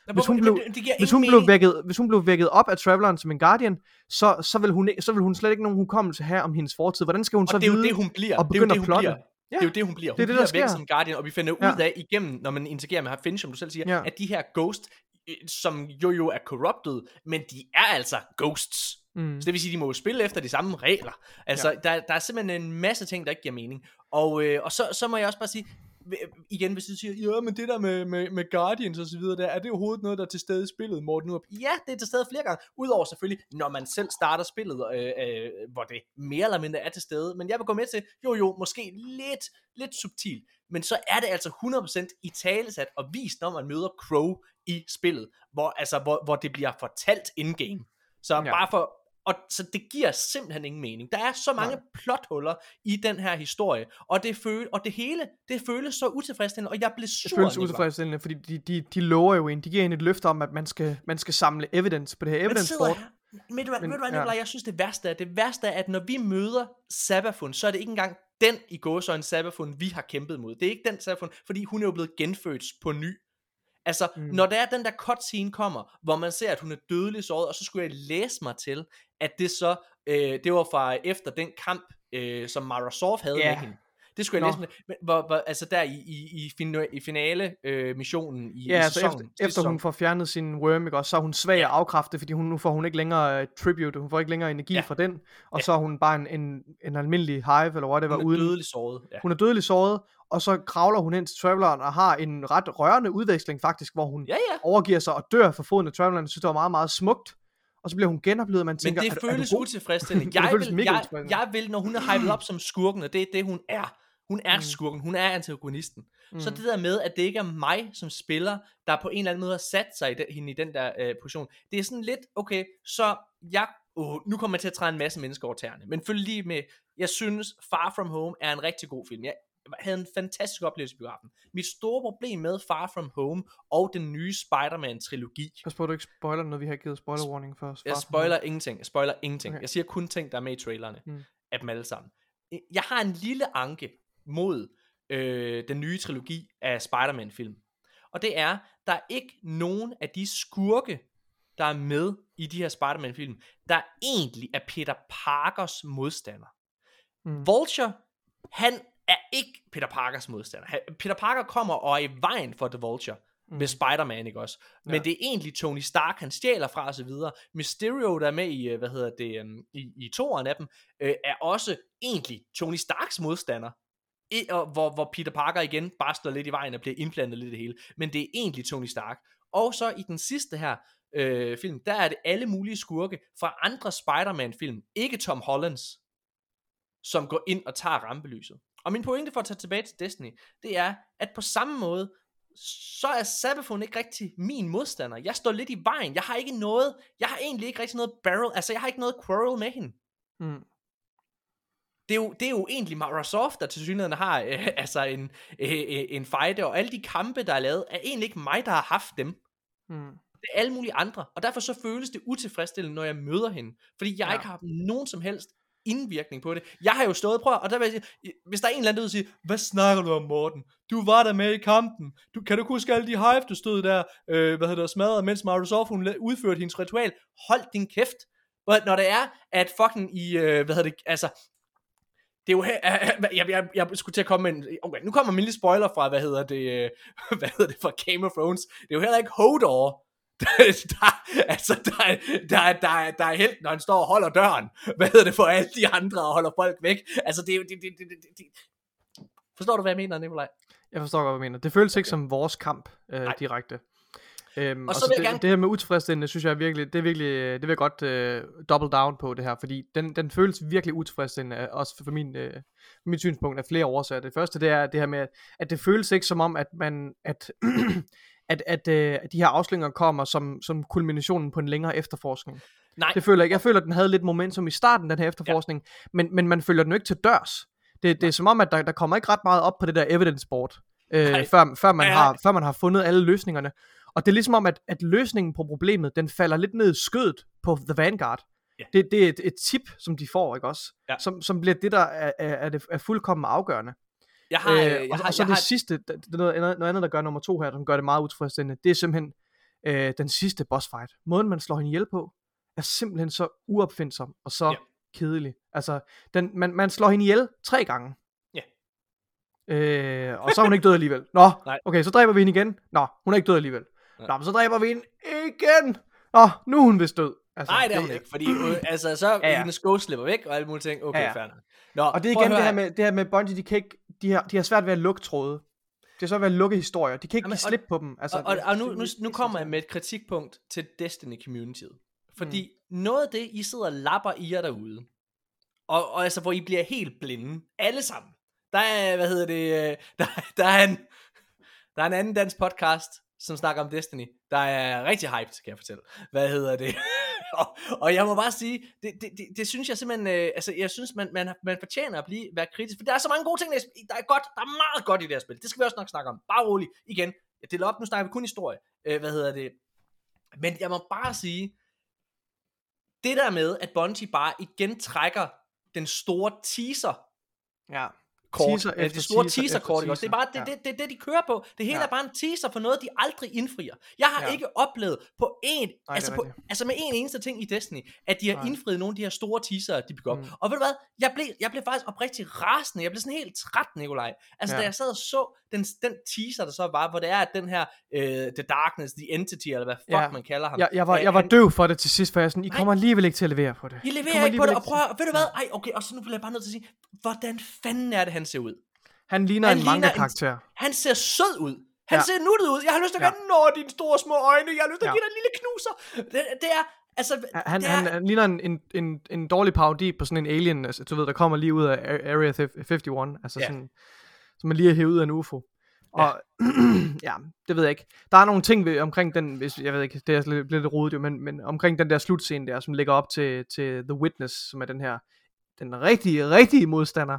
S2: Hvis hun blev, hvis hun blev vækket, hvis hun blev vækket op af Traveleren som en Guardian, så så vil hun så vil hun slet ikke nogen hukommelse have om hendes fortid. Hvordan skal hun
S1: og
S2: så
S1: det er
S2: vide?
S1: Jo det hun bliver.
S2: Og begynde
S1: det er jo
S2: at
S1: det,
S2: plotte?
S1: Ja. Det er jo det hun bliver. Hun
S2: det er
S1: bliver
S2: det,
S1: væk som Guardian, og vi finder
S2: ja.
S1: ud af igennem, når man interagerer med Finch, som du selv siger,
S2: ja.
S1: at de her ghost, som jo jo er corrupted, men de er altså ghosts. Mm. Så det vil sige, de må jo spille efter de samme regler. Altså, ja. der, der er simpelthen en masse ting, der ikke giver mening. Og, øh, og så, så må jeg også bare sige, igen, hvis du siger, ja, men det der med, med, med Guardians og så videre, der, er det overhovedet noget, der er til stede i spillet, Morten Urup? Ja, det er til stede flere gange. Udover selvfølgelig, når man selv starter spillet, øh, øh, hvor det mere eller mindre er til stede. Men jeg vil gå med til, jo jo, måske lidt, lidt subtilt. Men så er det altså hundrede procent i talesat og vist, når man møder Crow i spillet, hvor, altså, hvor, hvor det bliver fortalt in-game. Så ja. bare for... Og så det giver simpelthen ingen mening. Der er så mange ja. plothuller i den her historie, og det føles, og det hele, det føles så utilfredsstillende, og jeg blev sur.
S2: Det føles utilfredsstillende, fordi de, de, de lover jo en, de giver en et løfte om, at man skal, man skal samle evidence på det her evidence board.
S1: Men ved du hvad, Nikolaj, jeg synes det værste er, det værste er, at når vi møder Savathun, så er det ikke engang den i gåseøjne Savathun, vi har kæmpet mod. Det er ikke den Savathun, fordi hun er jo blevet genfødt på ny. Altså, mm. når der er den der cutscene kommer, hvor man ser, at hun er dødelig såret, og så skulle jeg læse mig til, at det så, øh, det var fra efter den kamp, øh, som Mara Sov havde yeah. med hende. Det skulle jeg Nå. læse mig hvor, hvor, altså der i, i, i, fin- i finale øh, missionen i,
S2: ja,
S1: i
S2: altså
S1: sæsonen.
S2: Efter, efter hun får fjernet sin worm, ikke, og så er hun svag ja. og afkræftet, fordi hun, nu får hun ikke længere uh, tribute, hun får ikke længere energi ja. fra den, og ja. så er hun bare en, en, en almindelig hive, eller hvad det var, uden.
S1: Hun er dødelig såret. Ja.
S2: Hun er dødelig såret, og så kravler hun ind til Traveleren og har en ret rørende udveksling faktisk, hvor hun
S1: ja, ja.
S2: overgiver sig og dør for foden af Traveleren. Jeg synes, det var meget, meget smukt. Og så bliver hun genoplevet, og man tænker,
S1: men det
S2: er,
S1: føles
S2: er
S1: utilfredsstillende. Jeg, vil, jeg, jeg vil, når hun er hyped op som skurken, og det er det, hun er. Hun er mm. skurken, hun er antagonisten. Mm. Så det der med, at det ikke er mig som spiller, der på en eller anden måde har sat sig i den, hende i den der øh, position. Det er sådan lidt, okay, så jeg, oh, nu kommer jeg til at træde en masse mennesker over tæerne. Men følg lige med, jeg synes Far From Home er en rigtig god film. Jeg havde en fantastisk oplevelse i biografen. Mit store problem med Far From Home og den nye Spider-Man-trilogi.
S2: Pas på, at du ikke spoiler noget, vi har givet spoiler warning for.
S1: Jeg spoiler ingenting, jeg spoiler ingenting. Okay. Jeg siger kun ting, der er med i trailerne. Mm. Af dem alle sammen. Jeg har en lille anke mod øh, den nye trilogi af Spider-Man-film. Og det er, der er ikke nogen af de skurke, der er med i de her Spider-Man-film, der egentlig er Peter Parkers modstander. Mm. Vulture, han er ikke Peter Parkers modstander. Peter Parker kommer og er i vejen for The Vulture. Mm. Med Spider-Man, ikke også? Men ja. det er egentlig Tony Stark, han stjæler fra og så videre. Mysterio, der er med i, hvad hedder det, um, i, i toeren af dem, øh, er også egentlig Tony Starks modstander. I, og, hvor, hvor Peter Parker igen bare står lidt i vejen og bliver indblandet lidt i det hele. Men det er egentlig Tony Stark. Og så i den sidste her øh, film, der er det alle mulige skurke fra andre Spider-Man-film, ikke Tom Hollands, som går ind og tager rampelyset. Og min pointe for at tage tilbage til Destiny, det er, at på samme måde, så er Savathun ikke rigtig min modstander. Jeg står lidt i vejen. Jeg har ikke noget, jeg har egentlig ikke rigtig noget barrel, altså jeg har ikke noget quarrel med hende. Mm. Det er, jo, det er jo egentlig Mara Sov, der til synligheden har øh, altså en, øh, en fight, og alle de kampe, der er lavet, er egentlig ikke mig, der har haft dem. Mm. Det er alle mulige andre, og derfor så føles det utilfredsstillende, når jeg møder hende, fordi jeg ja. ikke har nogen som helst indvirkning på det. Jeg har jo stået, prøv, og der vil jeg sige, hvis der er en eller anden, der siger, hvad snakker du om, Morten? Du var der med i kampen. Du, kan du huske alle de hive, du stod der, øh, hvad hedder det, smadret, mens Mara Sov, hun udførte hendes ritual? Hold din kæft. Når det er, at fucking i, øh, hvad hedder det, altså, det er jo her, jeg, jeg, jeg skulle til at komme med en, okay, nu kommer min lille spoiler fra, hvad hedder det, øh, hvad hedder det, fra Game of Thrones. Det er jo heller ikke Hodor, der, der, altså, der, der, der, der er helt, når han står og holder døren, hvad hedder det, for alle de andre og holder folk væk. Altså, det er jo, det, det, det, det, det. Forstår du, hvad jeg mener, Nikolaj?
S2: Jeg forstår godt, hvad jeg mener. Det føles ikke som vores kamp, øh, direkte. Øhm,
S1: og så,
S2: og så
S1: vil jeg
S2: det,
S1: gerne...
S2: det her med utilfredsstillende, synes jeg er virkelig, det er virkelig, det vil jeg godt øh, double down på det her, fordi den, den føles virkelig utilfredsstillende, også for min, øh, min synspunkt af flere årsager. Det første, det er det her med, at det føles ikke som om, at man, at, at, at, øh, at de her afsløringer kommer som, som kulminationen på en længere efterforskning.
S1: Nej.
S2: Det føler jeg ikke. Jeg føler, at den havde lidt momentum i starten, den her efterforskning, ja. men, men man følger den jo ikke til dørs. Det, det er som om, at der, der kommer ikke ret meget op på det der evidence board, øh, før, før, man har, før man har fundet alle løsningerne. Og det er ligesom om, at, at løsningen på problemet, den falder lidt ned i skødet på The Vanguard. Yeah. Det, det er et, et tip, som de får, ikke også? Ja. Som, som bliver det, der er, er, er, er fuldkommen afgørende. Jeg har, øh, jeg og, har, og så jeg det har... sidste, det er noget, noget andet, der gør nummer to her, som gør det meget utilfredsstillende, det er simpelthen øh, den sidste boss fight, måden man slår hende ihjel på, er simpelthen så uopfindsom og så ja. kedelig. Altså, den, man, man slår hende ihjel tre gange.
S1: Ja.
S2: Øh, og så er hun ikke død alligevel. Nå, okay, så dræber vi hende igen. Nå, hun er ikke død alligevel. Nej. Nå, men så dræber vi hende igen. Nå, nu er hun vist død.
S1: Altså, nej, det er hun ikke, fordi øh, altså, så ja, ja. hendes sko slipper væk, og alle mulige ting. Okay, ja, ja. fair nok.
S2: Nå, og det er igen det her, med, det her med Bungie, de, kan ikke, de, har, de har svært ved at lukke tråde. Det er svært ved at lukke historier. De kan ikke Jamen, give slip på dem. Altså,
S1: og, og, og nu, nu, nu kommer jeg med et kritikpunkt til Destiny-communityet. Fordi mm. noget af det, I sidder og lapper i jer derude, og, og altså, hvor I bliver helt blinde, alle sammen. Der er, hvad hedder det, der, der, er en, der er en anden dansk podcast, som snakker om Destiny, der er rigtig hyped, kan jeg fortælle. Hvad hedder det? og, og jeg må bare sige, det, det, det, det synes jeg simpelthen, øh, altså jeg synes, man, man, man fortjener at blive, være kritisk, for der er så mange gode ting, der er godt, der er meget godt i det her spil. Det skal vi også nok snakke om. Bare roligt. Igen, jeg deler op, nu snakker vi kun historie. Øh, hvad hedder det? Men jeg må bare sige, det der med, at Bungie bare igen trækker den store teaser,
S2: ja.
S1: Kort, teaser efter det store teaser, teaser kort, teaser. Det er bare det, ja. det, det, det, de kører på. Det hele ja. er bare en teaser for noget, de aldrig indfrier. Jeg har ja. ikke oplevet på en, Ej, altså, på, altså med en eneste ting i Destiny, at de har Ej. indfriet nogle af de her store teaser, de bygger op. Mm. Og ved du hvad? Jeg blev, jeg blev faktisk oprigtigt rasende. Jeg blev sådan helt træt, Nikolaj. Altså ja. da jeg sad og så den, den teaser, der så var, hvor det er, at den her uh, The Darkness, The Entity, eller hvad fuck ja. man kalder ham.
S2: Jeg, jeg var, jeg var han, døv for det til sidst, for jeg sådan, I kommer alligevel ikke til at levere på det.
S1: I leverer ikke på det, og prøv at, ved du hvad? Ej, okay, og så nu bliver jeg bare nødt til at sige, hvordan fanden er det, han ser ud?
S2: Han ligner han en manga-karakter. En,
S1: han ser sød ud. Han ja. ser nuttet ud. Jeg har lyst til at gøre, ja. nå, dine store små øjne. Jeg har lyst til at give dig en lille knuser. Det, det er, altså...
S2: Han,
S1: det
S2: er, han, han ligner en, en, en, en dårlig parodi på sådan en alien, altså, du ved, der kommer lige ud af Area femoghalvfems. Altså ja. sådan, som man lige er hævet ud af en U F O. Og ja. ja, det ved jeg ikke. Der er nogle ting ved, omkring den, hvis, jeg ved ikke, det er lidt, lidt rodet jo, men, men omkring den der slutscene der, som ligger op til, til The Witness, som er den her... den rigtige, rigtige modstander,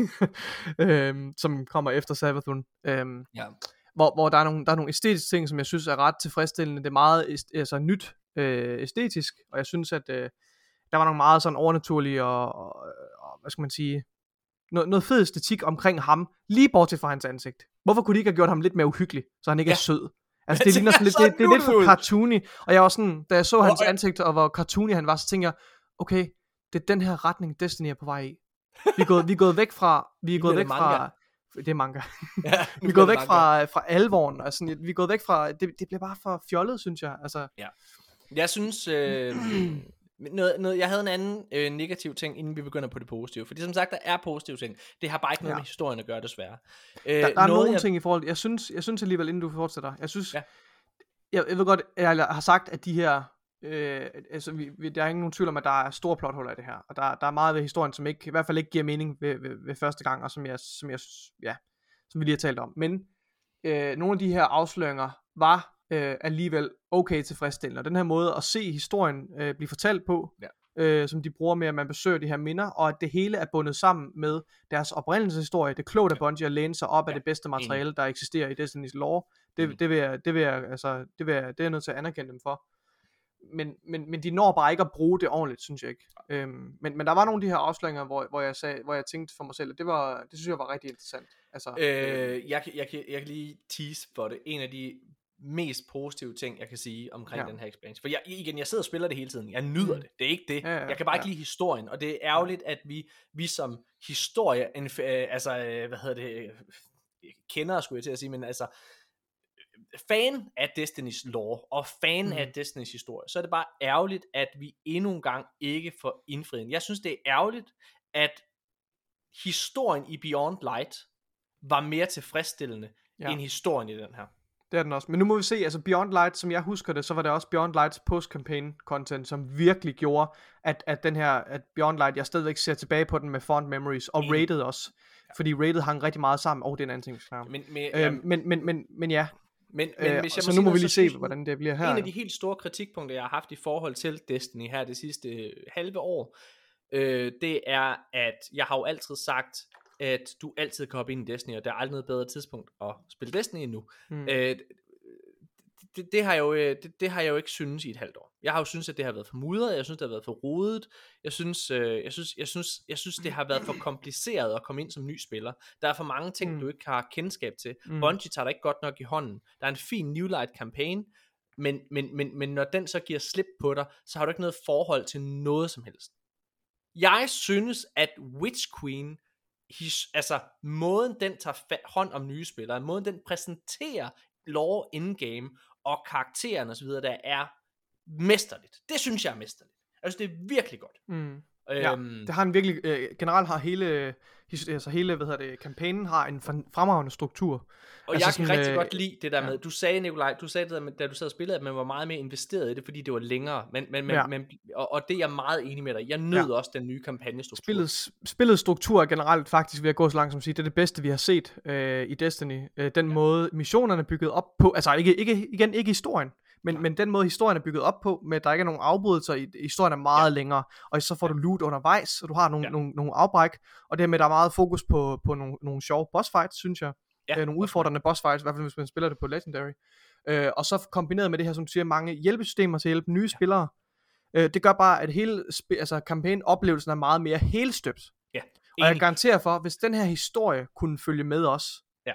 S2: øhm, som kommer efter Savathun, øhm, ja. hvor, hvor der, er nogle, der er nogle æstetiske ting, som jeg synes er ret tilfredsstillende. Det er meget æst, altså, nyt øh, æstetisk, og jeg synes, at øh, der var nogle meget sådan overnaturlige og, og, og hvad skal man sige, noget, noget fed æstetik omkring ham, lige bortset fra hans ansigt. Hvorfor kunne de ikke have gjort ham lidt mere uhyggelig, så han ikke ja. er sød? Altså det ligner sådan lidt, det, det er lidt for cartoony, og jeg var sådan, da jeg så hans ansigt, og hvor cartoony han var, så tænkte jeg, okay, det er den her retning Destiny er på vej i. Vi er gået, vi er gået væk fra vi er gået væk fra det er manga. Ja, vi er gået væk fra fra alvoren, altså vi er gået væk fra det, det bliver bare for fjollet, synes jeg. Altså
S1: ja. Jeg synes øh, noget, noget jeg havde en anden øh, negativ ting inden vi begynder på det positive, fordi som sagt der er positive ting. Det har bare ikke noget ja. med historien at gøre, desværre. Øh,
S2: der, der er nogle jeg... ting i forhold jeg synes jeg synes alligevel inden du fortsætter. Jeg synes ja. jeg, jeg ved godt jeg har sagt at de her Øh, altså vi, vi, der er ingen nogen tvivl om at der er store plothuller i det her, og der, der er meget ved historien som ikke, i hvert fald ikke giver mening ved, ved, ved første gang, og som jeg, som jeg ja, som vi lige har talt om, men øh, nogle af de her afsløringer var øh, alligevel okay tilfredsstillende, og den her måde at se historien øh, blive fortalt på, ja. øh, som de bruger med at man besøger de her minder, og at det hele er bundet sammen med deres oprindelseshistorie. Det er klogt af Bungie at læne sig op ja. af det bedste materiale der eksisterer i Destiny's lore. Det, mm. det vil jeg, det vil jeg, altså det vil jeg, det er jeg nødt til at anerkende dem for. Men, men, men de når bare ikke at bruge det ordentligt, synes jeg ikke. Øhm, men, men der var nogle af de her afsløringer, hvor, hvor, jeg sagde, hvor jeg tænkte for mig selv, at det, var, det synes jeg var rigtig interessant. Altså,
S1: øh, jeg, jeg, jeg, jeg kan lige tease for det. En af de mest positive ting, jeg kan sige omkring ja. den her expansion. For jeg, igen, jeg sidder og spiller det hele tiden. Jeg nyder mm. det. Det er ikke det. Ja, ja, jeg kan bare ja. ikke lide historien. Og det er ærgerligt, at vi, vi som historie, en, øh, altså, øh, hvad hedder det, kender, skulle jeg til at sige, men altså, fan af Destiny's lore og fan mm. af Destiny's historie, så er det bare ærgerligt, at vi endnu en gang ikke får indfriet. Jeg synes det er ærgerligt, at historien i Beyond Light var mere tilfredsstillende ja. end historien i den her.
S2: Det er den også. Men nu må vi se, altså Beyond Light, som jeg husker det, så var det også Beyond Lights post-campaign content, som virkelig gjorde, at, at den her, at Beyond Light, jeg stadigvæk ser tilbage på den med fond memories, og mm. rated også. Ja. Fordi rated hang rigtig meget sammen. Åh, oh, det er en anden ting. Men, men, øhm, men, men, men, men ja.
S1: Men, men øh, hvis jeg
S2: så nu må vi lige se, hvordan det bliver her.
S1: En af de helt store kritikpunkter, jeg har haft i forhold til Destiny her det sidste øh, halve år, øh, det er, at jeg har jo altid sagt, at du altid kan hoppe ind i Destiny, og der er aldrig noget bedre tidspunkt at spille Destiny endnu. Hmm. Øh, det, det, har jeg jo, det, det har jeg jo ikke synes i et halvt år. Jeg har jo synes, at det har været for mudret, jeg synes, det har været for rodet, jeg synes, øh, jeg synes, jeg synes, jeg synes, det har været for kompliceret at komme ind som ny spiller. Der er for mange ting, mm. du ikke har kendskab til. Mm. Bungie tager dig ikke godt nok i hånden. Der er en fin New Light campaign. men, men, men, men når den så giver slip på dig, så har du ikke noget forhold til noget som helst. Jeg synes, at Witch Queen, his, altså måden den tager hånd om nye spillere, måden den præsenterer lore in-game, og karakteren og så videre, der er mesterligt. Det synes jeg er mesterligt. Altså det er virkelig godt.
S2: Mm. Ja, øhm, det har en virkelig, øh, generelt har hele, altså hele, hvad hedder det, kampagnen har en fremragende struktur.
S1: Og
S2: altså
S1: jeg
S2: sådan,
S1: kan rigtig
S2: øh,
S1: godt lide det der med,
S2: ja.
S1: du sagde, Nikolaj, du sagde det der med, da du sad og spillede, at man var meget mere investeret i det, fordi det var længere, men, men,
S2: ja.
S1: men, og, og det er jeg meget enig med dig. Jeg nød ja. også den nye kampagnestruktur.
S2: Spillets, spillets struktur er generelt faktisk, ved at gå så langt som at sige, det er det bedste, vi har set øh, i Destiny. Øh, den ja. måde, missionerne er bygget op på, altså ikke, ikke, igen, ikke historien, Men, men den måde historien er bygget op på, med at der ikke er nogen afbrydelser, i, historien er meget ja. længere, og så får du loot undervejs, og du har nogle, ja. nogle, nogle afbræk, og det med, at der er meget fokus på, på nogle, nogle sjove boss fights, synes jeg. Ja, øh, nogle udfordrende boss fights, i hvert fald hvis man spiller det på Legendary. Øh, og så kombineret med det her, som du siger, mange hjælpesystemer til at hjælpe nye ja. spillere. Øh, det gør bare, at hele sp- altså, kampagne-oplevelsen er meget mere helstøbt.
S1: Ja.
S2: Og jeg garanterer for, hvis den her historie kunne følge med os,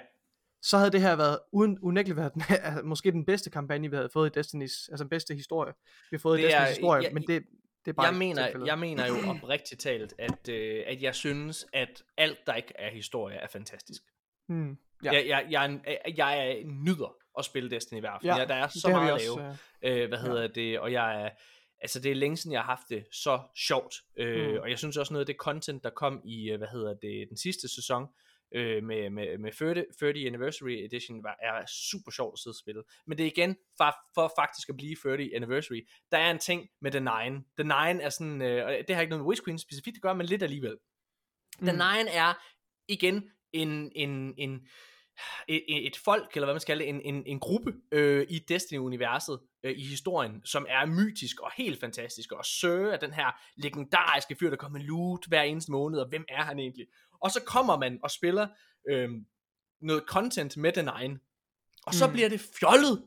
S2: så havde det her været uden unægteligt været den, altså, måske den bedste kampagne vi havde fået i Destiny's, altså den bedste historie vi har fået det i Destiny's historie, jeg, men det, det er bare
S1: jeg mener, jeg mener jo oprigtigt talt, at øh, at jeg synes, at alt der ikke er historie er fantastisk.
S2: Hmm, ja.
S1: jeg, jeg, jeg, jeg, jeg nyder at spille Destiny i hvert fald.
S2: Ja,
S1: der er så meget at lave. Øh, hvad hedder ja. det? Og jeg er altså det er længe siden jeg har haft det så sjovt. Øh, mm. Og jeg synes også noget af det content der kom i hvad hedder det den sidste sæson. Øh, med, med, med thirty Anniversary Edition var, er super sjovt at sidde og spille. Men det er igen, for, for faktisk at blive thirty Anniversary, der er en ting med The Nine. The Nine er sådan, øh, og det har ikke noget med Witch Queen specifikt at gøre, men lidt alligevel. Mm. The Nine er igen en, en, en, et, et folk, eller hvad man skal kalde det, en, en, en gruppe øh, i Destiny-universet, øh, i historien, som er mytisk og helt fantastisk, og Sir er den her legendariske fyr, der kommer med loot hver eneste måned, og hvem er han egentlig? Og så kommer man og spiller øh, noget content med The Nine, og så mm. bliver det fjollet.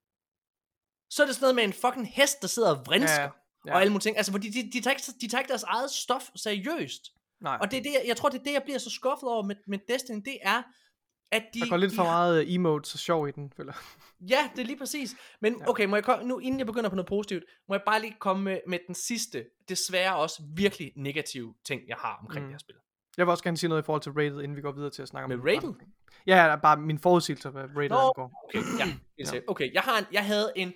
S1: Så er det sådan noget med en fucking hest, der sidder og vrinsker, ja, ja. og alle mulige ting, altså fordi de, de, tager ikke, de tager ikke deres eget stof seriøst. Nej. Og det er det, jeg tror, det er det, jeg bliver så skuffet over med, med Destiny, det er, at de...
S2: Der går lidt
S1: de
S2: for
S1: har...
S2: meget emotes og sjov i den, føler.
S1: Ja, det er lige præcis. Men okay, må jeg komme, nu inden jeg begynder på noget positivt, må jeg bare lige komme med, med den sidste, desværre også virkelig negative ting, jeg har omkring mm. det her spil.
S2: Jeg vil også gerne sige noget i forhold til rated, inden vi går videre til at snakke
S1: med
S2: om
S1: med rated?
S2: Ja, der er bare min forudsigelse, hvad rated angår.
S1: Okay, ja, ja. Okay, jeg, har en, jeg havde en...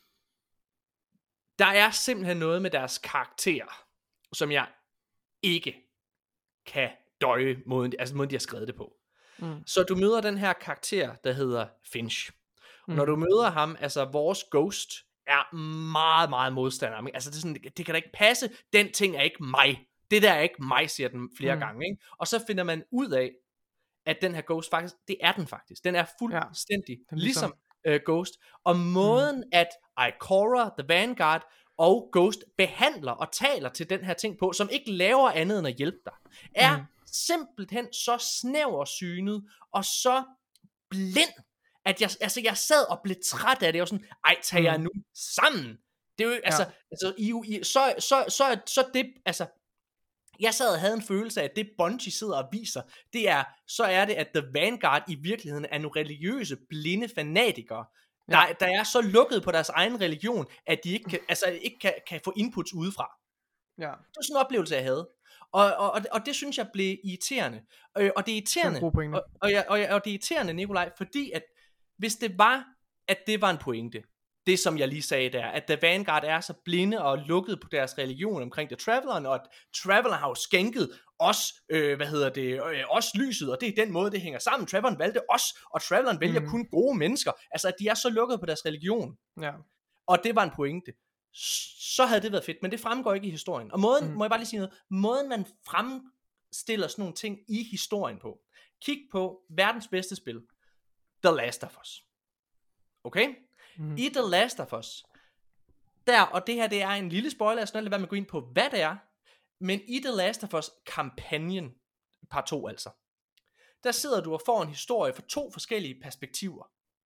S1: Der er simpelthen noget med deres karakterer, som jeg ikke kan døje måden, altså måden de har skrevet det på. Mm. Så du møder den her karakter, der hedder Finch. Mm. Når du møder ham, altså vores Ghost er meget, meget modstander. Altså det, er sådan, det kan da ikke passe, den ting er ikke mig. Det der er ikke mig, siger den flere mm. gange. Ikke? Og så finder man ud af, at den her Ghost faktisk, det er den faktisk. Den er fuldstændig, ja, ligesom uh, Ghost. Og måden, mm. at Ikora, The Vanguard og Ghost behandler og taler til den her ting på, som ikke laver andet end at hjælpe dig, er mm. simpelthen så snæversynet og så blind, at jeg, altså jeg sad og blev træt af det. Jeg var sådan, ej, tag jeg nu sammen. Det er jo, altså, ja. altså I, I, så, så, så, så det, altså, jeg sad og havde en følelse af, at det Bungie sidder og viser, det er, så er det, at The Vanguard i virkeligheden er nogle religiøse, blinde fanatikere, ja. der, der er så lukket på deres egen religion, at de ikke kan, altså, ikke kan, kan få inputs udefra. Ja. Det var sådan en oplevelse, jeg havde. Og, og, og, og det synes jeg blev irriterende. Og, og det er irriterende, og, og, jeg, og, jeg, og det er irriterende, Nikolaj, fordi at hvis det var, at det var en pointe, det som jeg lige sagde der, at The Vanguard er så blinde og lukket på deres religion omkring The Traveleren, og at Traveleren har jo skænket os, øh, hvad hedder det, øh, os lyset, og det er den måde, det hænger sammen. Traveleren valgte os, og Traveleren vælger mm. kun gode mennesker. Altså, at de er så lukket på deres religion. Ja. Og det var en pointe. Så havde det været fedt, men det fremgår ikke i historien. Og måden, mm. må jeg bare lige sige noget, måden man fremstiller sådan nogle ting i historien på. Kig på verdens bedste spil, The Last of Us. Okay? Mm. I The Last of Us, der, og det her det er en lille spoiler, jeg skal lade være med at gå ind på, hvad det er, men i The Last of Us kampagnen, par to altså, der sidder du og får en historie fra to forskellige perspektiver.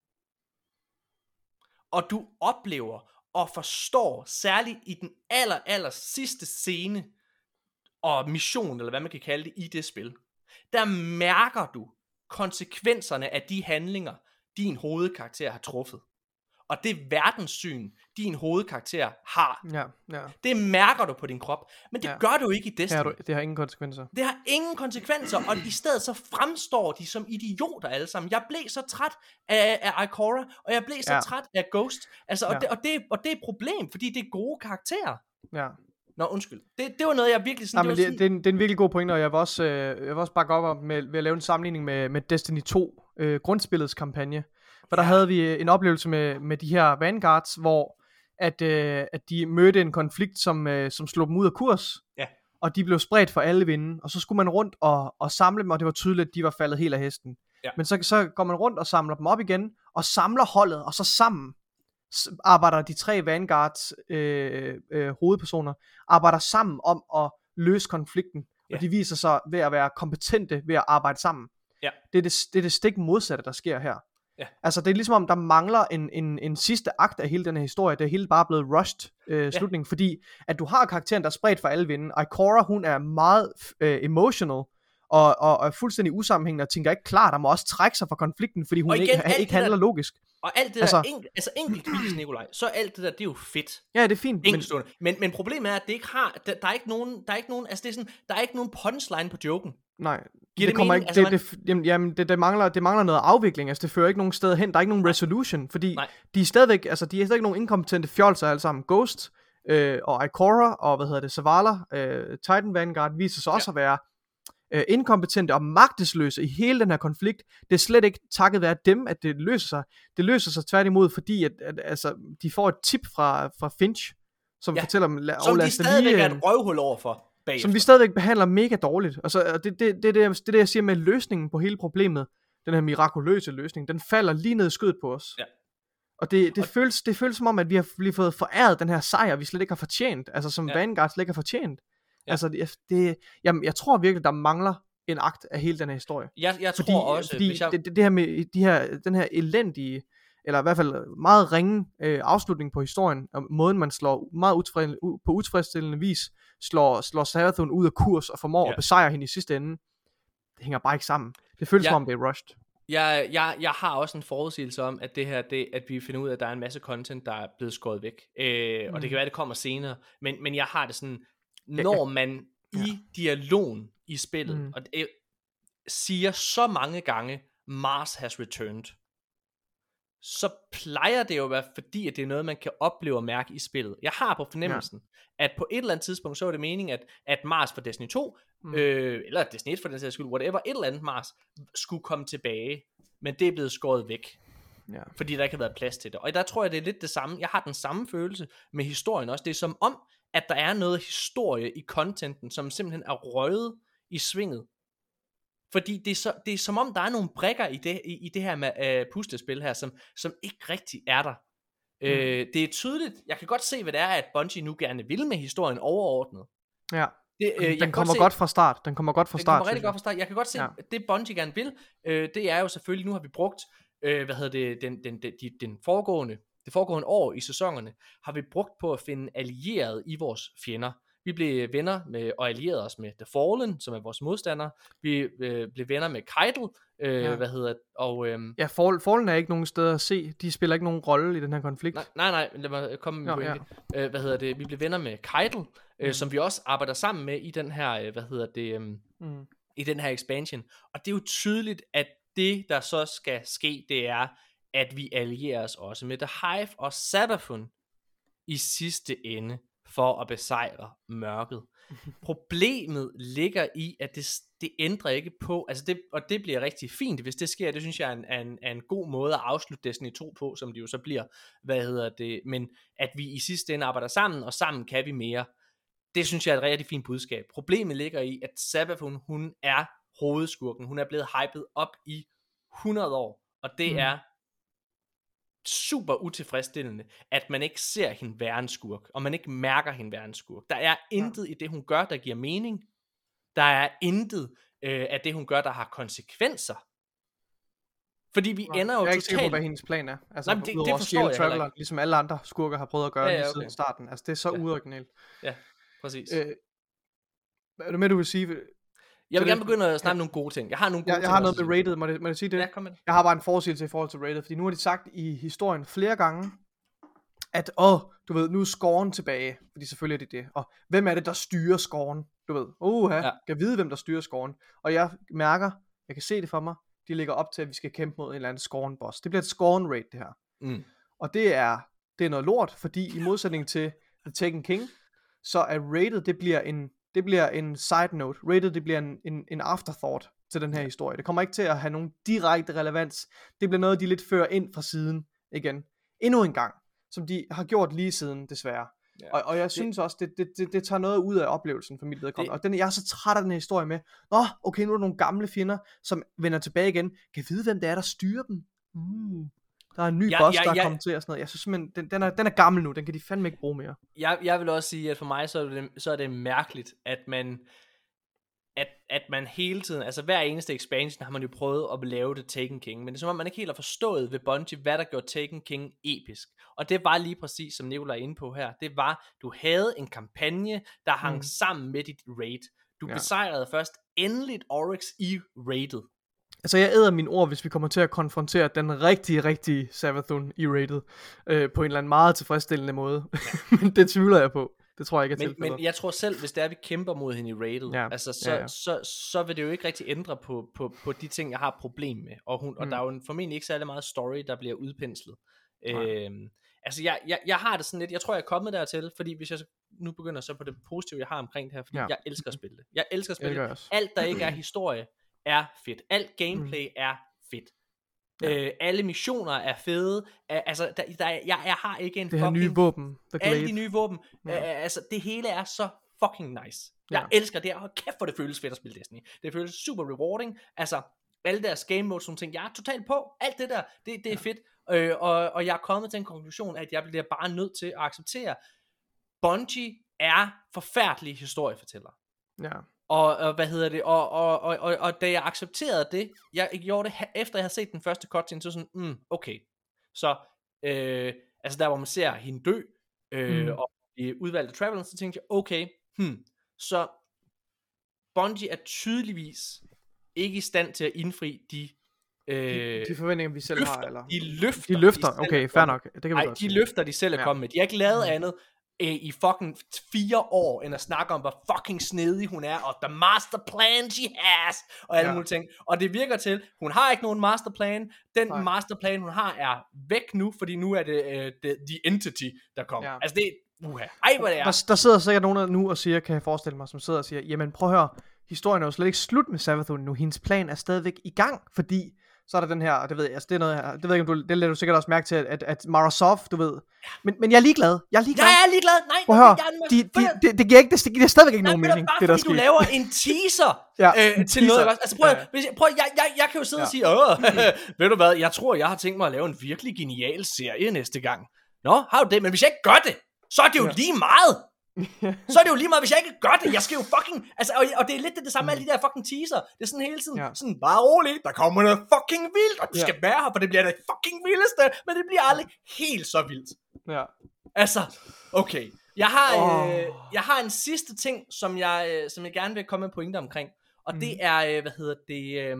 S1: Og du oplever og forstår, særligt i den aller, aller sidste scene, og mission, eller hvad man kan kalde det, i det spil, der mærker du konsekvenserne af de handlinger, din hovedkarakter har truffet. og det verdenssyn, din hovedkarakter har.
S2: Ja, ja.
S1: Det mærker du på din krop, men det ja. gør du ikke i Destiny.
S2: Ja, det har ingen konsekvenser.
S1: Det har ingen konsekvenser, og i stedet så fremstår de som idioter alle sammen. Jeg blev så træt af, af Ikora, og jeg blev så ja. træt af Ghost. Altså, og, ja. det, og, det, og det er et problem, fordi det er gode karakterer.
S2: Ja.
S1: Nå, undskyld. Det, det var noget, jeg virkelig sådan...
S2: Nej, men det, det, det, er en, det er en virkelig god pointe, og jeg vil også, øh, jeg vil også bakke op om med, ved at lave en sammenligning med, med Destiny to, øh, grundspillets kampagne. For der ja. havde vi en oplevelse med, med de her Vanguards, hvor at, øh, at de mødte en konflikt, som, øh, som slog dem ud af kurs.
S1: Ja.
S2: Og de blev spredt for alle vinden. Og så skulle man rundt og, og samle dem, og det var tydeligt, at de var faldet helt af hesten.
S1: Ja.
S2: Men så, så går man rundt og samler dem op igen, og samler holdet, og så sammen arbejder de tre Vanguards øh, øh, hovedpersoner, arbejder sammen om at løse konflikten. Ja. Og de viser sig ved at være kompetente ved at arbejde sammen.
S1: Ja.
S2: Det, er det, det er det stik modsatte, der sker her.
S1: Ja. Altså
S2: det er ligesom om der mangler en, en, en sidste akt af hele den her historie. Det er hele bare blevet rushed øh, slutningen, ja. Fordi at du har karakteren der er spredt for alle vinden. Ikora, hun er meget øh, emotional og, og, og er fuldstændig usammenhængende og tænker ikke klar. Der må også trække sig fra konflikten, fordi hun igen, ikke, ikke handler der, logisk.
S1: Og alt det altså, der enk, altså enkeltvis, Nikolaj, så alt det der, det er jo fedt.
S2: Ja, det er fint.
S1: Men, men, men problemet er, at det ikke har, der, der er ikke nogen, der er ikke nogen, altså det er sådan, der er ikke nogen punchline på joken.
S2: Nej,
S1: Giver
S2: det,
S1: det
S2: kommer
S1: mening?
S2: ikke,
S1: Altså,
S2: det, det, jamen, jamen det, det, mangler, det mangler noget afvikling, altså det fører ikke nogen steder hen, der er ikke nogen resolution, fordi
S1: Nej.
S2: de er stadigvæk, altså de er stadigvæk nogle inkompetente fjolser alle sammen. Ghost øh, og Ikora og hvad hedder det, Zavala, øh, Titan Vanguard viser sig også ja. at være øh, inkompetente og magtesløse i hele den her konflikt. Det er slet ikke takket være dem, at det løser sig. Det løser sig tværtimod, fordi at, at, altså, de får et tip fra, fra Finch, som ja. fortæller dem, la-
S1: som
S2: de
S1: stadigvæk er et røvhul overfor. Bagefter.
S2: Som vi stadigvæk behandler mega dårligt. Og, så, og det, det, det, det, det, det er det jeg siger med løsningen på hele problemet. Den her mirakuløse løsning, den falder lige ned i skødet på os.
S1: Ja.
S2: Og det, det, og føles, det føles som om at vi har lige fået foræret den her sejr, vi slet ikke har fortjent. Altså som ja. Vanguard slet ikke har fortjent. Ja. Altså det, det jamen, jeg tror virkelig der mangler en akt af hele den her historie.
S1: Jeg, jeg
S2: fordi,
S1: tror også
S2: fordi
S1: jeg...
S2: det, det, det her med de her, den her elendige, eller i hvert fald meget ringe øh, afslutning på historien, og måden man slår meget utilfredsstillende, på utilfredsstillende vis slår, slår Savathun ud af kurs og formår ja. at besejre hende i sidste ende. Det hænger bare ikke sammen. Det føles ja. som om det er rushed.
S1: Jeg, jeg, jeg har også en forudsigelse om, at det her, det, at vi finder ud af, at der er en masse content, der er blevet skåret væk. Øh, mm. Og det kan være, det kommer senere. Men, men jeg har det sådan, når man ja. i dialogen i spillet, mm. og det, siger så mange gange, Mars has returned, så plejer det jo at være, fordi at det er noget, man kan opleve og mærke i spillet. Jeg har på fornemmelsen, ja. at på et eller andet tidspunkt, så var det meningen, at, at Mars for Destiny to, mm. øh, eller Destiny et for den sags skyld, whatever, et eller andet Mars, skulle komme tilbage. Men det er blevet skåret væk. Ja. Fordi der ikke har været plads til det. Og der tror jeg, det er lidt det samme. Jeg har den samme følelse med historien også. Det er som om, at der er noget historie i contenten, som simpelthen er røget i svinget. Fordi det er, så, det er som om, der er nogle brikker i det, i, i det her med øh, puslespil her, som, som ikke rigtig er der. Mm. Øh, det er tydeligt, jeg kan godt se, hvad det er, at Bungie nu gerne vil med historien overordnet.
S2: Ja,
S1: det, øh,
S2: den
S1: jeg
S2: kommer
S1: godt,
S2: godt
S1: se,
S2: fra start. Den kommer godt fra
S1: den
S2: start.
S1: kommer rigtig godt fra start. Jeg kan godt se, ja. at det Bungie gerne vil, øh, det er jo selvfølgelig, nu har vi brugt, øh, hvad hedder det, den, den, den, den foregående, det foregående år i sæsonerne, har vi brugt på at finde allierede i vores fjender. Vi blev venner med, og allierede os med The Fallen, som er vores modstander. Vi øh, blev venner med Keitel, øh, ja. hvad hedder og øh,
S2: ja, Fall, Fallen er ikke nogen steder at se. De spiller ikke nogen rolle i den her konflikt.
S1: Nej, nej, nej lad mig komme med jo, ja. øh, hvad hedder det? Vi blev venner med Keitel, øh, mm. som vi også arbejder sammen med i den her, øh, hvad hedder det, øh, mm. i den her expansion. Og det er jo tydeligt, at det, der så skal ske, det er, at vi allierer os også med The Hive og Savathun i sidste ende, for at besejre mørket. Problemet ligger i, at det, det ændrer ikke på, altså det, og det bliver rigtig fint, hvis det sker. Det synes jeg er en, er en, er en god måde at afslutte Destiny to på, som det jo så bliver, hvad hedder det, men at vi i sidste ende arbejder sammen, og sammen kan vi mere. Det synes jeg er et rigtig fint budskab. Problemet ligger i, at Savathun, hun er hovedskurken. Hun er blevet hypet op i hundrede år, og det mm. er super utilfredsstillende, at man ikke ser hende være en skurk, og man ikke mærker hende være en skurk. Der er intet ja. i det, hun gør, der giver mening. Der er intet øh, af det, hun gør, der har konsekvenser. Fordi vi ja, ender jo totalt...
S2: Jeg er ikke sikker på, hvad hendes plan er. Altså,
S1: nej, det, det forstår jeg
S2: Traveler, ligesom alle andre skurker har prøvet at gøre
S1: ja, ja,
S2: lige
S1: okay.
S2: siden starten. Altså, det er så
S1: ja.
S2: uoriginalt.
S1: Ja, præcis.
S2: Øh, hvad er det med, du vil sige?
S1: Jeg vil gerne begynde at snakke ja. nogle gode ting. Jeg har nogle gode
S2: jeg, jeg
S1: ting
S2: har noget med rated, må jeg, må jeg sige det?
S1: Ja, kom med det.
S2: Jeg har bare en forudsigelse i forhold til rated, fordi nu har de sagt i historien flere gange, at åh, du ved, nu er scoren tilbage, fordi selvfølgelig er det det, og hvem er det, der styrer scoren, du ved, åh, ja. Kan vide, hvem der styrer scoren, og jeg mærker, jeg kan se det for mig, de ligger op til, at vi skal kæmpe mod en eller anden scoren boss, det bliver et scoren rate det her, mm. og det er, det er noget lort, fordi i modsætning til The Taken King, så er rated, det bliver en, det bliver en side note, rated, det bliver en, en, en afterthought til den her historie, det kommer ikke til at have nogen direkte relevans, det bliver noget, de lidt fører ind fra siden, igen, endnu en gang, som de har gjort lige siden, desværre. Ja. Og, og jeg synes det, også, det, det, det, det tager noget ud af oplevelsen for mit vedkommende. Og den, jeg er så træt af den her historie med, nå, okay, nu er der nogle gamle fjender, som vender tilbage igen. Kan jeg vide, hvem det er, der styrer dem? Mm. Der er en ny ja, boss, ja, der er ja. kommet til og sådan noget. Jeg synes simpelthen, den, den, er, den er gammel nu, den kan de fandme ikke bruge mere.
S1: Jeg, jeg vil også sige, at for mig, så er det, så er det mærkeligt, at man... At, at man hele tiden, altså hver eneste expansion har man jo prøvet at lave det Taken King, men det er som om man ikke helt har forstået ved Bungie, hvad der gjorde Taken King episk. Og det var lige præcis, som Nikolaj er inde på her, det var, du havde en kampagne, der hang mm. sammen med dit raid. Du ja. besejrede først endeligt Oryx i raidet.
S2: Altså jeg æder mine ord, hvis vi kommer til at konfrontere den rigtige, rigtige Savathun i raidet, øh, på en eller anden meget tilfredsstillende måde. Ja. Men det tvivler jeg på. Det tror jeg ikke er
S1: tilfældet. Men, men jeg tror selv, hvis det er, vi kæmper mod hende i rated, ja. altså, så, ja, ja. Så, så, så vil det jo ikke rigtig ændre på, på, på de ting, jeg har et problem med. Og, hun, mm. og der er jo formentlig ikke særlig meget story, der bliver udpenslet. Øhm, altså, jeg, jeg, jeg har det sådan lidt, jeg tror, jeg er kommet dertil, fordi hvis jeg nu begynder så på det positive, jeg har omkring det her, fordi ja. jeg elsker at spille det. Jeg elsker at spille det. det. Alt, der ikke er historie, er fedt. Alt gameplay mm. er fedt. Ja. Øh, alle missioner er fede. Altså der, der, jeg, jeg har ikke en
S2: det fucking nye våben,
S1: alle de nye våben, ja. øh, altså det hele er så fucking nice. Jeg ja. elsker det, og kæft for det føles fedt at spille Destiny. Det føles super rewarding. Altså alle deres game modes, sådan ting, jeg er totalt på. Alt det der, det, det er ja. fedt. øh, og, og jeg er kommet til en konklusion, at jeg bliver bare nødt til at acceptere, Bungie er forfærdelige historiefortællere. Ja. Og, og hvad hedder det, og, og, og, og, og da jeg accepterede det, jeg gjorde det efter jeg havde set den første cutscene, så sådan, mm, okay, så, øh, altså der hvor man ser hende dø, øh, mm. og i udvalgte Travelers, så tænkte jeg, okay, hmm, så Bungie er tydeligvis ikke i stand til at indfri de, øh,
S2: de, de forventninger vi selv
S1: løfter,
S2: har, eller?
S1: De løfter,
S2: de løfter, de okay, fair nok, det kan vi
S1: Ej,
S2: godt
S1: de løfter de selv er ja. kommet med, de har ikke lavet mm. andet i fucking fire år, end at snakke om, hvor fucking snedig hun er, og the master plan she has, og alle ja. mulige ting. Og det virker til, hun har ikke nogen masterplan. Den Nej. masterplan, hun har, er væk nu, fordi nu er det uh, the, the entity, der kommer. Ja. Altså det uha. Ej, hvor det er.
S2: Der, der sidder sikkert nogen nu og siger, kan jeg forestille mig, som sidder og siger, jamen prøv at høre, historien er jo slet ikke slut med Savathun nu. Hendes plan er stadigvæk i gang, fordi så er der den her, det ved jeg, altså det er noget her, det ved jeg ikke, om du, det lader du sikkert også mærke til, at, at Mara Sov, du ved, men, men jeg er ligeglad, jeg er ligeglad.
S1: Nej, jeg er ligeglad, nej.
S2: Prøv at høre, de, de, de, det, det giver ikke, det, det giver stadigvæk ikke nej, nogen mening,
S1: det der sker. Du laver en teaser ja, øh, en til teaser. noget, altså prøv, ja. hvis, prøv jeg, jeg, jeg kan jo sidde ja. og sige, åh, ved du hvad, jeg tror, jeg har tænkt mig at lave en virkelig genial serie næste gang. Nå, har du det, men hvis jeg ikke gør det, så er det jo ja. lige meget. Så er det jo lige meget, hvis jeg ikke gør det. Jeg skal jo fucking, altså, og, og det er lidt det, det samme med alle de der fucking teaser. Det er sådan hele tiden, ja. sådan, bare roligt, der kommer noget fucking vildt, og du ja. skal være her, for det bliver det fucking vildeste, men det bliver aldrig helt så vildt. Ja. Altså, okay. Jeg har, oh. øh, jeg har en sidste ting, som jeg, øh, som jeg gerne vil komme med pointer omkring, og mm. det er, øh, hvad hedder det, øh,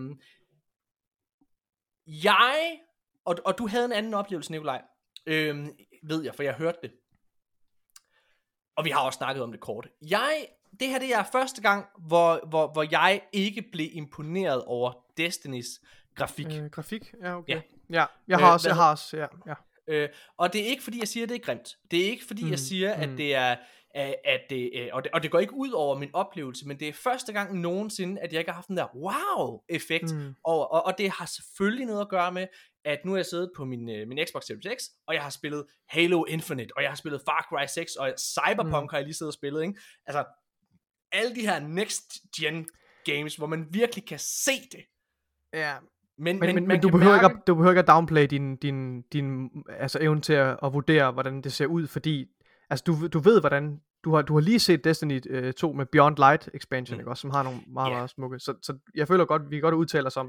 S1: jeg, og, og du havde en anden oplevelse, Nikolaj, øh, ved jeg, for jeg hørte det. Og vi har også snakket om det kort. Jeg, det her det er første gang, hvor, hvor, hvor jeg ikke blev imponeret over Destinys grafik.
S2: Øh, grafik? Ja, okay. Ja, ja jeg har øh, også, jeg har også, ja. ja.
S1: Øh, og det er ikke fordi, jeg siger, at det er grimt. Det er ikke fordi, mm. jeg siger, at det er, at det, og det, og det går ikke ud over min oplevelse, men det er første gang nogensinde, at jeg ikke har haft den der wow-effekt mm. over, og, og det har selvfølgelig noget at gøre med, at nu er jeg siddet på min, øh, min Xbox Series X, og jeg har spillet Halo Infinite, og jeg har spillet Far Cry seks, og Cyberpunk mm. har jeg lige siddet og spillet, ikke? Altså, alle de her next-gen games, hvor man virkelig kan se det.
S2: Ja, men, men, men, men du, behøver mærke... ikke at, du behøver ikke at downplay din, din, din altså, evne til at, at vurdere, hvordan det ser ud, fordi altså, du, du ved, hvordan du har, du har lige set Destiny uh, to med Beyond Light expansion, mm. ikke, også, som har nogle meget, yeah. meget smukke, så, så jeg føler godt, vi kan godt udtale os om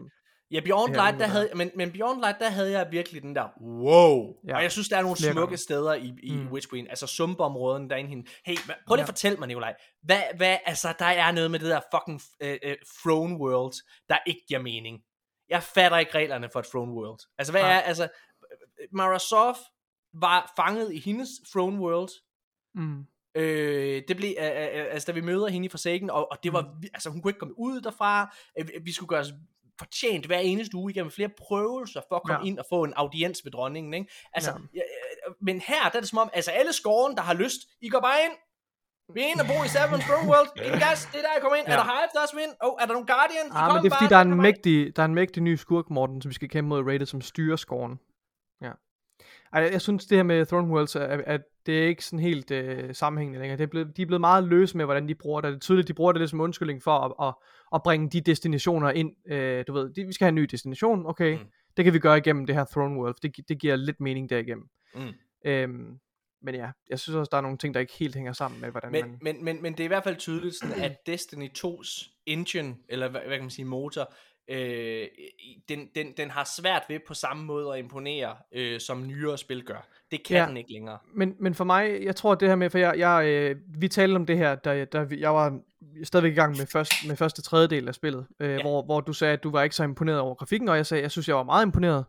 S1: Ja, Beyond Light, der havde, men, men Beyond Light, der havde jeg virkelig den der, wow. Ja. Og jeg synes, der er nogle Flere smukke gange. steder i, i mm. Witch Queen, altså sumpområden derinde hende. Hey, prøv lige at ja. fortælle mig, Nikolaj, hvad, hvad, altså, der er noget med det der fucking uh, uh, Throne World, der ikke giver mening. Jeg fatter ikke reglerne for et Throne World. Altså, hvad ja. er, altså, Mara Sov var fanget i hendes Throne World. Mm. Øh, det blev, øh, øh, altså, da vi møder hende i Forsaken, og, og det var, mm. altså, hun kunne ikke komme ud derfra. Øh, vi skulle gøre os fortjent hver eneste uge igennem flere prøvelser for at komme ja. ind og få en audiens ved dronningen, ikke? Altså, ja. Ja, men her, der er det som om, altså alle scoren, der har lyst, I går bare ind. Vi er inde og bor i Seven Throne World. Giv den gas, det er der, jeg kommer ind. Ja. Er der Hive, der også ind? Oh, er der nogle Guardian?
S2: Ah, men det er fordi, der er, en mægtig, der er en mægtig ny skurk, Morten, som vi skal kæmpe mod Raided, som styrer scoren. Ja. Ej, jeg synes, det her med Throne Worlds, at, at det er ikke sådan helt øh, sammenhængende længere. Det er blevet, de er blevet meget løse med, hvordan de bruger det. Det er tydeligt, de bruger det lidt som undskyldning for at, at, at bringe de destinationer ind. Øh, du ved, de, vi skal have en ny destination, okay. Mm. Det kan vi gøre igennem det her Throne World. Det, det giver lidt mening derigennem. Mm. Øhm, men ja, jeg synes også, der er nogle ting, der ikke helt hænger sammen med, hvordan
S1: men,
S2: man...
S1: Men, men, men det er i hvert fald tydeligt, sådan, at Destiny to's engine, eller hvad, hvad kan man sige, motor, øh, den, den, den har svært ved på samme måde at imponere, øh, som nyere spil gør. Det kan ja, den ikke længere.
S2: Men, men for mig, jeg tror det her med, for jeg, jeg, øh, vi talte om det her, da, da jeg var stadigvæk i gang med, først, med første tredjedel af spillet, øh, ja. hvor, hvor du sagde, at du var ikke så imponeret over grafikken, og jeg sagde, jeg synes, jeg var meget imponeret.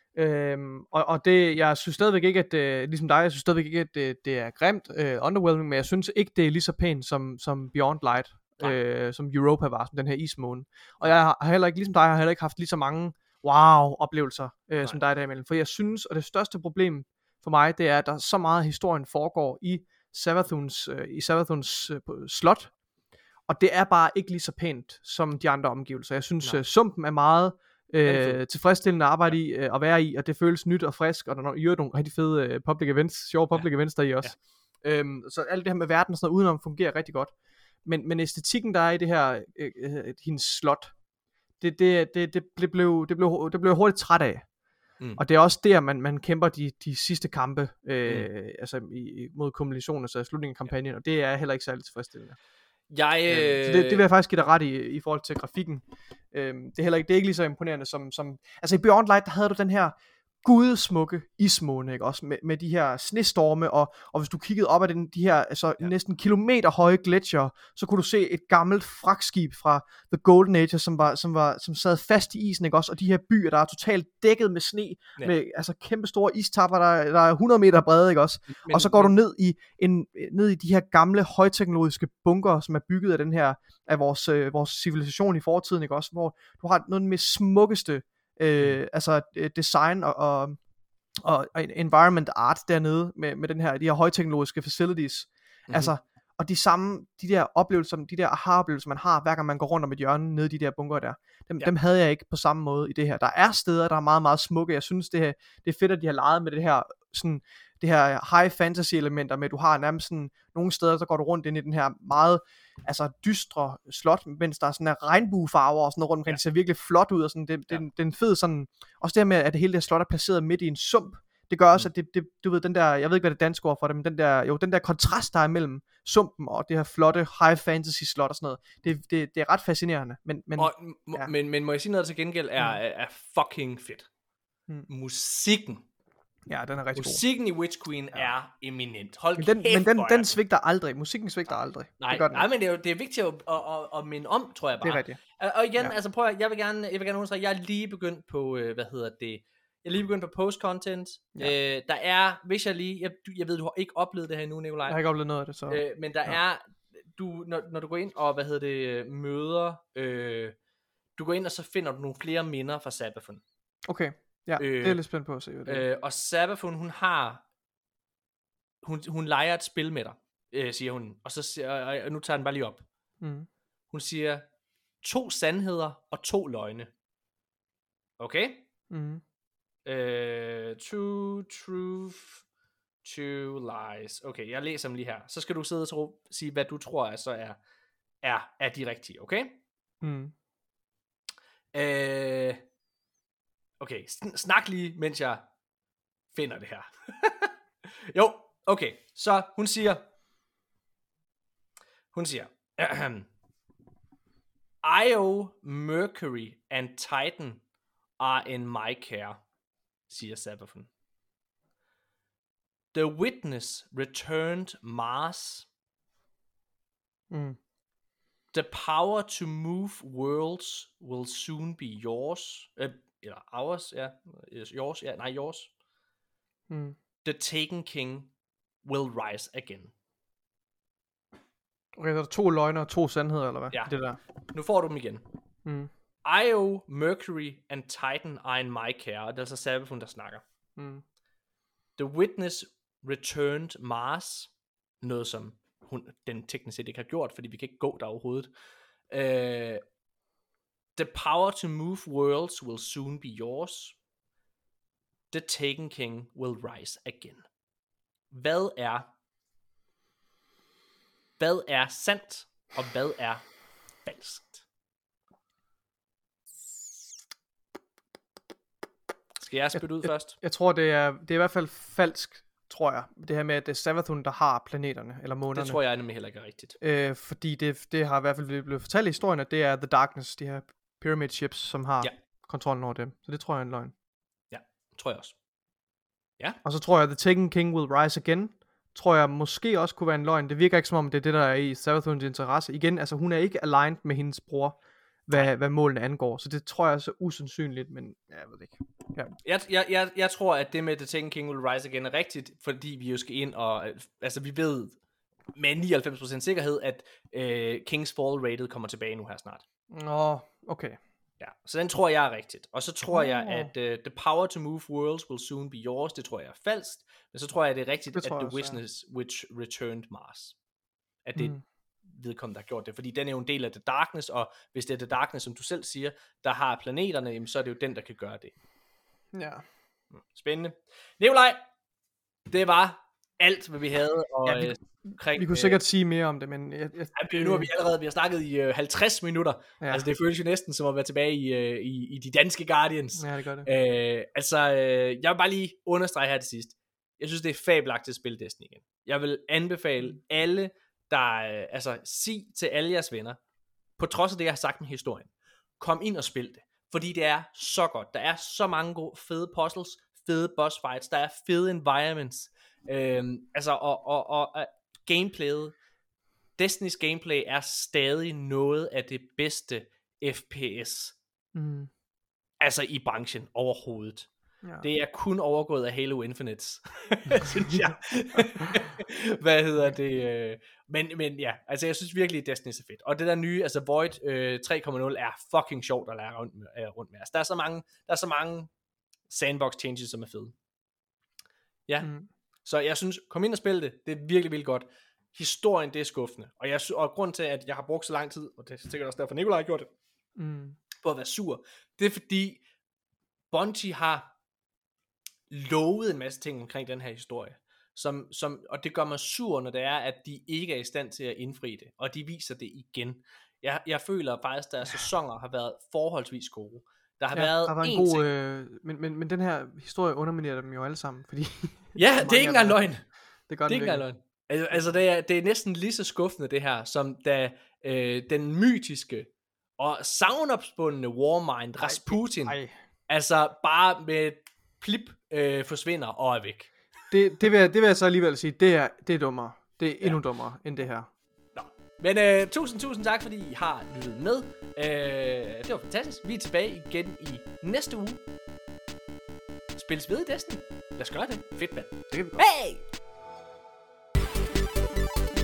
S2: Øhm, og, og det, jeg synes stadigvæk ikke, at øh, ligesom dig, jeg synes stadigvæk ikke, at det, det er grimt, øh, underwhelming, men jeg synes ikke, det er lige så pænt som, som Beyond Light, øh, som Europa var, som den her ismåne. Og jeg har heller ikke, ligesom dig, har heller ikke haft lige så mange wow-oplevelser, øh, som dig derimellem. For jeg synes, og det største problem for mig, det er, at der så meget historien foregår i Savathûns, øh, i Savathûns øh, slot, og det er bare ikke lige så pænt som de andre omgivelser. Jeg synes, øh, sumpen er meget Øh, tilfredsstillende at arbejde i øh, at være i, og det føles nyt og frisk, og der er jo nogle rigtig fede øh, public events, sjove public ja. events der i også. Ja. Øhm, så alt det her med verden og sådan noget udenom fungerer rigtig godt. Men, men æstetikken der er i det her øh, øh, hendes slot, det, det, det, det, det, blev, det, blev, det blev hurtigt træt af. Mm. Og det er også der man, man kæmper de, de sidste kampe øh, mm. altså i, mod kombinationen, altså slutningen af kampagnen, ja. Og det er heller ikke særlig tilfredsstillende.
S1: Jeg, øh...
S2: Så det, det vil jeg faktisk give dig ret i, i forhold til grafikken. Øhm, det er heller ikke, det er ikke lige så imponerende som, som altså i Beyond Light, der havde du den her gudesmukke ismåne, ikke også, med, med de her snestorme, og, og hvis du kiggede op ad den, de her altså ja. næsten kilometer høje gletsjer, så kunne du se et gammelt fragtskib fra The Golden Age, som var, som var, som sad fast i isen, ikke også, og de her byer, der er totalt dækket med sne, ja. med altså kæmpe store istapper, der, der er hundrede meter brede, ikke også, men, og så går men... du ned i en, ned i de her gamle højteknologiske bunker, som er bygget af den her, af vores, øh, vores civilisation i fortiden, ikke også, hvor du har noget med smukkeste Øh, altså design og, og, og environment art dernede med, med den her, de her højteknologiske facilities, mm-hmm. altså, og de samme, de der oplevelser, de der aha-oplevelser man har, hver gang man går rundt om et hjørne nede i de der bunker der, dem, ja. dem havde jeg ikke på samme måde i det her. Der er steder, der er meget, meget smukke. Jeg synes det, her, det er fedt, at de har leget med det her sådan, det her high fantasy elementer med, at du har nærmest sådan, nogle steder, så går du rundt ind i den her meget, altså dystre slot, mens der er sådan her regnbuefarver og sådan noget rundt omkring, ja. Det ser virkelig flot ud, og sådan, det, det, ja. det, det er en fed sådan, også det her med, at det hele det her slot er placeret midt i en sump, det gør også, mm. at det, det, du ved, den der, jeg ved ikke, hvad det danske ord for det, men den der, jo, den der kontrast, der er mellem sumpen og det her flotte high fantasy slot og sådan noget, det, det, det er ret fascinerende, men, men,
S1: og, ja. men, men må jeg sige noget til gengæld, er, mm. er fucking fedt. Mm. Musikken.
S2: Ja, den er rigtig
S1: Musikken god. i Witch Queen ja. er eminent. Hold
S2: men den,
S1: kæft,
S2: men den, den svigter aldrig. Musikken svigter aldrig.
S1: Nej,
S2: det
S1: nej men det er, jo, det er vigtigt at, at, at, at minde om, tror jeg bare.
S2: Det er rigtigt.
S1: Og, og igen, ja. altså prøv at, jeg vil gerne, jeg vil gerne understrege, jeg er lige begyndt på, øh, hvad hedder det, jeg er lige begyndt på post-content. Ja. Øh, der er, hvis jeg lige, jeg, jeg ved, du har ikke oplevet det her endnu, Nikolaj.
S2: Jeg har ikke oplevet noget af det, så.
S1: Øh, men der ja. er, du, når, når du går ind og, hvad hedder det, møder, øh, du går ind og så finder du nogle flere minder fra Savathûn.
S2: Okay. Ja, øh, det er lidt spændt på at se, hvad det er.
S1: Øh, og Savathûn, hun har, hun, hun leger et spil med dig, øh, siger hun. Og så siger, og nu tager den bare lige op. Mm. Hun siger, to sandheder og to løgne. Okay? Mm. Øh, two truth, two lies. Okay, jeg læser dem lige her. Så skal du sidde og sige, hvad du tror er, så er, er, er de rigtige, okay? Mm. Øh... Okay, snak lige, mens jeg finder det her. Jo, okay. Så hun siger, hun siger, Io, Mercury and Titan are in my care, siger Savathun. The witness returned Mars.
S2: Mm.
S1: The power to move worlds will soon be yours. Øh, eller ours, ja. Yours, ja. Nej, yours.
S2: Mm.
S1: The Taken King will rise again.
S2: Okay, der er to løgner og to sandheder, eller hvad?
S1: Ja.
S2: Det der.
S1: Nu får du dem igen.
S2: Mm.
S1: Io, Mercury and Titan are in my care. Og det er altså Savathun, der snakker.
S2: Mm.
S1: The witness returned Mars. Noget som hun, den teknisk set ikke har gjort, fordi vi kan ikke gå der overhovedet. Uh, the power to move worlds will soon be yours. The Taken King will rise again. Hvad er Hvad er sandt, og hvad er falskt? Skal jeg spytte ud
S2: jeg,
S1: først?
S2: Jeg, jeg tror, det er, det er i hvert fald falsk, tror jeg. Det her med, at det er Savathun, der har planeterne, eller månerne.
S1: Det tror jeg nemlig heller ikke er rigtigt.
S2: Øh, fordi det, det har i hvert fald blevet fortalt i historien, at det er The Darkness, de her pyramid ships, som har ja. kontrollen over dem. Så det tror jeg er en løgn.
S1: Ja, tror jeg også. Ja.
S2: Og så tror jeg, at The Taken King will rise again. Tror jeg måske også kunne være en løgn. Det virker ikke som om, det er det, der er i Savathuns interesse. Igen, altså hun er ikke aligned med hendes bror, hvad, hvad målene angår. Så det tror jeg er så usandsynligt, men jeg ved ikke. Ja.
S1: Jeg, jeg, jeg, jeg tror, at det med The Taken King will rise again er rigtigt, fordi vi jo skal ind og, altså vi ved med nioghalvfems procent sikkerhed, at øh, King's Fall rated kommer tilbage nu her snart.
S2: Nå, okay.
S1: Ja, så den tror jeg er rigtigt. Og så tror oh. jeg, at uh, the power to move worlds will soon be yours, det tror jeg er falsk. Men så tror jeg, at det er rigtigt, det at the også, witness ja. which returned Mars. At det mm. vedkommende, der har gjort det. Fordi den er jo en del af The Darkness, og hvis det er The Darkness, som du selv siger, der har planeterne, jamen, så er det jo den, der kan gøre det.
S2: Ja.
S1: Spændende. Nikolaj, det var alt, hvad vi havde. Og, ja, vi,
S2: omkring, vi kunne sikkert øh, sige mere om det, men... Jeg, jeg,
S1: ja, nu har vi allerede vi har snakket i øh, halvtreds minutter. Ja. Altså det føles jo næsten som at være tilbage i, øh, i, i de danske Guardians.
S2: Ja, det gør det.
S1: Øh, altså, øh, jeg vil bare lige understrege her til sidst. Jeg synes, det er fabelagtigt at spille Destiny igen. Jeg vil anbefale alle, der... Øh, altså, sig til alle jeres venner, på trods af det, jeg har sagt med historien, kom ind og spil det. Fordi det er så godt. Der er så mange gode, fede puzzles, fede boss fights, der er fede environments. Øhm, altså, og, og, og, og gameplayet, Destinys gameplay er stadig noget af det bedste F P S.
S2: Mm.
S1: Altså i branchen overhovedet.
S2: Ja.
S1: Det er kun overgået af Halo Infinite, synes jeg. Hvad hedder det? Men, men ja, altså jeg synes virkelig, at Destiny er så fedt. Og det der nye, altså Void øh, tre komma nul er fucking sjovt at lære rundt med. Øh, rundt med. Altså, der er så mange, der er så mange sandbox changes, som er fede. Ja, mm. Så jeg synes, kom ind og spil det. Det er virkelig, virkelig godt. Historien, det er skuffende. Og, jeg, og grund til, at jeg har brugt så lang tid, og det er sikkert også derfor, Nikolaj har gjort det,
S2: mm.
S1: på at være sur, det er fordi, Bungie har lovet en masse ting omkring den her historie. Som, som, og det gør mig sur, når det er, at de ikke er i stand til at indfri det. Og de viser det igen. Jeg, jeg føler faktisk, at deres sæsoner har været forholdsvis gode. Der har
S2: ja,
S1: været
S2: der var en god, øh, men, men, men den her historie underminerer dem jo alle sammen. Fordi
S1: ja, det er ikke engang løgn.
S2: Det gør
S1: det er ikke engang løgn. Altså, altså det, er, det er næsten lige så skuffende det her, som da øh, den mytiske og savnopspundne Warmind, Rasputin, ej, ej. altså bare med plip øh, forsvinder og er væk.
S2: Det, det, vil jeg, det vil jeg så alligevel sige, det er, det er dummere. Det er endnu ja. dummere end det her.
S1: Nå. Men øh, tusind, tusind tak, fordi I har lyttet med. Øh, det var fantastisk. Vi er tilbage igen i næste uge. Spilles ved i Destiny. Lad os gøre det. Fedt, mand.
S2: Det kan vi godt.
S1: Hey!